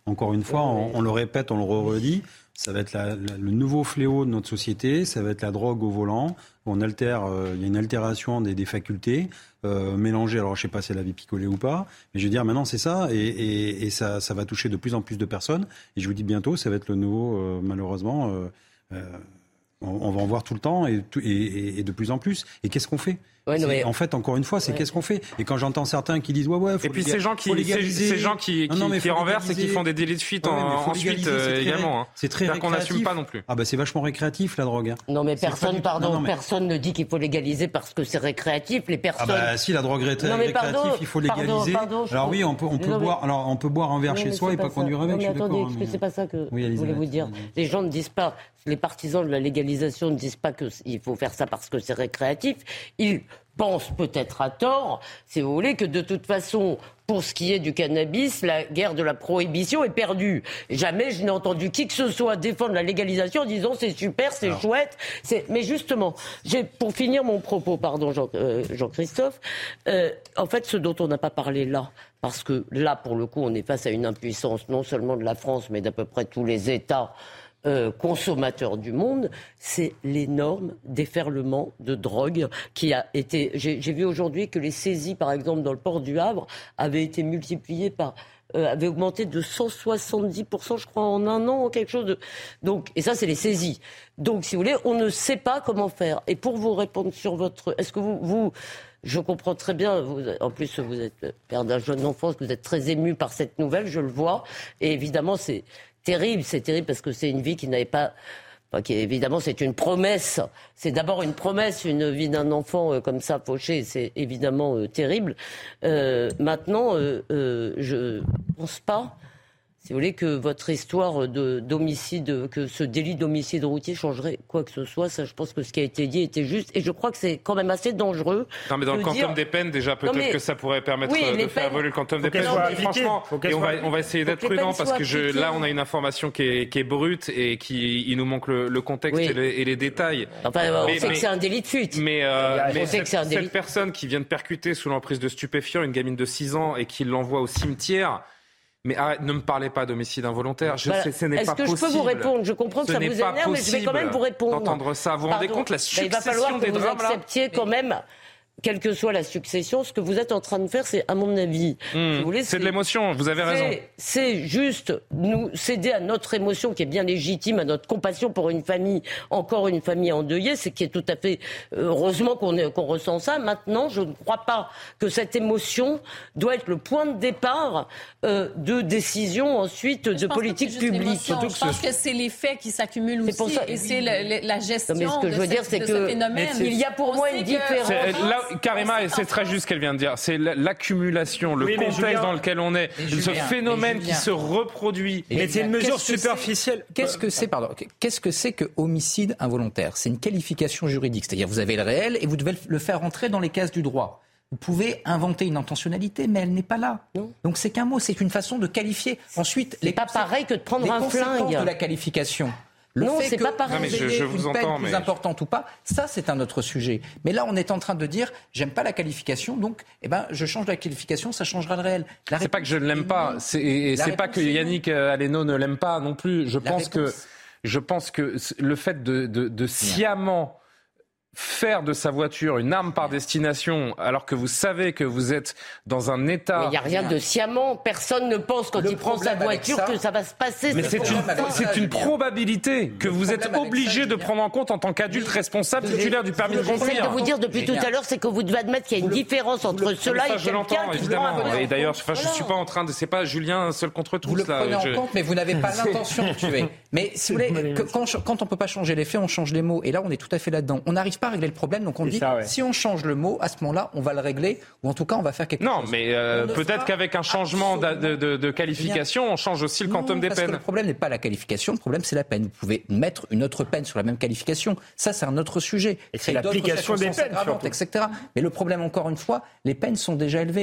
encore une fois, on, on le répète, on le redit, ça va être la, la, le nouveau fléau de notre société, ça va être la drogue au volant. On altère, euh, il y a une altération des, des facultés euh, mélangées. Alors je sais pas si elle avait picolé ou pas, mais je veux dire maintenant c'est ça et, et, et ça, ça va toucher de plus en plus de personnes. Et je vous dis bientôt, ça va être le nouveau, euh, malheureusement, euh, euh, on, on va en voir tout le temps et, et, et de plus en plus. Et qu'est-ce qu'on fait? Ouais, mais... En fait, encore une fois, c'est ouais. qu'est-ce qu'on fait? Et quand j'entends certains qui disent ouais, ouais, faut et puis légal... ces gens qui, ces, ces gens qui, qui, non, non, qui renversent et qui font des délits de fuite ouais, en, ensuite euh, également. Hein. C'est très C'est-à-dire qu'on n'assume pas non plus. Ah bah c'est vachement récréatif la drogue. Hein. Non mais c'est personne, du... pardon, non, non, mais... personne ne dit qu'il faut légaliser parce que c'est récréatif. Les personnes. Ah bah si la drogue est récréative, pardon, il faut légaliser. Pardon, pardon, alors oui, on peut, on peut non, boire, mais... alors on peut boire un verre chez soi et pas conduire avec. Mais attendez, est-ce que c'est pas ça que je voulais vous dire? Les gens ne disent pas, les partisans de la légalisation ne disent pas qu'il faut faire ça parce que c'est récréatif. Ils pense peut-être à tort, si vous voulez, que de toute façon, pour ce qui est du cannabis, la guerre de la prohibition est perdue. Jamais je n'ai entendu qui que ce soit défendre la légalisation en disant c'est super, c'est Alors. chouette. C'est... Mais justement, j'ai, pour finir mon propos, pardon Jean, euh, Jean-Christophe, euh, en fait ce dont on n'a pas parlé là, parce que là pour le coup on est face à une impuissance non seulement de la France mais d'à peu près tous les États Euh, consommateurs du monde, c'est l'énorme déferlement de drogue qui a été... J'ai, j'ai vu aujourd'hui que les saisies, par exemple, dans le port du Havre, avaient été multipliées par... Euh, avaient augmenté de cent soixante-dix pour cent, je crois, en un an, quelque chose de... Donc, et ça, c'est les saisies. Donc, si vous voulez, on ne sait pas comment faire. Et pour vous répondre sur votre... Est-ce que vous... vous je comprends très bien, vous, en plus vous êtes père d'un jeune enfant, que vous êtes très ému par cette nouvelle, je le vois. Et évidemment, c'est terrible, c'est terrible parce que c'est une vie qui n'avait pas... Enfin, qui, évidemment, c'est une promesse. C'est d'abord une promesse, une vie d'un enfant euh, comme ça, fauché. C'est évidemment euh, terrible. Euh, maintenant, euh, euh, je pense pas... Si vous voulez que votre histoire de, d'homicide, que ce délit d'homicide routier changerait quoi que ce soit, ça, je pense que ce qui a été dit était juste. Et je crois que c'est quand même assez dangereux. Non, mais dans le quantum dire... des peines, déjà, peut-être mais... que ça pourrait permettre oui, de faire peines... évoluer le quantum des peines. Mais franchement, et on va, on va essayer d'être prudent parce que je, là, on a une information qui est, qui est brute et qui, il nous manque le, le contexte oui. et, les, et les détails. Enfin, on mais, sait mais, que c'est un délit de fuite. Mais, euh, mais cette, cette délit... personne qui vient de percuter sous l'emprise de stupéfiants une gamine de six ans et qui l'envoie au cimetière. Mais arrête, ne me parlez pas d'homicide involontaire. Je voilà. sais, ce n'est Est-ce pas que possible. je peux vous répondre? Je comprends que ce ça vous énerve, mais je vais quand même vous répondre. D'entendre ça, vous vous rendez compte la succession des drames? Il va falloir que vous drames, acceptiez quand même. Quelle que soit la succession, ce que vous êtes en train de faire, c'est, à mon avis, mmh, si vous voulez, c'est, c'est de l'émotion, vous avez c'est, raison. C'est juste nous céder à notre émotion qui est bien légitime, à notre compassion pour une famille, encore une famille endeuillée, c'est qui est tout à fait heureusement qu'on, est, qu'on ressent ça. Maintenant, je ne crois pas que cette émotion doit être le point de départ euh, de décision ensuite de politique publique. Je pense que c'est les faits qui s'accumulent aussi, pour ça, et c'est le, le, la gestion non, mais ce que de, je veux ce, dire, c'est de que ce phénomène. Il y a pour moi une différence. Là, Karima, c'est très juste ce qu'elle vient de dire. C'est l'accumulation, le oui, contexte Julien, dans lequel on est, ce Julien, phénomène qui se reproduit. Mais, mais c'est une mesure superficielle. Qu'est-ce que c'est, pardon, qu'est-ce que c'est que homicide involontaire? C'est une qualification juridique. C'est-à-dire, vous avez le réel et vous devez le faire rentrer dans les cases du droit. Vous pouvez inventer une intentionnalité, mais elle n'est pas là. Non. Donc c'est qu'un mot, c'est une façon de qualifier. Ensuite, c'est les pas pareil que de prendre les un conséquences flingue. de la qualification. Le non, fait c'est que pas pareil. Non, mais je, je vous une entends, peine mais... plus importante ou pas, ça c'est un autre sujet. Mais là, on est en train de dire, j'aime pas la qualification, donc, eh ben, je change la qualification, ça changera le réel. La c'est pas que je ne l'aime pas, c'est, et c'est pas que Yannick Aleno ne l'aime pas non plus. Je pense que, je pense que le fait de, de, de sciemment faire de sa voiture une arme par destination, alors que vous savez que vous êtes dans un état... Il n'y a rien de sciemment. Personne ne pense quand le il prend sa voiture ça, que ça va se passer. Mais c'est, une, c'est une probabilité que le vous êtes obligé ça, de prendre en compte en tant qu'adulte responsable titulaire du permis de conduire. J'essaie de vous dire depuis tout à l'heure, c'est que vous devez admettre qu'il y a une différence entre cela et quelqu'un qui évidemment. Et d'ailleurs, enfin, je ne suis pas en train de... C'est pas Julien seul contre tous. Vous le là, prenez je... en compte, mais vous n'avez pas l'intention de tuer. Mais si vous voulez, que, quand, quand on ne peut pas changer les faits, on change les mots. Et là, on est tout à fait là-dedans. On n'arrive pas à régler le problème, donc on dit, ça, ouais. si on change le mot, à ce moment-là, on va le régler, ou en tout cas, on va faire quelque non, chose. Non, mais euh, peut-être qu'avec un changement de, de, de, de qualification, bien. on change aussi le quantum non, des parce peines. Que le problème n'est pas la qualification, le problème c'est la peine. Vous pouvez mettre une autre peine sur la même qualification, ça c'est un autre sujet. Et c'est l'application des peines, et cetera. Mais le problème, encore une fois, les peines sont déjà élevées.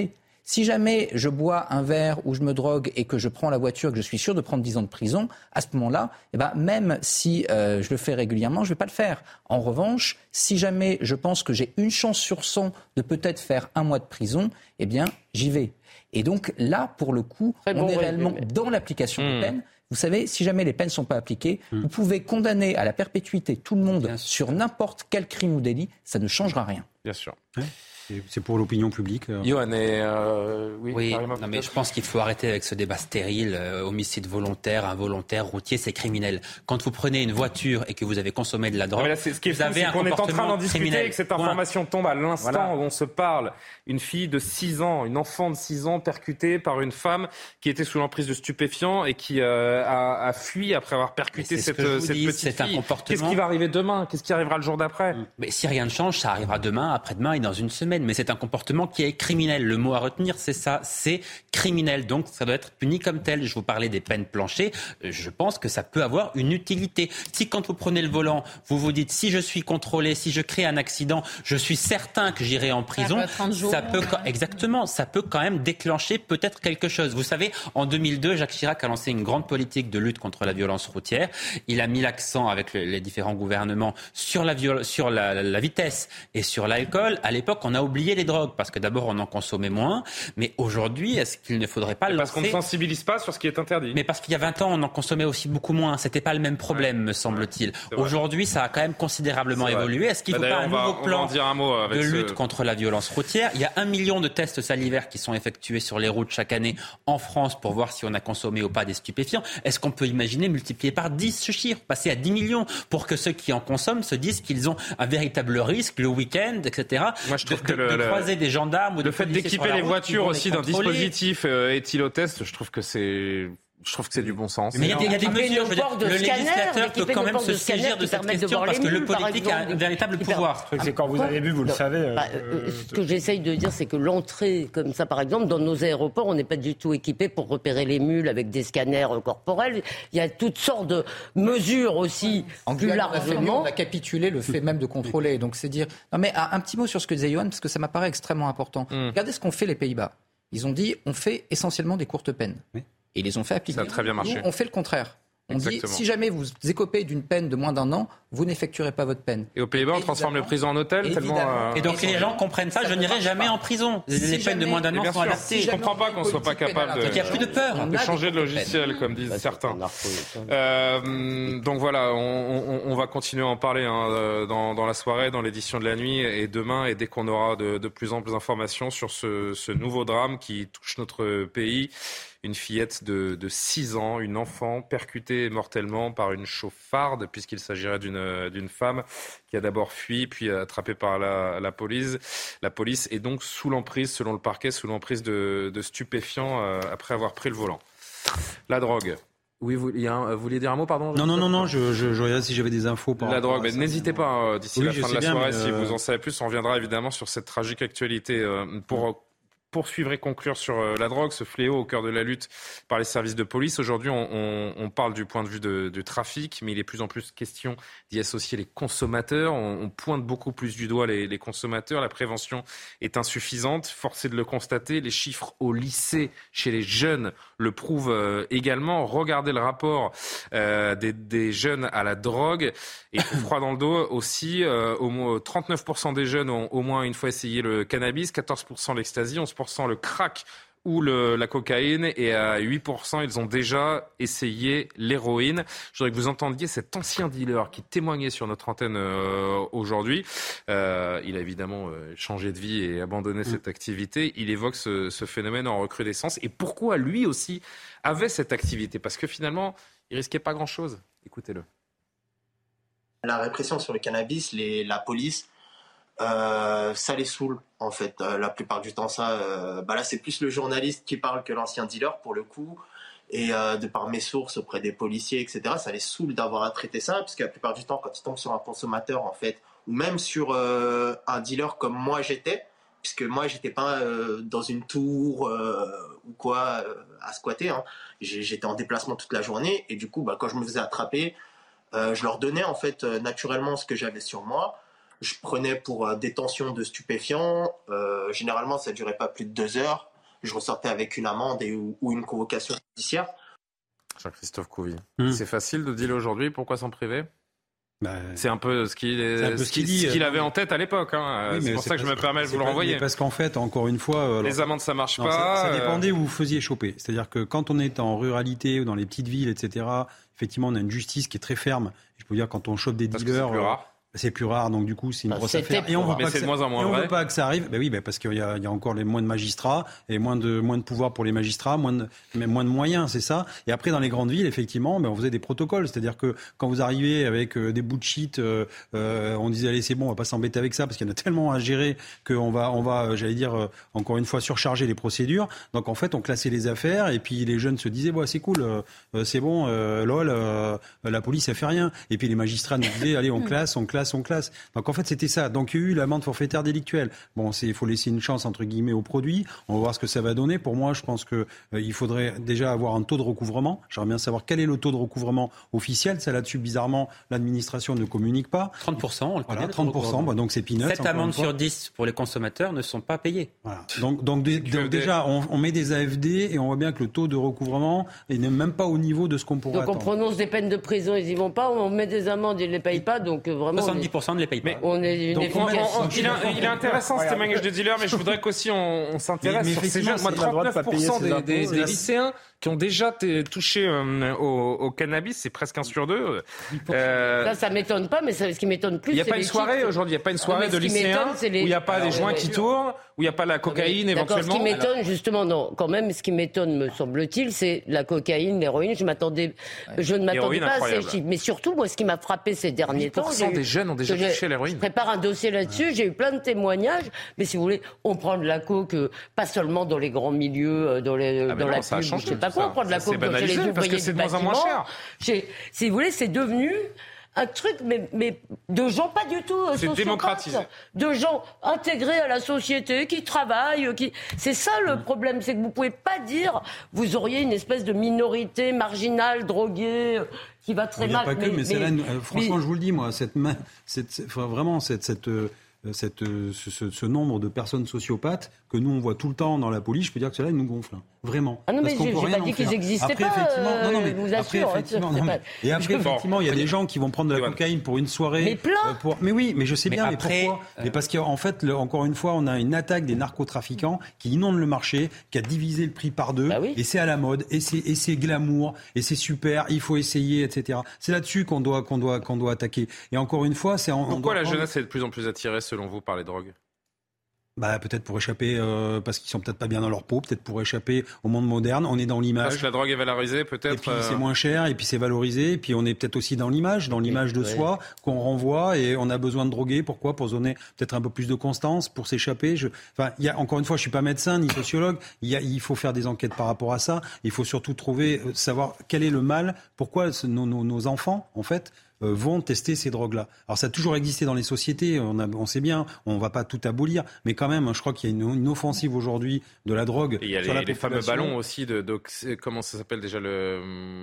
Si jamais je bois un verre ou je me drogue et que je prends la voiture, que je suis sûr de prendre dix ans de prison, à ce moment-là, eh ben, même si euh, je le fais régulièrement, je ne vais pas le faire. En revanche, si jamais je pense que j'ai une chance sur cent de peut-être faire un mois de prison, eh bien, j'y vais. Et donc là, pour le coup, Très on bon est réellement résumé. Dans l'application mmh. des peines. Vous savez, si jamais les peines ne sont pas appliquées, mmh. vous pouvez condamner à la perpétuité tout le monde sur n'importe quel crime ou délit, ça ne changera rien. Bien sûr. Ouais. C'est pour l'opinion publique. Euh... Johan, et euh, oui, oui non, mais je pense qu'il faut arrêter avec ce débat stérile. Euh, homicide volontaire, involontaire, routier, c'est criminel. Quand vous prenez une voiture et que vous avez consommé de la drogue, là, c'est, ce qui est vous fou, avez c'est un qu'on comportement est en train d'en discuter criminel. et que cette information ouais. tombe à l'instant voilà. où on se parle. Une fille de six ans, une enfant de six ans percutée par une femme qui était sous l'emprise de stupéfiants et qui euh, a, a fui après avoir percuté cette, cette dis, petite c'est fille. Un comportement... Qu'est-ce qui va arriver demain ? Qu'est-ce qui arrivera le jour d'après ? Mais si rien ne change, ça arrivera demain, après-demain et dans une semaine. Mais c'est un comportement qui est criminel. Le mot à retenir, c'est ça, c'est criminel. Donc, ça doit être puni comme tel. Je vous parlais des peines planchées. Je pense que ça peut avoir une utilité. Si quand vous prenez le volant, vous vous dites, si je suis contrôlé, si je crée un accident, je suis certain que j'irai en prison. jours, ça peut, ouais. exactement, ça peut quand même déclencher peut-être quelque chose. Vous savez, en deux mille deux, Jacques Chirac a lancé une grande politique de lutte contre la violence routière. Il a mis l'accent avec le, les différents gouvernements sur la, viol- sur la, la vitesse et sur l'alcool. À l'époque, on a oublié les drogues. Parce que d'abord, on en consommait moins. Mais aujourd'hui, est-ce qu'il ne faudrait pas le Parce qu'on ne sensibilise pas sur ce qui est interdit. Mais parce qu'il y a vingt ans, on en consommait aussi beaucoup moins. C'était pas le même problème, ouais. me semble-t-il. Ouais, aujourd'hui, ça a quand même considérablement évolué. Est-ce qu'il ne bah, faut pas un nouveau va, plan un mot avec de ce... lutte contre la violence routière ? Il y a un million de tests salivaires qui sont effectués sur les routes chaque année en France pour voir si on a consommé ou pas des stupéfiants. Est-ce qu'on peut imaginer multiplier par dix ce chiffre, passer à dix millions pour que ceux qui en consomment se disent qu'ils ont un véritable risque le week-end, et cetera. Moi, je trouve de, que de, le, de croiser des gendarmes ou le fait d'équiper les voitures aussi d'un dispositif euh, éthylotest, je trouve que c'est Je trouve que c'est du bon sens. Mais il y a des, y a des mesures. De le scanner, législateur peut quand même se saisir de cette question parce que le politique a un véritable pouvoir. C'est quand vous avez vu, vous le savez. Bah, euh, ce que j'essaye de dire, c'est que l'entrée, comme ça, par exemple, dans nos aéroports, on n'est pas du tout équipé pour repérer les mules avec des scanners corporels. Il y a toutes sortes de mesures aussi, en plus largement. On a capitulé le fait même de contrôler. Donc c'est dire. Non, mais un petit mot sur ce que disait Johan, parce que ça m'apparaît extrêmement important. Mm. Regardez ce qu'ont fait les Pays-Bas. Ils ont dit, on fait essentiellement des courtes peines. Oui. Et ils les ont fait appliquer. Ça a très bien marché. Nous, on fait le contraire. On Exactement. dit, si jamais vous écopez d'une peine de moins d'un an, vous n'effectuerez pas votre peine. Et aux Pays-Bas, on transforme le prison en hôtel tellement... Euh... Et donc, si les gens comprennent ça, ça je n'irai jamais pas. en prison. Si les peines de moins d'un an sont adaptées. Je ne comprends pas qu'on ne soit pas capable de, il n'y a plus de peur. de changer de logiciel, peine. comme disent bah, certains. Euh, donc voilà, on, on, on va continuer à en parler hein, dans, dans la soirée, dans l'édition de la nuit et demain, et dès qu'on aura de, de plus en plus d'informations sur ce, ce nouveau drame qui touche notre pays. Une fillette de, de six ans, une enfant percutée mortellement par une chauffarde, puisqu'il s'agirait d'une, d'une femme qui a d'abord fui, puis attrapée par la, la police. La police est donc sous l'emprise, selon le parquet, sous l'emprise de, de stupéfiants euh, après avoir pris le volant. La drogue. Oui, vous, il y a un, vous vouliez dire un mot, pardon ? Non, non, non, non, je, je, je regarde si j'avais des infos. Par la drogue, mais n'hésitez pas, euh, d'ici oui, la fin de la bien, soirée, euh... si vous en savez plus, on reviendra évidemment sur cette tragique actualité euh, pour... Mmh. poursuivre et conclure sur la drogue, ce fléau au cœur de la lutte par les services de police. Aujourd'hui, on, on, on parle du point de vue de, du trafic, mais il est plus en plus question d'y associer les consommateurs. On, on pointe beaucoup plus du doigt les, les consommateurs. La prévention est insuffisante. Force est de le constater. Les chiffres au lycée, chez les jeunes, le prouvent euh, également. Regardez le rapport euh, des, des jeunes à la drogue. Et froid dans le dos aussi, euh, au moins trente-neuf pour cent des jeunes ont au moins une fois essayé le cannabis, quatorze pour cent l'ecstasy, onze pour cent le crack ou le, la cocaïne, et à huit pour cent ils ont déjà essayé l'héroïne. Je voudrais que vous entendiez cet ancien dealer qui témoignait sur notre antenne euh, aujourd'hui. Euh, il a évidemment euh, changé de vie et abandonné mmh. cette activité. Il évoque ce, ce phénomène en recrudescence et pourquoi lui aussi avait cette activité, parce que finalement il risquait pas grand-chose. Écoutez-le. La répression sur le cannabis, les, la police, euh, ça les saoule en fait. Euh, la plupart du temps, ça, euh, bah là c'est plus le journaliste qui parle que l'ancien dealer pour le coup. Et euh, de par mes sources auprès des policiers, et cetera, ça les saoule d'avoir à traiter ça, parce que la plupart du temps, quand ils tombent sur un consommateur en fait, ou même sur euh, un dealer comme moi j'étais, puisque moi j'étais pas euh, dans une tour euh, ou quoi euh, à squatter, hein. J'étais en déplacement toute la journée et du coup, bah, quand je me faisais attraper. Euh, je leur donnais en fait euh, naturellement ce que j'avais sur moi. Je prenais pour euh, détention de stupéfiants. Euh, généralement, ça ne durait pas plus de deux heures. je ressortais avec une amende et, ou, ou une convocation judiciaire. Jean-Christophe Couvi, Mmh. c'est facile de dealer aujourd'hui, pourquoi s'en priver ? Bah, c'est un peu ce qu'il, un peu ce qu'il, ce qu'il avait en tête à l'époque. Hein. Oui, c'est pour c'est ça que je me permets de vous le renvoyer. Parce qu'en fait, encore une fois... Alors, les amendes, ça marche non, pas. Ça, ça euh... dépendait où vous faisiez choper. C'est-à-dire que quand on est en ruralité ou dans les petites villes, et cetera, effectivement, on a une justice qui est très ferme. Je peux vous dire, quand on chope des Parce dealers... Que c'est plus rare. C'est plus rare, donc du coup, c'est une ah, grosse affaire. Et on veut mais pas c'est que de moins en moins ça, vrai. on veut pas que ça arrive. Ben oui, ben parce qu'il y a, il y a encore les moins de magistrats et moins de moins de pouvoir pour les magistrats, moins de mais moins de moyens, c'est ça. Et après, dans les grandes villes, effectivement, ben on faisait des protocoles, c'est-à-dire que quand vous arrivez avec euh, des bouts de shit, euh, euh, on disait allez, c'est bon, on va pas s'embêter avec ça parce qu'il y en a tellement à gérer qu'on va, on va, euh, j'allais dire euh, encore une fois surcharger les procédures. Donc en fait, on classait les affaires et puis les jeunes se disaient bon, c'est cool, euh, c'est bon, euh, lol, euh, la police elle fait rien. Et puis les magistrats nous disaient allez, on classe, on classe, on classe. Donc en fait, c'était ça. Donc il y a eu l'amende forfaitaire délictuelle. Bon, c'est, il faut laisser une chance entre guillemets au produit. On va voir ce que ça va donner. Pour moi, je pense que euh, il faudrait déjà avoir un taux de recouvrement. J'aimerais bien savoir quel est le taux de recouvrement officiel. Ça là-dessus, bizarrement, l'administration ne communique pas. trente pour cent, on le connaît. Voilà, trente pour cent. Bah, donc c'est peanuts. sept amendes sur dix pour les consommateurs ne sont pas payées. Voilà. Donc, donc, de, donc déjà, on, on met des A F D et on voit bien que le taux de recouvrement n'est même pas au niveau de ce qu'on pourrait donc attendre. Donc on prononce des peines de prison, ils y vont pas. On met des amendes, ils ne les payent pas. Donc vraiment. soixante-dix pour cent ne les payent pas. Mais on est une donc, on, on, on, il, est, il est intéressant ce témoignage de dealer, mais je voudrais qu'aussi on, on s'intéresse sur ces jeunes. Moi, trente-neuf pour cent des, des, des lycéens qui ont déjà t- touché euh, au, au cannabis, c'est presque un sur deux. Euh, ça, ça m'étonne pas, mais ça, ce qui m'étonne plus, il n'y a c'est pas une les soirée chiffres. aujourd'hui, il n'y a pas une soirée non, de lycéens les... où il n'y a pas Alors, des joints qui tournent, où il n'y a pas la cocaïne mais, éventuellement. Ce qui m'étonne, Alors... justement, non, quand même, ce qui m'étonne, me semble-t-il, c'est la cocaïne, l'héroïne. Je m'attendais, ouais. je ne m'attendais pas incroyable. à ces chiffres. Mais surtout, moi, ce qui m'a frappé ces derniers temps, huit pour cent des jeunes ont déjà touché l'héroïne. Je prépare un dossier là-dessus, ouais. j'ai eu plein de témoignages, mais si vous voulez, on prend de la coke, pas seulement dans les grands milieux, dans, les, ah dans non, la pub, je sais pas quoi, on prend de la coke chez les ouvriers que c'est de moins en moins cher. Si vous voulez, c'est devenu un truc, mais, mais de gens pas du tout c'est démocratisé, de gens intégrés à la société, qui travaillent, qui. C'est ça le problème, c'est que vous pouvez pas dire vous auriez une espèce de minorité marginale, droguée, qui va très Il mal. Il n'y a pas mais, que, mais, mais là, euh, franchement, mais... je vous le dis, moi, cette main, cette, cette, vraiment cette. cette euh... Cette, ce, ce, ce nombre de personnes sociopathes que nous on voit tout le temps dans la police, je peux dire que cela ils nous gonfle, hein. Vraiment. Ah non mais Parce j'ai, j'ai pas dit qu'ils n'existaient après, pas. Effectivement, euh, non, non, mais je vous assure. après, effectivement, non, mais, et après effectivement il y a des gens qui vont prendre de la cocaïne pour une soirée. Mais plein. Euh, pour, mais oui, mais je sais mais bien. après, mais pourquoi euh... Mais parce qu'en fait, le, encore une fois, on a une attaque des narcotrafiquants qui inondent le marché, qui a divisé le prix par deux, bah oui. et c'est à la mode, et c'est, et c'est glamour, et c'est super, il faut essayer, et cetera. C'est là-dessus qu'on doit, qu'on doit, qu'on doit attaquer. Et encore une fois, c'est en, pourquoi la prendre... jeunesse est de plus en plus attirée selon vous par les drogues? Bah, peut-être pour échapper, euh, parce qu'ils sont peut-être pas bien dans leur peau, peut-être pour échapper au monde moderne. On est dans l'image. Parce que la drogue est valorisée, peut-être. Et puis euh... c'est moins cher, et puis c'est valorisé, et puis on est peut-être aussi dans l'image, dans l'image de ouais. soi qu'on renvoie, et on a besoin de droguer. Pourquoi? Pour donner peut-être un peu plus de constance, pour s'échapper. Je... Enfin, il y a encore une fois, je suis pas médecin ni sociologue. Il y a, il faut faire des enquêtes par rapport à ça. Il faut surtout trouver, savoir quel est le mal. Pourquoi nos, nos, nos enfants, en fait, vont tester ces drogues-là. Alors ça a toujours existé dans les sociétés, on, a, on sait bien, on ne va pas tout abolir, mais quand même, je crois qu'il y a une, une offensive aujourd'hui de la drogue. Et il y a sur les, la les fameux ballons aussi, de, de, comment ça s'appelle déjà, le,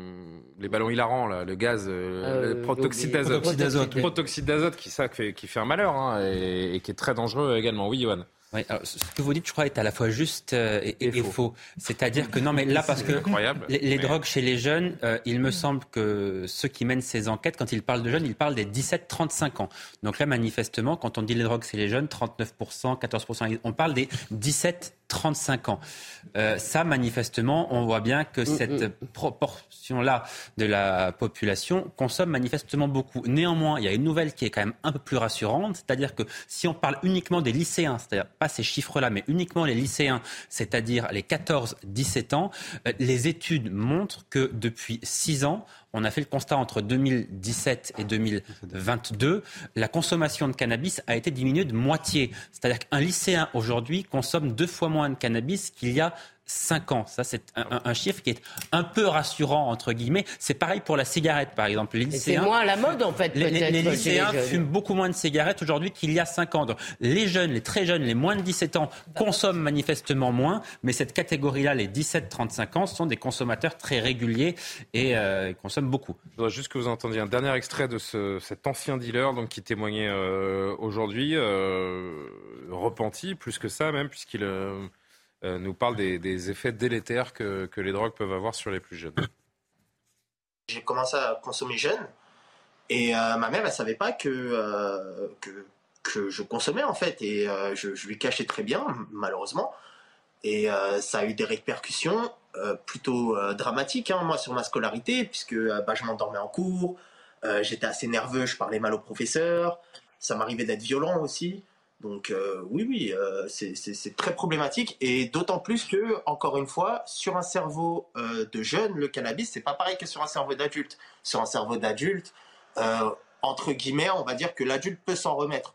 les ballons hilarants, là, le gaz, euh, le protoxyde d'azote. Protoxyde d'azote, oui. Protoxyde d'azote qui, ça, qui, fait, qui fait un malheur hein, et, et qui est très dangereux également. Oui, Yohann. Oui, alors, ce que vous dites, je crois, est à la fois juste euh, et, et, et faux. faux. C'est-à-dire que non, mais là, parce que incroyable, les, les mais... drogues chez les jeunes, euh, il me semble que ceux qui mènent ces enquêtes, quand ils parlent de jeunes, ils parlent des dix-sept trente-cinq ans. Donc là, manifestement, quand on dit les drogues, c'est les jeunes, trente-neuf pour cent, quatorze pour cent, on parle des dix-sept trente-cinq ans. Euh, ça, manifestement, on voit bien que cette proportion-là de la population consomme manifestement beaucoup. Néanmoins, il y a une nouvelle qui est quand même un peu plus rassurante, c'est-à-dire que si on parle uniquement des lycéens, c'est-à-dire pas ces chiffres-là, mais uniquement les lycéens, c'est-à-dire les quatorze dix-sept ans, euh, les études montrent que depuis six ans, on a fait le constat entre deux mille dix-sept et deux mille vingt-deux, la consommation de cannabis a été diminuée de moitié. C'est-à-dire qu'un lycéen aujourd'hui consomme deux fois moins de cannabis qu'il y a cinq ans. Ça, c'est un, un, un chiffre qui est un peu rassurant, entre guillemets. C'est pareil pour la cigarette, par exemple. Les lycéens, c'est moins à la mode, en fait, les, peut-être. Les, les lycéens les fument beaucoup moins de cigarettes aujourd'hui qu'il y a cinq ans. Donc, les jeunes, les très jeunes, les moins de dix-sept ans consomment manifestement moins, mais cette catégorie-là, les dix-sept trente-cinq ans, sont des consommateurs très réguliers et euh, consomment beaucoup. Je voudrais juste que vous entendiez un dernier extrait de ce, cet ancien dealer donc, qui témoignait euh, aujourd'hui, euh, repenti, plus que ça même, puisqu'il... Euh, euh, nous parle des, des effets délétères que, que les drogues peuvent avoir sur les plus jeunes. J'ai commencé à consommer jeune et euh, ma mère, elle savait pas que, euh, que, que je consommais en fait et euh, je, je lui cachais très bien, malheureusement. Et euh, ça a eu des répercussions euh, plutôt euh, dramatiques, hein, moi, sur ma scolarité, puisque euh, bah, je m'endormais en cours, euh, j'étais assez nerveux, je parlais mal au professeur, ça m'arrivait d'être violent aussi. Donc euh, oui, oui, euh, c'est, c'est, c'est très problématique, et d'autant plus que, encore une fois, sur un cerveau euh, de jeune, le cannabis, c'est pas pareil que sur un cerveau d'adulte. Sur un cerveau d'adulte, euh, entre guillemets, on va dire que l'adulte peut s'en remettre.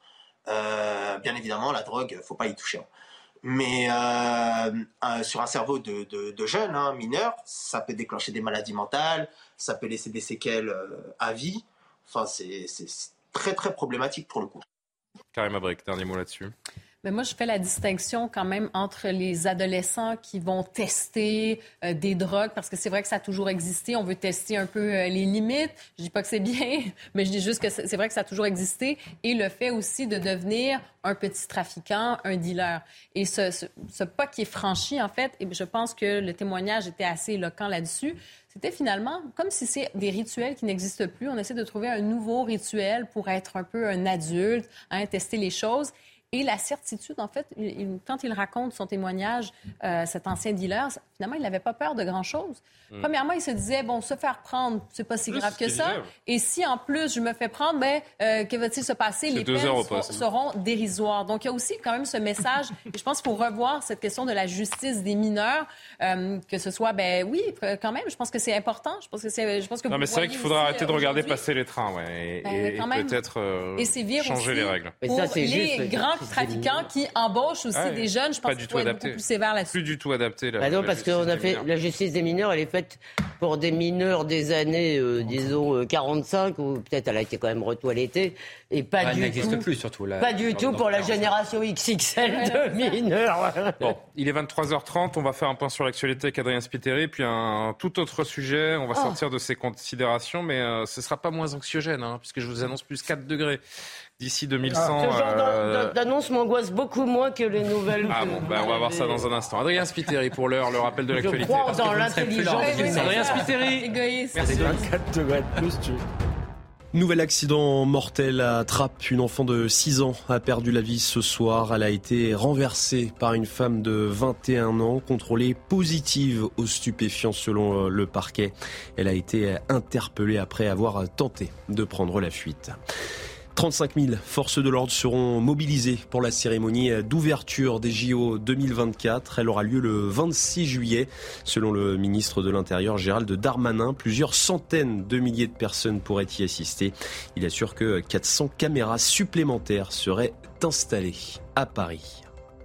Euh, bien évidemment, la drogue, faut pas y toucher. Hein. Mais euh, euh, sur un cerveau de, de, de jeune, hein, mineur, ça peut déclencher des maladies mentales, ça peut laisser des séquelles euh, à vie. Enfin, c'est, c'est, c'est très, très problématique pour le coup. Karim Abrik, dernier mot là-dessus. Mais moi, je fais la distinction quand même entre les adolescents qui vont tester euh, des drogues, parce que c'est vrai que ça a toujours existé. On veut tester un peu euh, les limites. Je dis pas que c'est bien, mais je dis juste que c'est vrai que ça a toujours existé. Et le fait aussi de devenir un petit trafiquant, un dealer. Et ce, ce, ce pas qui est franchi, en fait, et je pense que le témoignage était assez éloquent là-dessus, c'était finalement comme si c'est des rituels qui n'existent plus. On essaie de trouver un nouveau rituel pour être un peu un adulte, hein, tester les choses. Et la certitude, en fait, il, quand il raconte son témoignage, euh, cet ancien dealer, finalement, il n'avait pas peur de grand-chose. Mmh. Premièrement, il se disait, bon, se faire prendre, c'est pas si grave que ça. Et si, en plus, je me fais prendre, ben, euh, que va-t-il se passer? Les peines seront, seront dérisoires. Donc, il y a aussi quand même ce message, et je pense qu'il faut revoir cette question de la justice des mineurs, euh, que ce soit, ben oui, quand même, je pense que c'est important. Je pense que c'est, je pense que non, mais c'est vrai qu'il faudra arrêter de regarder passer les trains, ouais, et, ben, et, et peut-être euh, et changer les règles. Pour ça, c'est les juste, grands trafiquants qui embauchent aussi ah, des jeunes, je pense qu'il faut être beaucoup plus sévère là-dessus. Plus du tout adapté. La, bah non, la parce qu'on a fait mineurs. La justice des mineurs, elle est faite pour des mineurs des années, euh, disons, euh, quarante-cinq, ou peut-être elle a été quand même retoilettée, et pas bah, du elle n'existe tout, plus, surtout. Là, pas du tout pour la génération X X L de mineurs. Bon, il est vingt-trois heures trente, on va faire un point sur l'actualité avec Adrien Spiteri, puis un tout autre sujet, on va oh. sortir de ces considérations, mais euh, ce ne sera pas moins anxiogène, hein, puisque je vous annonce plus quatre degrés. D'ici deux mille cent... Ah, ce genre euh... d'annonce m'angoisse beaucoup moins que les nouvelles. Ah bon, ben on va voir ça dans un instant. Adrien Spiteri pour l'heure, le rappel de l'actualité. Je crois dans l'intelligence. Adrien Spiteri. Merci. vingt-quatre degrés de plus, tu... Nouvel accident mortel à Trappes. Une enfant de six ans a perdu la vie ce soir. Elle a été renversée par une femme de vingt et un ans, contrôlée positive aux stupéfiants selon le parquet. Elle a été interpellée après avoir tenté de prendre la fuite. trente-cinq mille forces de l'ordre seront mobilisées pour la cérémonie d'ouverture des J O deux mille vingt-quatre. Elle aura lieu le vingt-six juillet. Selon le ministre de l'Intérieur, Gérald Darmanin, plusieurs centaines de milliers de personnes pourraient y assister. Il assure que quatre cents caméras supplémentaires seraient installées à Paris.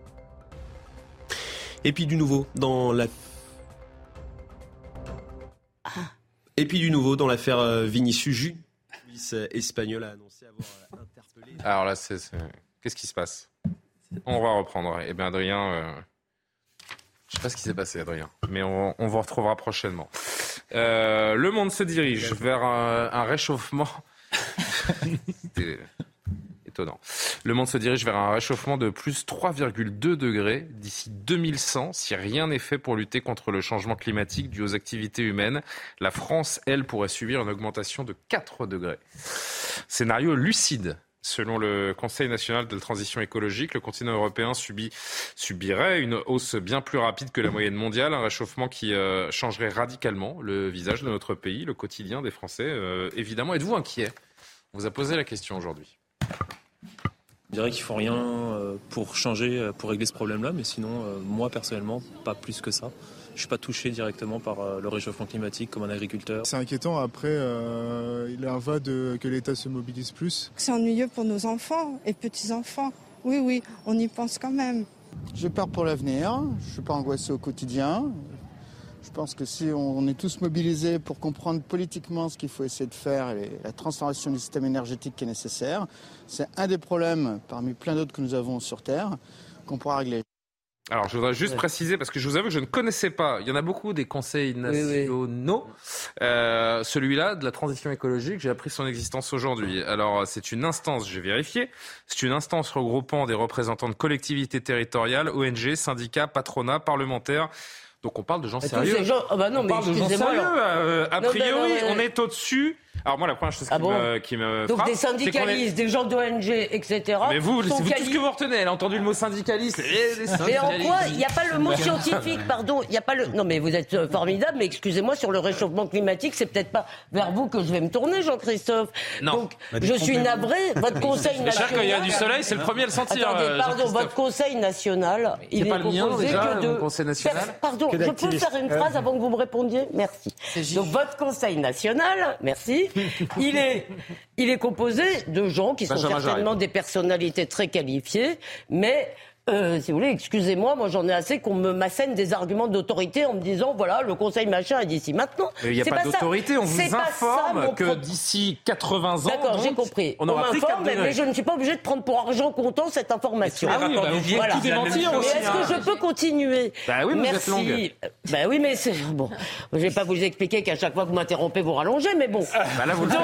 Et puis du nouveau dans la... Et puis du nouveau dans l'affaire Vinicius Junior. La police espagnole a annoncé avoir interpellé... Alors là, c'est, c'est... qu'est-ce qui se passe? On va reprendre. Eh bien, Adrien, euh... je ne sais pas ce qui s'est passé, Adrien, mais on, on vous retrouvera prochainement. Euh, le monde se dirige vers un, un réchauffement... C'était étonnant. Le monde se dirige vers un réchauffement de plus trois virgule deux degrés d'ici deux mille cent si rien n'est fait pour lutter contre le changement climatique dû aux activités humaines. La France, elle, pourrait subir une augmentation de quatre degrés. Scénario lucide. Selon le Conseil national de la transition écologique, le continent européen subit, subirait une hausse bien plus rapide que la moyenne mondiale, un réchauffement qui euh, changerait radicalement le visage de notre pays, le quotidien des Français. Euh, évidemment, êtes-vous inquiet? On vous a posé la question aujourd'hui. Je dirais qu'il ne faut rien pour changer, pour régler ce problème-là, mais sinon, moi personnellement, pas plus que ça. Je ne suis pas touché directement par le réchauffement climatique comme un agriculteur. C'est inquiétant, après, euh, il en va de, que l'État se mobilise plus. C'est ennuyeux pour nos enfants et petits-enfants. Oui, oui, on y pense quand même. J'ai peur pour l'avenir, je ne suis pas angoissé au quotidien. Je pense que si on est tous mobilisés pour comprendre politiquement ce qu'il faut essayer de faire et la transformation du système énergétique qui est nécessaire, c'est un des problèmes parmi plein d'autres que nous avons sur Terre qu'on pourra régler. Alors, je voudrais juste ouais. préciser, parce que je vous avoue que je ne connaissais pas, il y en a beaucoup des conseils nationaux, oui, oui. Euh, celui-là, de la transition écologique, j'ai appris son existence aujourd'hui. Alors, c'est une instance, j'ai vérifié, c'est une instance regroupant des représentants de collectivités territoriales, O N G, syndicats, patronats, parlementaires. Donc on parle de gens et sérieux. Gens... Oh bah non, on mais parle de gens sérieux. Euh, a non, priori, non, mais... on est au-dessus. Alors moi, la première chose qui, ah bon me, qui me donc frappe, des syndicalistes, est... des gens d'O N G, et cetera. Mais vous, c'est vous, quali... tout ce que vous retenez. Elle a entendu le mot syndicaliste. Et mais en quoi il n'y a pas le mot scientifique, pardon. Il y a pas le. Non, mais vous êtes formidable. Mais excusez-moi, sur le réchauffement climatique, c'est peut-être pas vers vous que je vais me tourner, Jean-Christophe. Non. Donc bah, je suis navré. Votre Conseil national. C'est quand il y a du soleil, c'est le premier à le sentir. Attendez, pardon, votre Conseil national, il est composé que de. Conseil national. Pardon, je peux faire une phrase avant que vous me répondiez. Merci. Donc votre Conseil national, merci. Il est Il est composé de gens qui sont Benjamin certainement Jarry. Des personnalités très qualifiées, mais euh, si vous voulez, excusez-moi, moi j'en ai assez qu'on me m'assène des arguments d'autorité en me disant voilà, le Conseil machin est d'ici maintenant. Mais il n'y a pas, pas d'autorité, on vous informe ça, que pro... d'ici quatre-vingts ans, d'accord, j'ai compris. On, on m'informe, mais, mais je ne suis pas obligé de prendre pour argent comptant cette information. Ah oui, bah, vous venez voilà. tout démentir aussi. Mais est-ce que je peux continuer? Bah oui, mais merci. Vous êtes longue. Bah oui, mais c'est bon. Je ne vais pas vous expliquer qu'à chaque fois que vous m'interrompez, vous rallongez, mais bon. Bah là, vous le donc,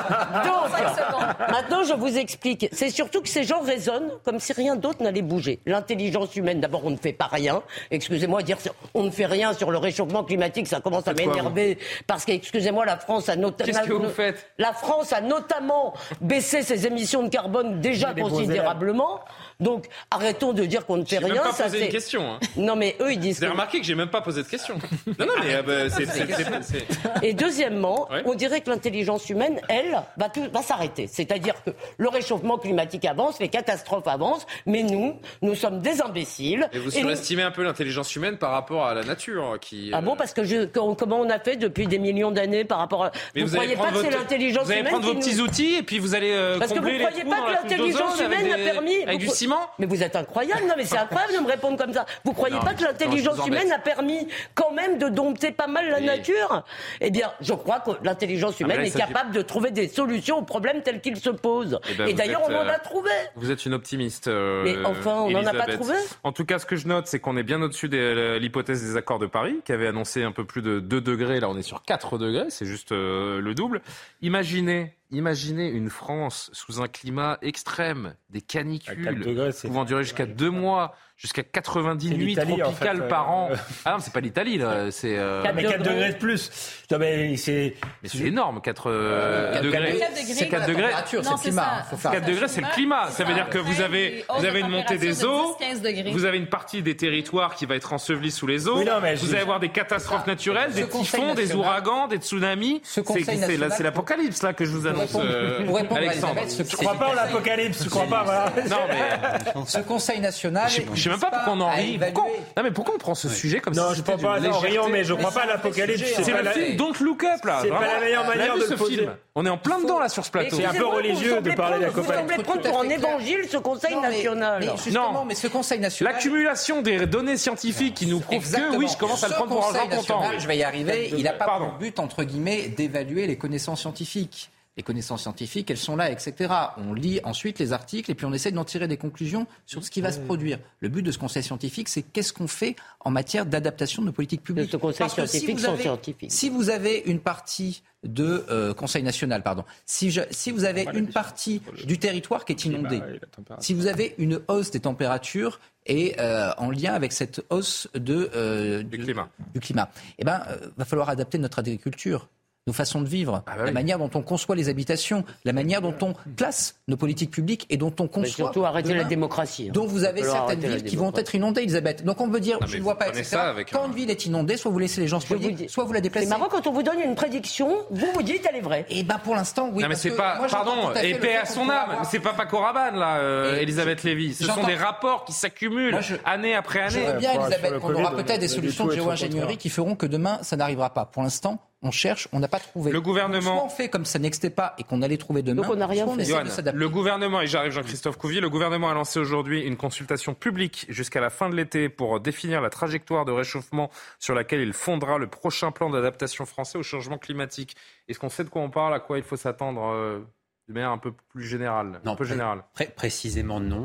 donc maintenant, je vous explique. C'est surtout que ces gens raisonnent comme si rien d'autre n'allait bouger. L'intelligence humaine, d'abord, on ne fait pas rien. Excusez-moi, dire on ne fait rien sur le réchauffement climatique, ça commence à m'énerver. Parce que, excusez-moi, la France a notamment. Qu'est-ce que vous faites ? La France a notamment baissé ses émissions de carbone déjà considérablement. Donc, arrêtons de dire qu'on ne fait j'ai rien. J'ai même pas ça, posé c'est... une question. Hein. Non, mais eux, ils disent. Vous avez que... remarqué que j'ai même pas posé de question. Non, non, mais euh, bah, c'est, c'est, c'est, c'est. Et deuxièmement, ouais. on dirait que l'intelligence humaine, elle, va, tout, va s'arrêter. C'est-à-dire que le réchauffement climatique avance, les catastrophes avancent, mais nous, nous sommes des imbéciles. Et vous et surestimez nous... un peu l'intelligence humaine par rapport à la nature, qui. Ah euh... bon, parce que je, comment on a fait depuis des millions d'années par rapport à. Mais vous ne croyez pas votre... que c'est l'intelligence humaine. Vous allez prendre vos petits nous... outils et puis vous allez. Euh, parce que vous ne croyez pas que l'intelligence humaine a permis. Avec du ciment. Mais vous êtes incroyable, non mais c'est incroyable de me répondre comme ça. Vous croyez non, pas que l'intelligence non, humaine a permis quand même de dompter pas mal la oui. nature ? Eh bien, je crois que l'intelligence humaine ah est capable de trouver des solutions aux problèmes tels qu'ils se posent. Eh ben, et d'ailleurs, êtes, on en a trouvé. Vous êtes une optimiste. Euh, mais enfin, on n'en a pas trouvé. En tout cas, ce que je note, c'est qu'on est bien au-dessus de l'hypothèse des accords de Paris, qui avait annoncé un peu plus de deux degrés. Là, on est sur quatre degrés, c'est juste euh, le double. Imaginez... Imaginez une France sous un climat extrême, des canicules degrés, pouvant durer jusqu'à deux mois, jusqu'à quatre-vingt-dix nuits tropicales en fait, par euh... an. Ah non, c'est pas l'Italie, là. C'est, euh... quatre mais quatre degrés de plus. Non, mais c'est, mais c'est énorme, quatre euh, degrés. C'est quatre degrés. C'est le climat. quatre degrés, c'est le climat. Ça veut dire que vous avez, vous avez une montée des eaux, vous avez une partie des territoires qui va être ensevelie sous les eaux, oui, non, vous allez avoir des catastrophes naturelles, des typhons, des ouragans, des tsunamis. C'est l'apocalypse, là, que je vous annonce. Euh, pour répondre Alexandre. à Elisabeth, je crois pas en l'apocalypse, je crois pas. Voilà. Non mais ce Conseil national, je sais, je sais même pas pourquoi on en rit. Pourquoi non mais pourquoi on prend ce oui. sujet comme ça? Non, je crois pas en riant, mais je crois pas à l'apocalypse. C'est le film Don't Look Up là. C'est pas la meilleure manière de le poser. On est en plein dedans là sur ce plateau. C'est un peu religieux de parler d'apocalypse. Vous semblez prendre pour un évangile ce Conseil national. Non, mais ce Conseil national. L'accumulation des données scientifiques qui nous prouvent que oui, je commence à le prendre pour argent comptant. Je vais y arriver. Il n'a pas pour but entre guillemets d'évaluer les connaissances scientifiques. Les connaissances scientifiques, elles sont là, et cetera. On lit ensuite les articles et puis on essaie d'en tirer des conclusions sur ce qui va se produire. Le but de ce conseil scientifique, c'est qu'est-ce qu'on fait en matière d'adaptation de nos politiques publiques. Ce conseil scientifique si sont avez, scientifiques. Si vous avez une partie de euh, conseil national, pardon, si, je, si vous avez une partie du territoire qui est inondé, si vous avez une hausse des températures et euh, en lien avec cette hausse de, euh, du de, climat, du climat, eh ben, euh, va falloir adapter notre agriculture. Nos façons de vivre, ah bah oui. la manière dont on conçoit les habitations, la manière dont on place nos politiques publiques et dont on conçoit... Mais surtout arrêter la démocratie. Donc vous avez certaines villes qui vont être inondées, Elisabeth. Donc on veut dire, non, je ne vois pas, et cetera. Quand un... une ville est inondée, soit vous laissez les gens se payer, soit vous la déplacez. C'est marrant, quand on vous donne une prédiction, vous vous dites elle est vraie. Et ben pour l'instant, oui. Non mais c'est pas... Moi, pardon, et paix à son âme, avoir... c'est pas Paco Rabanne là, euh, et Elisabeth Lévy. Ce sont des rapports qui s'accumulent je... année après année. Je veux bien, Elisabeth, qu'on aura peut-être des solutions de géo-ingénierie qui feront que demain, ça n'arrivera pas. Pour l'instant, on cherche, on n'a pas trouvé. Le gouvernement... Donc, soit on fait comme ça n'existait pas et qu'on allait trouver demain. Donc on n'a rien fait. Johan, le gouvernement, et j'arrive Jean-Christophe Couvier, le gouvernement a lancé aujourd'hui une consultation publique jusqu'à la fin de l'été pour définir la trajectoire de réchauffement sur laquelle il fondera le prochain plan d'adaptation français au changement climatique. Est-ce qu'on sait de quoi on parle, à quoi il faut s'attendre euh, de manière un peu plus générale, non, un peu pré- générale pré- Précisément non.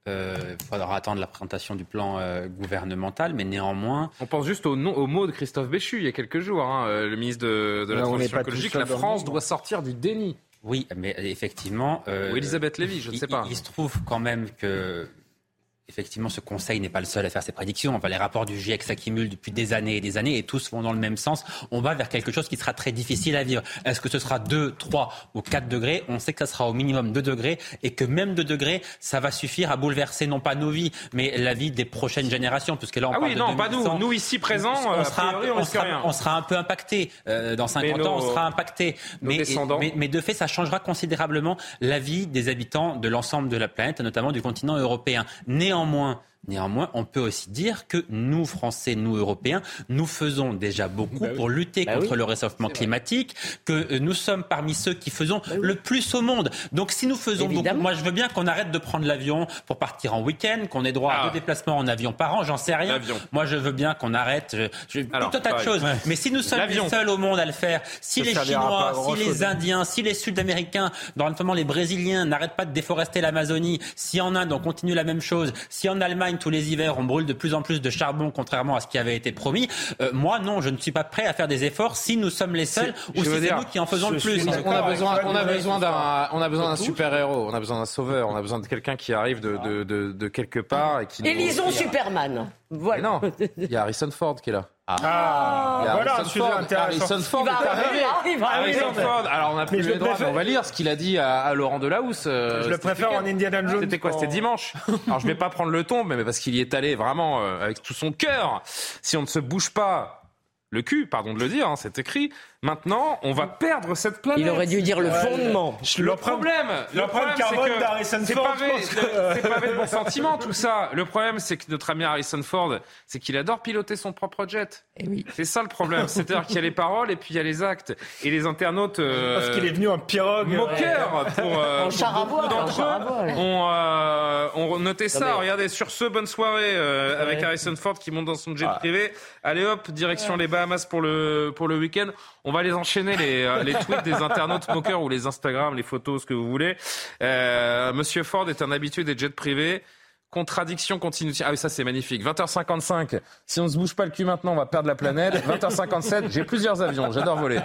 Il euh, faudra attendre la présentation du plan euh, gouvernemental, mais néanmoins... On pense juste au, nom, au mot de Christophe Béchu il y a quelques jours, hein, le ministre de, de la Transition écologique. La France doit sortir du déni. Oui, mais effectivement... Euh, Ou Elisabeth Lévy, je ne sais pas. Il, il se trouve quand même que... Effectivement, ce Conseil n'est pas le seul à faire ses prédictions. Enfin, les rapports du GIEC s'accumulent depuis des années et des années et tous vont dans le même sens. On va vers quelque chose qui sera très difficile à vivre. Est-ce que ce sera deux, trois ou quatre degrés ? On sait que ça sera au minimum deux degrés et que même deux degrés, ça va suffire à bouleverser non pas nos vies, mais la vie des prochaines générations. Puisque là, on ah parle oui, de non, deux mille cent. pas nous. Nous, ici présents, on, sera, priori, on, on, sera, rien. on sera un peu impacté. Euh, dans cinquante nos, ans, on sera impacté. Mais, mais, mais de fait, ça changera considérablement la vie des habitants de l'ensemble de la planète, notamment du continent européen. Néanmoins, Néanmoins, on peut aussi dire que nous, Français, nous, Européens, nous faisons déjà beaucoup bah oui. pour lutter bah contre oui. le réchauffement climatique, que nous sommes parmi ceux qui faisons bah oui. le plus au monde. Donc si nous faisons Évidemment. beaucoup, moi je veux bien qu'on arrête de prendre l'avion pour partir en week-end, qu'on ait droit ah. à deux déplacements en avion par an, j'en sais rien. L'avion. Moi je veux bien qu'on arrête je, je, Alors, tout un tas de choses. Ouais. Mais si nous sommes l'avion. les seuls au monde à le faire, si Ça les Chinois, si les chose. Indiens, si les Sud-Américains, notamment les Brésiliens, n'arrêtent pas de déforester l'Amazonie, si en Inde on continue la même chose, si en Allemagne tous les hivers, on brûle de plus en plus de charbon, contrairement à ce qui avait été promis. Euh, moi, non, je ne suis pas prêt à faire des efforts si nous sommes les seuls ou si c'est dire, nous qui en faisons le plus. On a besoin, on a besoin d'un, on a besoin d'un super-héros, on a besoin d'un sauveur, on a besoin de quelqu'un qui arrive de, de, de, de quelque part et qui. Élisons Superman. Voilà. Non, il y a Harrison Ford qui est là. Ah, ah il y a voilà, Harrison Ford, Harrison Ford est arrivé. Harrison Ford. Alors on a plus les droits, mais on va lire ce qu'il a dit à, à Laurent Delahousse. Euh, je le préfère en Indiana Jones. C'était quoi ? C'était dimanche. Alors je vais pas prendre le ton, mais parce qu'il y est allé vraiment euh, avec tout son cœur. Si on ne se bouge pas le cul, pardon de le dire, hein, c'est écrit. Maintenant, on va perdre cette planète. Il aurait dû dire le fondement. Le problème, le problème, c'est que c'est pavé, c'est pavé de bons sentiments, tout ça. Le problème, c'est que notre ami Harrison Ford, c'est qu'il adore piloter son propre jet. Et oui. C'est ça le problème. C'est-à-dire qu'il y a les paroles et puis il y a les actes. Et les internautes, euh, parce qu'il est venu en pirogue, moqueur, ouais. pour, euh, en char à voile, d'entre eux, ont, euh, ont noté ça. Mais... Regardez, sur ce, bonne soirée euh, ouais. avec Harrison Ford qui monte dans son jet ah. privé. Allez hop, direction ouais. les Bahamas pour le pour le week-end. On va les enchaîner, les, les tweets des internautes moqueurs ou les Instagram, les photos, ce que vous voulez. Euh, Monsieur Ford est un habitué des jets privés. Contradiction continue. Ah oui, ça c'est magnifique. vingt heures cinquante-cinq. Si on ne se bouge pas le cul maintenant, on va perdre la planète. vingt heures cinquante-sept. J'ai plusieurs avions. J'adore voler.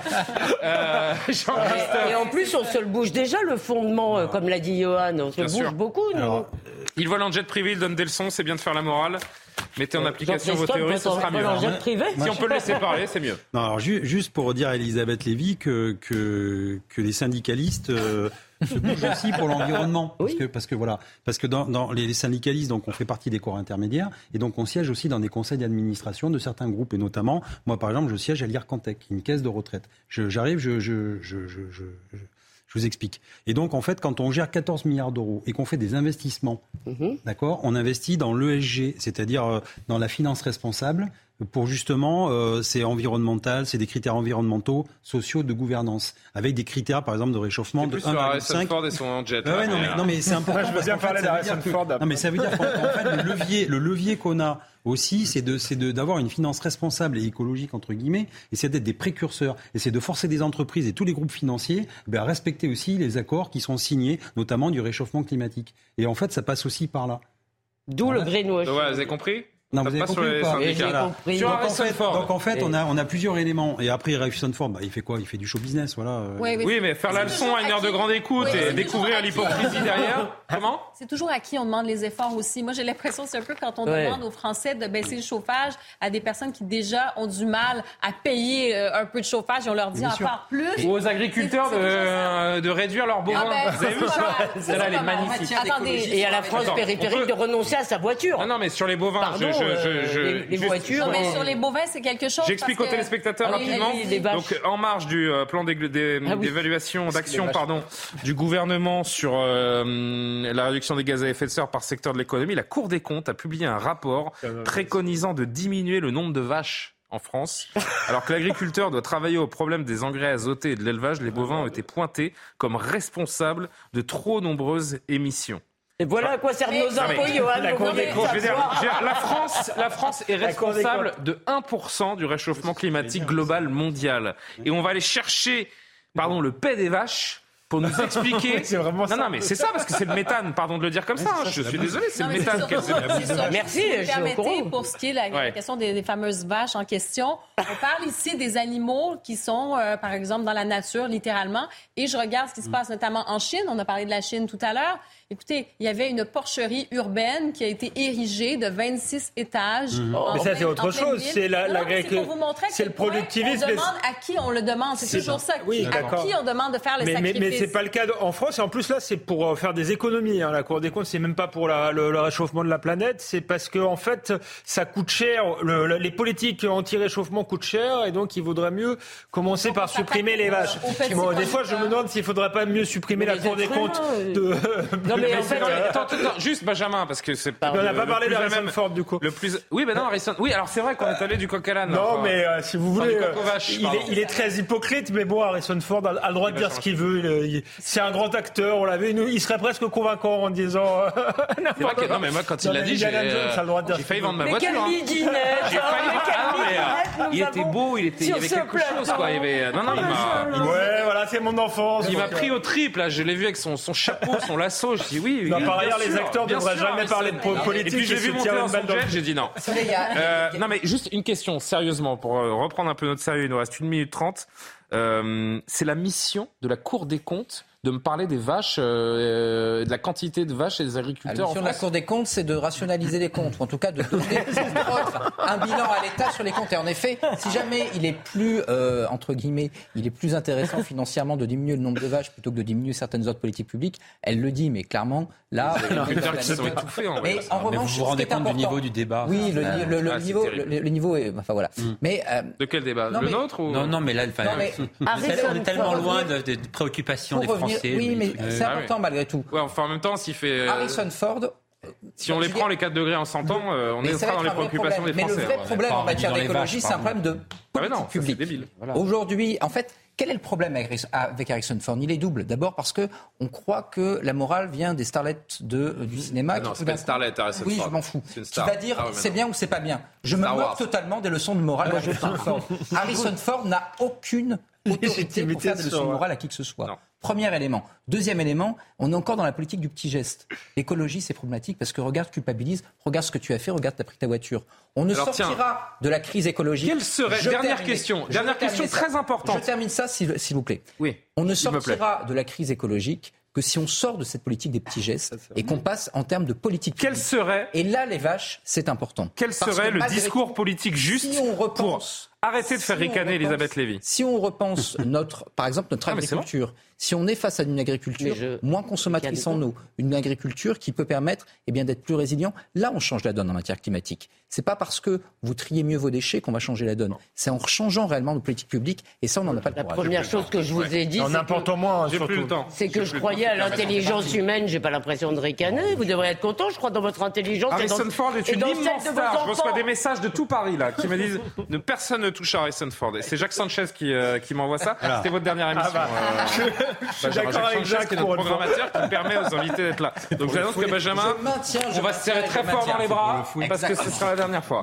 Euh, et, et en plus, on se le bouge déjà le fondement, euh, comme l'a dit Johan. On se bien le bouge sûr. beaucoup, nous. Alors, il vole en jet privé, il donne des leçons. C'est bien de faire la morale. Mettez en application vos théories, ce sera mieux. Jet privé. Si on peut le laisser parler, c'est mieux. Non, alors ju- juste pour dire à Elisabeth Lévy que que que les syndicalistes euh, se bougent aussi pour l'environnement, parce oui. que parce que voilà, parce que dans, dans les syndicalistes, donc on fait partie des corps intermédiaires et donc on siège aussi dans des conseils d'administration de certains groupes et notamment moi par exemple je siège à l'Ircantec, une caisse de retraite. Je, j'arrive, je je je je, je, je Je vous explique. Et donc, en fait, quand on gère quatorze milliards d'euros et qu'on fait des investissements, mmh. d'accord, on investit dans l'E S G, c'est-à-dire euh, dans la finance responsable, pour justement, euh, c'est environnemental, c'est des critères environnementaux, sociaux, de gouvernance, avec des critères, par exemple, de réchauffement de un virgule cinq. Ford et son jet. Ah ouais, non, mais, non, mais c'est important. Je veux bien parler d'Harrison Ford. Non, mais ça veut dire qu'en fait, le levier, le levier qu'on a aussi, c'est de, c'est de, d'avoir une finance responsable et écologique, entre guillemets, et c'est d'être des précurseurs. Et c'est de forcer des entreprises et tous les groupes financiers ben, à respecter aussi les accords qui sont signés, notamment du réchauffement climatique. Et en fait, ça passe aussi par là. D'où voilà. le greenwashing. Ouais, vous avez compris ? Non, vous avez compris ou pas ? J'ai compris. Donc, en fait, donc en fait, on a on a plusieurs éléments. Et après, Harrison Ford, bah, il fait quoi ? Il fait du show business, voilà. Oui, oui, oui mais faire la leçon à une heure de grande écoute oui, et découvrir l'hypocrisie derrière. Comment ? C'est toujours à qui on demande les efforts aussi. Moi, j'ai l'impression que c'est un peu quand on ouais. demande aux Français de baisser le chauffage à des personnes qui déjà ont du mal à payer un peu de chauffage et on leur dit encore sûr. plus. Ou aux agriculteurs de, de réduire leurs bovins. Ah ben, vous avez vu ça ? Celle-là, elle est magnifique. Attendez, et à la France Attends, périphérique peut... de renoncer à sa voiture. Non, non, mais sur les bovins, Pardon, je, je, je, les, les voitures. Non, mais sur les bovins, c'est quelque chose. J'explique parce aux téléspectateurs que... rapidement. Oui, les Donc, en marge du euh, plan d'ég- d'é- ah, oui. d'évaluation, d'action, pardon, du gouvernement sur euh, la réduction des gaz à effet de serre par secteur de l'économie, la Cour des comptes a publié un rapport préconisant de diminuer le nombre de vaches en France. Alors que l'agriculteur doit travailler au problème des engrais azotés et de l'élevage, les bovins ont été pointés comme responsables de trop nombreuses émissions. Et voilà à quoi servent nos impôts, Johan. La, Cour des comptes, je veux dire, la, France, la France est responsable de un pour cent du réchauffement climatique global mondial. Et on va aller chercher pardon, le paix des vaches pour nous expliquer. C'est vraiment ça. Non, non, mais c'est ça, parce que c'est le méthane, pardon de le dire comme ça. Hein, je suis désolé, c'est non, le méthane. C'est surtout, c'est ça, Merci, si vous je suis permettez, au courant. pour ce qui est de la, ouais. la question des, des fameuses vaches en question, on parle ici des animaux qui sont, euh, par exemple, dans la nature, littéralement. Et je regarde ce qui se passe notamment en Chine. On a parlé de la Chine tout à l'heure. Écoutez, il y avait une porcherie urbaine qui a été érigée de vingt-six étages. Mmh. En mais ça, c'est autre chose. Ville. C'est la, non, la non, c'est pour vous montrer c'est le productivisme. On demande à qui on le demande. C'est, c'est toujours ça. Oui, à qui on demande de faire le mais, sacrifice. Mais, mais c'est pas le cas de, en France. Et en plus, là, c'est pour faire des économies. Hein. La Cour des comptes, c'est même pas pour la, le, le réchauffement de la planète. C'est parce que, en fait, ça coûte cher. Le, le, les politiques anti-réchauffement coûtent cher. Et donc, il vaudrait mieux commencer donc, par supprimer les vaches. Bon, des fois, je me demande s'il faudrait pas mieux supprimer mais la Cour des comptes. De... Non, mais en fait, attends, attends, juste Benjamin, parce que c'est pas. On n'a pas parlé d'Harrison Ford, du coup. Le plus. Oui, ben non, Harrison. Oui, alors c'est vrai qu'on est allé du coq à l'âne. Non, enfin, mais euh, si vous voulez, enfin, euh, vache, il, est, il est très hypocrite, mais bon, Harrison Ford a, a le droit de dire ce qu'il veut. Il, il, c'est un grand acteur. On l'avait. Il serait presque convaincant en disant. Euh, c'est vrai que non, mais moi, quand il l'a dit, j'ai, euh, j'ai failli vendre ma mais voiture. Quel midinette, j'ai failli. Il était beau, il était. Il y avait quelque chose, quoi. Il y avait. Non, non, il m'a. Ouais, voilà, c'est mon enfance. Il m'a pris au triple. Là, je l'ai vu avec son son chapeau, son lasso. Je dis oui. Par ailleurs, les acteurs ne devraient jamais parler de politique. Et puis j'ai vu monter dans son jet, j'ai dit non. Euh, non mais juste une question, sérieusement, pour reprendre un peu notre sérieux, il nous reste une minute trente. Euh, c'est la mission de la Cour des comptes de me parler des vaches, euh, de la quantité de vaches et des agriculteurs. La mission de la Cour des comptes, c'est de rationaliser les comptes, ou en tout cas de donner un bilan à l'État sur les comptes. Et en effet, si jamais il est plus, euh, entre guillemets, il est plus intéressant financièrement de diminuer le nombre de vaches plutôt que de diminuer certaines autres politiques publiques, elle le dit, mais clairement, là... Les agriculteurs qui sont étouffés, en mais en revanche, mais vous vous rendez compte du niveau du débat. Oui, le, euh, le, le, ah, niveau, le, le niveau est... Enfin voilà. Mm. Mais, euh, de quel débat non, Le mais, nôtre ou... Non, non, mais là, enfin, non, mais, on est tellement loin de, de, de préoccupations des Français. Oui, mais c'est ah, important oui. malgré tout. Ouais, enfin, en même temps, s'il fait... Harrison Ford... Si on les prend les quatre degrés en cent ans, euh, on est dans les préoccupations des Français. Mais le vrai problème en matière d'écologie, c'est un problème de politique publique. Aujourd'hui, en fait... Quel est le problème avec Harrison Ford ? Il est double. D'abord parce que on croit que la morale vient des starlettes de, du cinéma. Ah non, c'est pas une starlette, Harrison oui, Ford. Oui, je m'en fous. C'est une star. Qui va dire ah ouais, c'est bien ou c'est pas bien. Je me moque totalement des leçons de morale d'Harrison Ford. Harrison Ford n'a aucune autorité pour faire des leçons de morale à qui que ce soit. Non. Premier élément. Deuxième élément, on est encore dans la politique du petit geste. L'écologie, c'est problématique parce que regarde, culpabilise, regarde ce que tu as fait, regarde, t'as pris ta voiture. On ne Alors, sortira tiens, de la crise écologique. Quelle serait, je dernière termine, question, dernière question très importante. Je termine ça, s'il, s'il vous plaît. Oui. On ne sortira de la crise écologique que si on sort de cette politique des petits gestes et qu'on passe en termes de politique publique. Quel serait... Et là, les vaches, c'est important. Quel serait le discours tout, politique juste si on repense, pour arrêter de faire si ricaner Elisabeth Lévy ? Si on repense, notre, par exemple, notre ah, agriculture, si on est face à une agriculture je... moins consommatrice en eau, une agriculture qui peut permettre eh bien, d'être plus résilient, là, on change la donne en matière climatique. C'est pas parce que vous triez mieux vos déchets qu'on va changer la donne. C'est en changeant réellement nos politiques publiques, et ça, on n'en a pas le La courage. première chose que je vous ai dit, c'est que, moins, j'ai plus le temps. C'est que je croyais à l'intelligence humaine. J'ai pas l'impression de ricaner. Vous devrez être content. Je crois dans votre intelligence. Harrison dans, Ford est une immense star. Je reçois des messages de tout Paris là qui me disent ne personne ne touche à Harrison Ford. Et c'est Jacques Sanchez qui euh, qui m'envoie ça. Voilà. C'était votre dernière émission. Ah bah, euh, je, je suis d'accord avec Jacques, qui est notre programmateur qui permet aux invités d'être là. Donc j'annonce que Benjamin, on va se serrer très fort dans les bras parce que ce sera la dernière fois.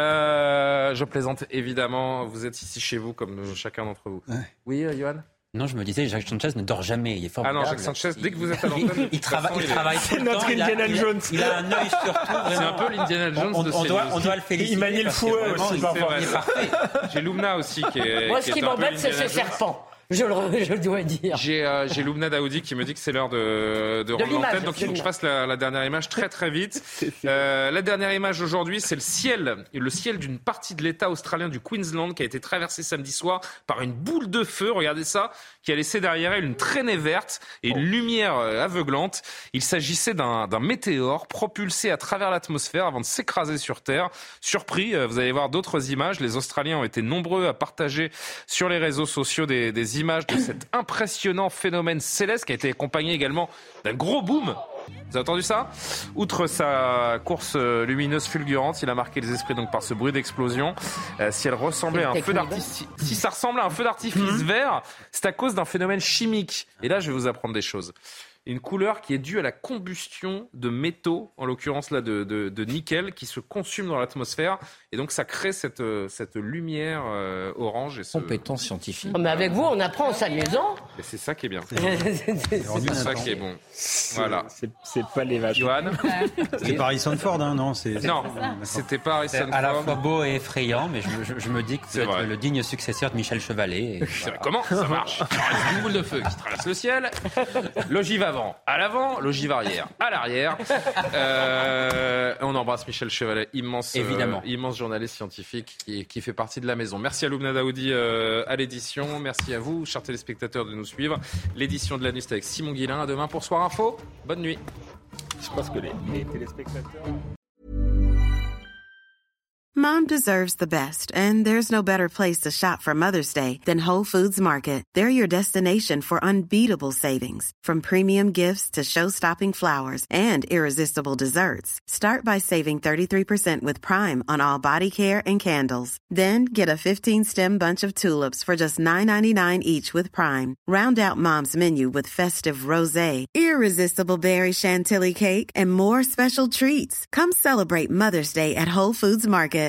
Euh, je plaisante évidemment. Vous êtes ici chez vous comme chacun d'entre vous. Oui, euh, Johan. Non, je me disais, Jacques Sanchez ne dort jamais. Il est formidable. Ah non, Jacques Sanchez, dès que vous êtes à l'antenne, il, il, trava, il travaille tout le temps. C'est notre Indiana Jones. Il a, il a un œil sur tout. C'est un peu l'Indiana Jones on, de on, doit, on doit le féliciter. Il manie le fouet aussi, parfois. Il est parfait. J'ai Loumna aussi qui est. Moi, ce qui m'embête, c'est ce serpent. Je le, je le dois dire. J'ai, euh, j'ai Loumna Daoudi qui me dit que c'est l'heure de, de, de rendre l'antenne, donc il faut que je fasse la, la dernière image très très vite. Euh, la dernière image aujourd'hui, c'est le ciel, le ciel d'une partie de l'État australien du Queensland qui a été traversé samedi soir par une boule de feu. Regardez ça, qui a laissé derrière elle une traînée verte et une lumière aveuglante. Il s'agissait d'un, d'un météore propulsé à travers l'atmosphère avant de s'écraser sur Terre. Surpris, vous allez voir d'autres images. Les Australiens ont été nombreux à partager sur les réseaux sociaux des, des images de cet impressionnant phénomène céleste qui a été accompagné également d'un gros boom. Vous avez entendu ça ? Outre sa course lumineuse fulgurante, il a marqué les esprits donc par ce bruit d'explosion. Euh, si elle ressemblait à un feu d'artifice, si ça ressemble à un feu d'artifice mmh. vert, c'est à cause d'un phénomène chimique. Et là, je vais vous apprendre des choses. une couleur qui est due à la combustion de métaux, en l'occurrence là de, de, de nickel, qui se consument dans l'atmosphère. Et donc ça crée cette, cette lumière euh, orange. Et ce... Compétence scientifique. Oh, mais avec vous, on apprend en s'amusant. Et c'est ça qui est bien. C'est ça qui est bon. Voilà. C'est, c'est pas les vaches. Johan. C'est pas Harrison Ford, hein, non c'est... Non, c'était pas Harrison Ford. C'est à la fois beau et effrayant, mais je, je, je me dis que c'est être le digne successeur de Michel Chevalet. Et voilà. Comment ça marche? Une boule de feu qui traverse le ciel, l'ogive avant à l'avant, l'ogive arrière à l'arrière. Euh, on embrasse Michel Chevalet, immense, évidemment, euh, immense journaliste scientifique qui, qui fait partie de la maison. Merci à Loubna Daoudi euh, à l'édition. Merci à vous, chers téléspectateurs, de nous suivre. L'édition de la nuit, c'est avec Simon Guillain. À demain pour Soir Info. Bonne nuit. Je pense que les, les téléspectateurs... Mom deserves the best, and there's no better place to shop for Mother's Day than Whole Foods Market. They're your destination for unbeatable savings, from premium gifts to show-stopping flowers and irresistible desserts. Start by saving thirty-three percent with Prime on all body care and candles. Then get a fifteen-stem bunch of tulips for just nine ninety-nine each with Prime. Round out Mom's menu with festive rosé, irresistible berry chantilly cake, and more special treats. Come celebrate Mother's Day at Whole Foods Market.